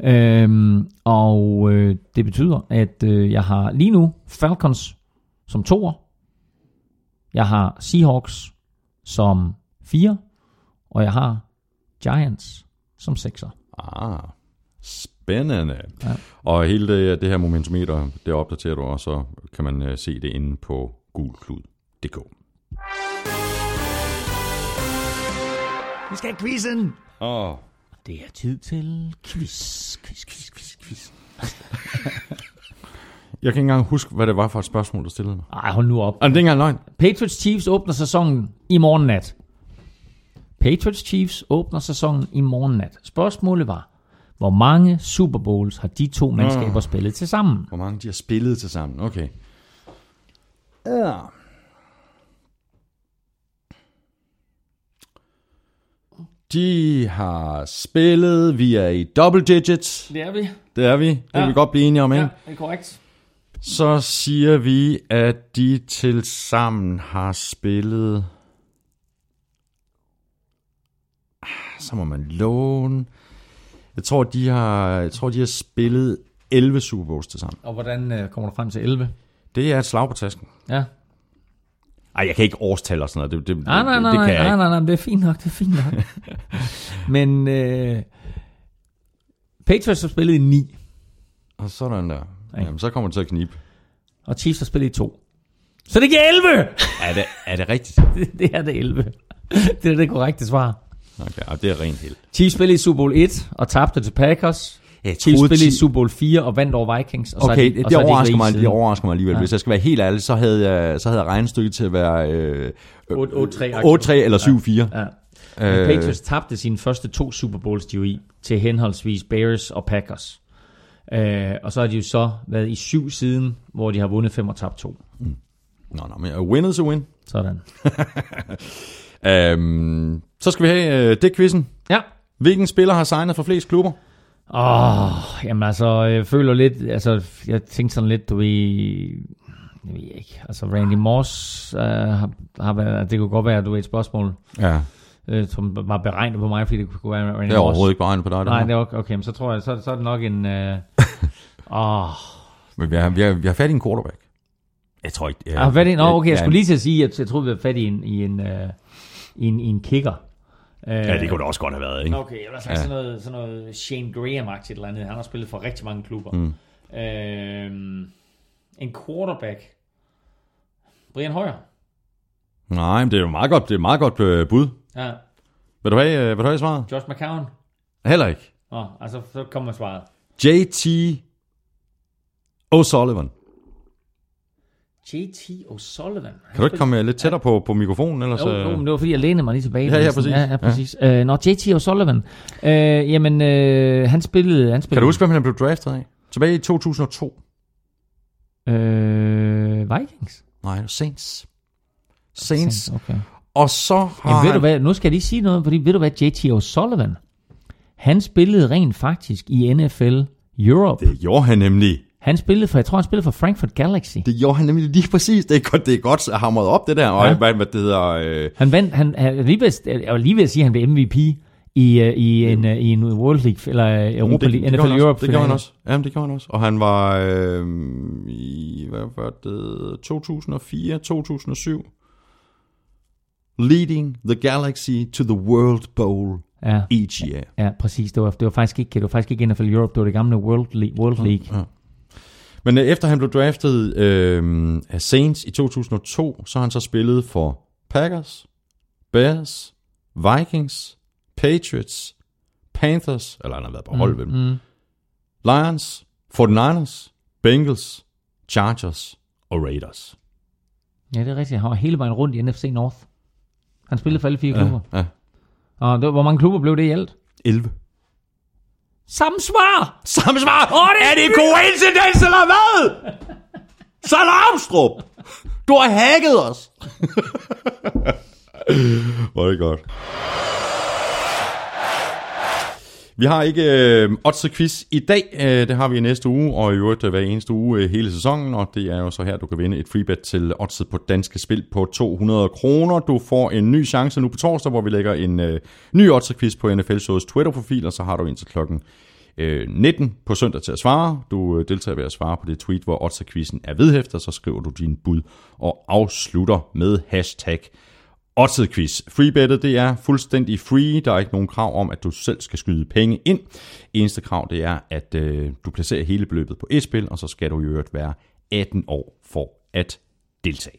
Det betyder, at jeg har lige nu Falcons som 2'er. Jeg har Seahawks som 4, og jeg har Giants som 6'er. Spændende. Ja. Og hele det her momentometer, det opdaterer du, og så kan man se det inde på gulklud.dk. Vi skal have quizzen! Oh. Det er tid til quiz. Jeg kan ikke engang huske, hvad det var for et spørgsmål, du stillede mig. Ej, hold nu op. Det er ikke engang løgn. Patriots Chiefs åbner sæsonen i morgen nat. Spørgsmålet var, hvor mange Super Bowls har de to mandskaber spillet til sammen? Hvor mange de har spillet til sammen, okay. Ja. De har spillet, vi er i double digits. Det er vi. Det kan vi godt blive enige om, ikke? Ja, det er korrekt. Så siger vi, at de til sammen har spillet... Så må man låne... Jeg tror, de har spillet 11 Super Bowls til sammen. Og hvordan kommer du frem til 11? Det er et slag på tasken. Ja. Ej, jeg kan ikke årstal og sådan noget. Det kan Nej, det er fint nok, Men Patriots har spillet i 9. Og sådan der. Jamen, så kommer det til at knibe. Og Chiefs har spillet i 2. Så det giver 11! Er det rigtigt? Det er det 11. Det er det korrekte svar. Okay, og det er rent held. Chiefs spillede i Super Bowl 1 og tabte til Packers. Chiefs spillede i Super Bowl 4 og vandt over Vikings. Og okay, det overrasker mig alligevel. Ja. Hvis jeg skal være helt ærlig, så havde jeg regnestykket til at være 8-3 eller 7-4. Ja. Patriots tabte sine første 2 Super Bowls, de i, til henholdsvis Bears og Packers. Og så har de jo så været i 7 siden, hvor de har vundet 5 og tabt 2. Men a win is a win. Sådan. Så skal vi have dækquizzen. Ja. Hvilken spiller har signet for flest klubber? Jamen altså, jeg føler lidt, altså, jeg tænkte sådan lidt, du ved, jeg ved ikke, altså Randy Moss har været, det kunne godt være, du ved, et spørgsmål, som var beregnet på mig, fordi det kunne være Randy Moss. Det er overhovedet ikke beregnet på dig. Nej, det er okay, men så tror jeg, så er det nok en, Men vi har fat i en quarterback. Jeg tror ikke... jeg skulle lige til at sige, at jeg troede, vi havde fat i en kicker. Ja, det kunne det også godt have været, ikke? Okay, jeg vil sige sådan noget Shane Graham-agtigt eller andet. Han har spillet for rigtig mange klubber. En quarterback. Brian Hoyer. Nej, men det er jo meget godt bud. Ja. Vil du have svaret? Josh McCown. Heller ikke. Altså, så kommer svaret. JT O'Sullivan. JT O'Sullivan. Kan du ikke komme lidt tættere på mikrofonen? Ellers, men det var fordi, jeg lænede mig lige tilbage. Ja, præcis. Ja, præcis. JT O'Sullivan. Han spillede... Kan du huske, hvem han blev draftet af? Tilbage i 2002. Vikings? Nej, det var Saints. Saints. Okay. Og så har ved du hvad, nu skal jeg lige sige noget, fordi ved du hvad, JT O'Sullivan, han spillede rent faktisk i NFL Europe. Det gjorde han nemlig. Han spillede for Frankfurt Galaxy. Det gjorde han nemlig lige præcis. Det er godt hamret op, det der. Og hvad det hedder... Han vandt, jeg var lige ved at sige, at han blev MVP i en World League, eller Europa League, NFL Europe. Det gjorde han også. Jamen, det gjorde han også. Og han var i, hvad var det, 2004-2007, leading the Galaxy to the World Bowl each year. Ja, præcis. Det var faktisk ikke NFL Europe, det var det gamle World League. Ja. Men efter han blev draftet af Saints i 2002, så har han så spillet for Packers, Bears, Vikings, Patriots, Panthers, eller han har været på hold ved dem, Lions, 49ers, Bengals, Chargers og Raiders. Ja, det er rigtigt. Han var hele vejen rundt i NFC North. Han spillede for alle 4 klubber. Ja. Og hvor mange klubber blev det i alt? 11. Samme svar! Er det coincidence eller hvad? Salamstrup! Du har hacket os! Hvor er det godt. Vi har ikke odds-quiz i dag. Det har vi i næste uge, og i øvrigt hver eneste uge hele sæsonen. Og det er jo så her, du kan vinde et freebet til oddset på Danske Spil på 200 kroner. Du får en ny chance nu på torsdag, hvor vi lægger en ny odds-quiz på NFL-showets Twitter-profil. Og så har du indtil klokken 19 på søndag til at svare. Du deltager ved at svare på det tweet, hvor odds-quizzen er vedhæftet. Så skriver du din bud og afslutter med hashtag Oddset quiz. Freebettet, det er fuldstændig free. Der er ikke nogen krav om, at du selv skal skyde penge ind. Eneste krav, det er, at du placerer hele beløbet på et spil, og så skal du i øvrigt være 18 år for at deltage.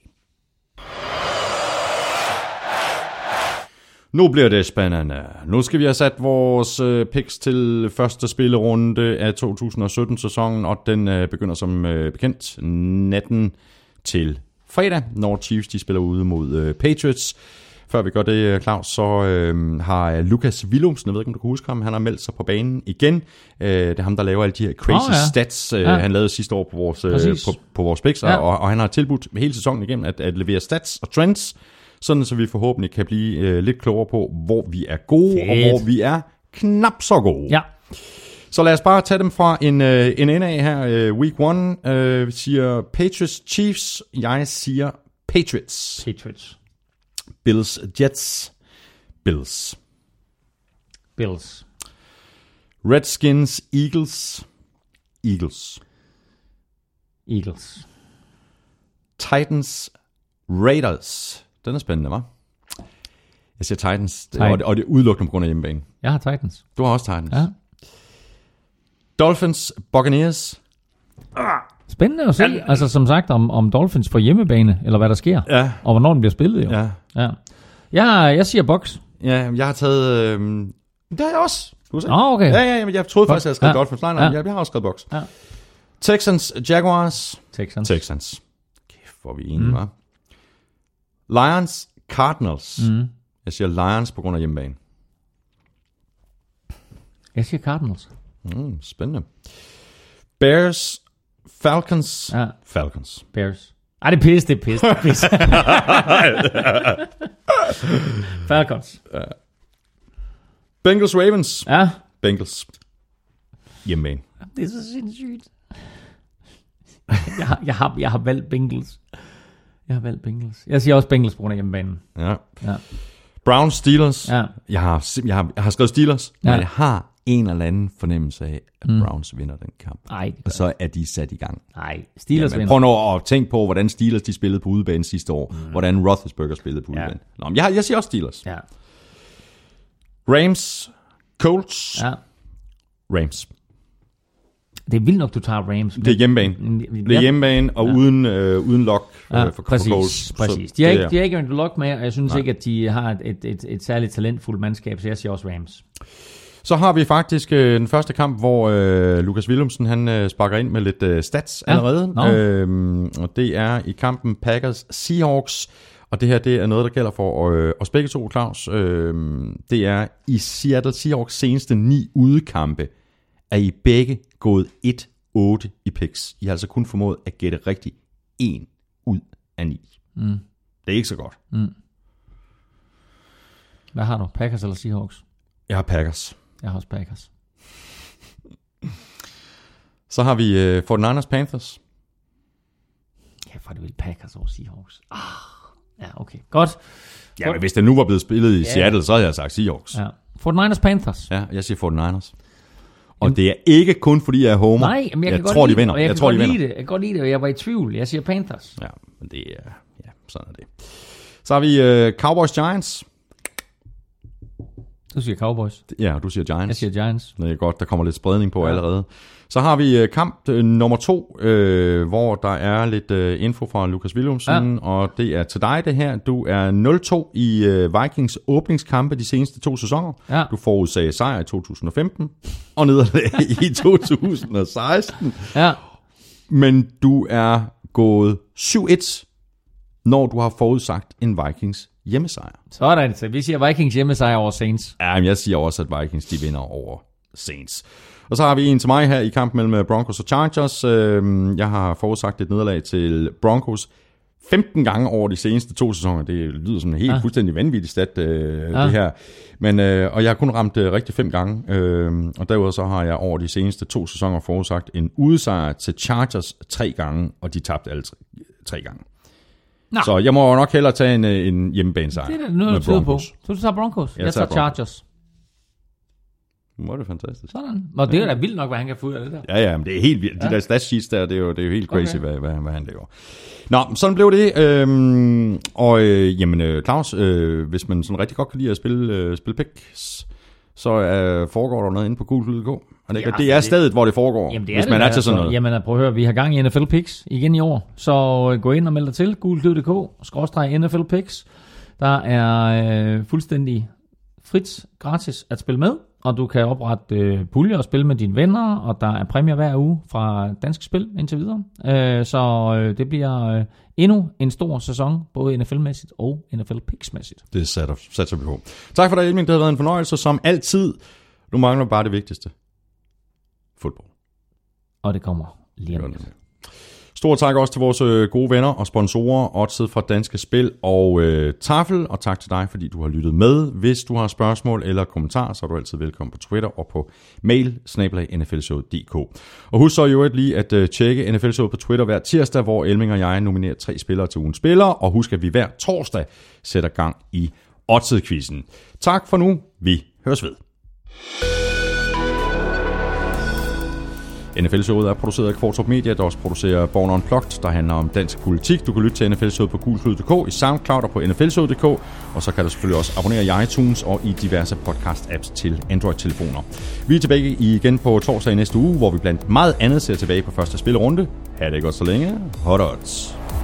Nu bliver det spændende. Nu skal vi have sat vores picks til første spillerunde af 2017-sæsonen, og den begynder som bekendt natten til fredag, når Chiefs de spiller ude mod Patriots. Før vi gør det, Claus, så har Lukas Willumsen, jeg ved ikke, om du kan huske ham, han har meldt sig på banen igen. Det er ham, der laver alle de her crazy stats, han lavede sidste år på vores picks, og han har tilbudt hele sæsonen igennem at levere stats og trends, sådan så vi forhåbentlig kan blive lidt klogere på, hvor vi er gode, og hvor vi er knap så gode. Ja. Så lad os bare tage dem fra en ende af her. Week 1, vi siger Patriots Chiefs. Jeg siger Patriots. Patriots. Bills Jets. Bills. Bills. Redskins Eagles. Eagles. Eagles. Titans Raiders. Den er spændende, hva'? Jeg siger Titans, og det er udelukkende på grund af hjemmebane. Jeg har Titans. Du har også Titans. Ja. Dolphins Buccaneers. Spændende at se, altså som sagt, om Dolphins får hjemmebane, eller hvad der sker, og hvornår den bliver spillet, jo. Ja. Jeg siger Bucs. Ja, jeg har taget... det har jeg også. Okay. Ja, men jeg troede faktisk, at jeg havde skrevet Dolphins. Nej, jeg har også skrevet Bucs. Ja. Texans Jaguars. Texans. Kæft, hvor vi enige, hva'? Lions Cardinals. Jeg siger Lions på grund af hjemmebane. Jeg siger Cardinals. Spændende. Bears Falcons. Ja. Falcons. Bears. Ej, det er pis. Falcons. Bengals Ravens. Ja. Bengals. Hjemmebane. Det er så sindssygt. Jeg har valgt Bengals. Jeg siger også Bengals på grund af hjemmebanen. Ja. Browns Steelers. Ja. Jeg har skrevet Steelers, men jeg har en eller anden fornemmelse af, at Browns vinder den kamp. Og så er de sat i gang. Nej, Steelers vinder. Prøv nu at tænke på, hvordan Steelers de spillede på udebane sidste år. Hvordan Roethlisberger spillede på udebane. Nå, jeg siger også Steelers. Ja. Rams Colts. Ja. Rams. Det er vildt nok, du tager Rams. Det er hjemmebane. Det er hjemmebane, og uden lock for Colts. Præcis. De har ikke en lock med, og jeg synes ikke, at de har et særligt talentfuldt mandskab, så jeg siger også Rams. Så har vi faktisk den første kamp, hvor Lukas Willumsen han sparker ind med lidt stats allerede. Og det er i kampen Packers Seahawks. Og det her, det er noget, der gælder for os begge to, Claus. Det er i Seattle Seahawks seneste 9 udekampe, er I begge gået 1-8 i picks. I har altså kun formået at gætte rigtigt 1 ud af 9. Det er ikke så godt. Hvad har du? Packers eller Seahawks? Jeg har Packers. Jeg har også Packers. Så har vi 49ers Panthers. Ja, for det vil Packers over Seahawks. Ja, okay. Godt. Ja, men hvis det nu var blevet spillet i Seattle, så havde jeg sagt Seahawks. Ja. 49ers Panthers. Ja, jeg siger 49ers. Og det er ikke kun fordi jeg er homer. Nej, men jeg tror, de vinder. Jeg kan godt lide det, og jeg var i tvivl. Jeg siger Panthers. Ja, men det er... Ja, sådan er det. Så har vi Cowboys Giants. Du siger Cowboys. Ja, du siger Giants. Jeg siger Giants. Det er godt, der kommer lidt spredning på allerede. Så har vi kamp nummer 2, hvor der er lidt info fra Lukas Willumsen, og det er til dig det her. Du er 0-2 i Vikings åbningskampe de seneste 2 sæsoner. Ja. Du forudsagde sejr i 2015 og nederlag i 2016. Ja. Men du er gået 7-1, når du har forudsagt en Vikings hjemmesejr. Sådan, så vi siger Vikings hjemmesejr over Saints. Ja, men jeg siger også, at Vikings de vinder over Saints. Og så har vi en til mig her i kampen mellem Broncos og Chargers. Jeg har forudsagt et nederlag til Broncos 15 gange over de seneste 2 sæsoner. Det lyder som en helt fuldstændig vanvittig stat, det her. Men, og jeg har kun ramt rigtig 5 gange. Og derudover så har jeg over de seneste 2 sæsoner forudsagt en udesejr til Chargers 3 gange, og de tabte alle 3 gange. Nå. Så jeg må nok hellere tage en hjemmebanesejr. Det er noget, du tyder på. Så du tager Broncos. Jeg tager Chargers. Nu er det fantastisk. Sådan. Og det er da vildt nok, hvad han kan få ud af det der. Ja, men det er helt vildt. De der stats sheets der, det er jo helt crazy, okay. hvad han laver. Nå, sådan blev det. Jamen, Claus, hvis man sådan rigtig godt kan lide at spille picks, så foregår der noget inde på gulklyd.dk. Det er stedet, hvor det foregår, jamen, det hvis man er til sådan noget. Jamen, prøv at høre, vi har gang i NFL Picks igen i år, så gå ind og meld dig til gulklyd.dk/NFL Picks. Der er fuldstændig frit, gratis at spille med, og du kan oprette puljer og spille med dine venner, og der er præmier hver uge fra Dansk Spil indtil videre. Så det bliver endnu en stor sæson, både NFL-mæssigt og NFL Picks-mæssigt. Det satser vi på. Tak for dig, Elming. Det har været en fornøjelse, som altid. Nu mangler bare det vigtigste. Fodbold. Og det kommer lige om lidt. Stort tak også til vores gode venner og sponsorer, Odset fra Danske Spil og Tafel, og tak til dig, fordi du har lyttet med. Hvis du har spørgsmål eller kommentarer, så er du altid velkommen på Twitter og på mail @nflshowet.dk. Og husk så i øvrigt lige at tjekke NFL Showet på Twitter hver tirsdag, hvor Elming og jeg nominerer 3 spillere til ugens spillere, og husk at vi hver torsdag sætter gang i Odset-quizzen. Tak for nu. Vi høres ved. NFL-showet er produceret af Kvartrup Media, der også producerer Born Unplugged, der handler om dansk politik. Du kan lytte til NFL-showet på gulklyd.dk, i SoundCloud og på nflshowet.dk, og så kan du selvfølgelig også abonnere i iTunes og i diverse podcast-apps til Android-telefoner. Vi er tilbage igen på torsdag i næste uge, hvor vi blandt meget andet ser tilbage på første spillerunde. Ha' det godt så længe. Hot odds.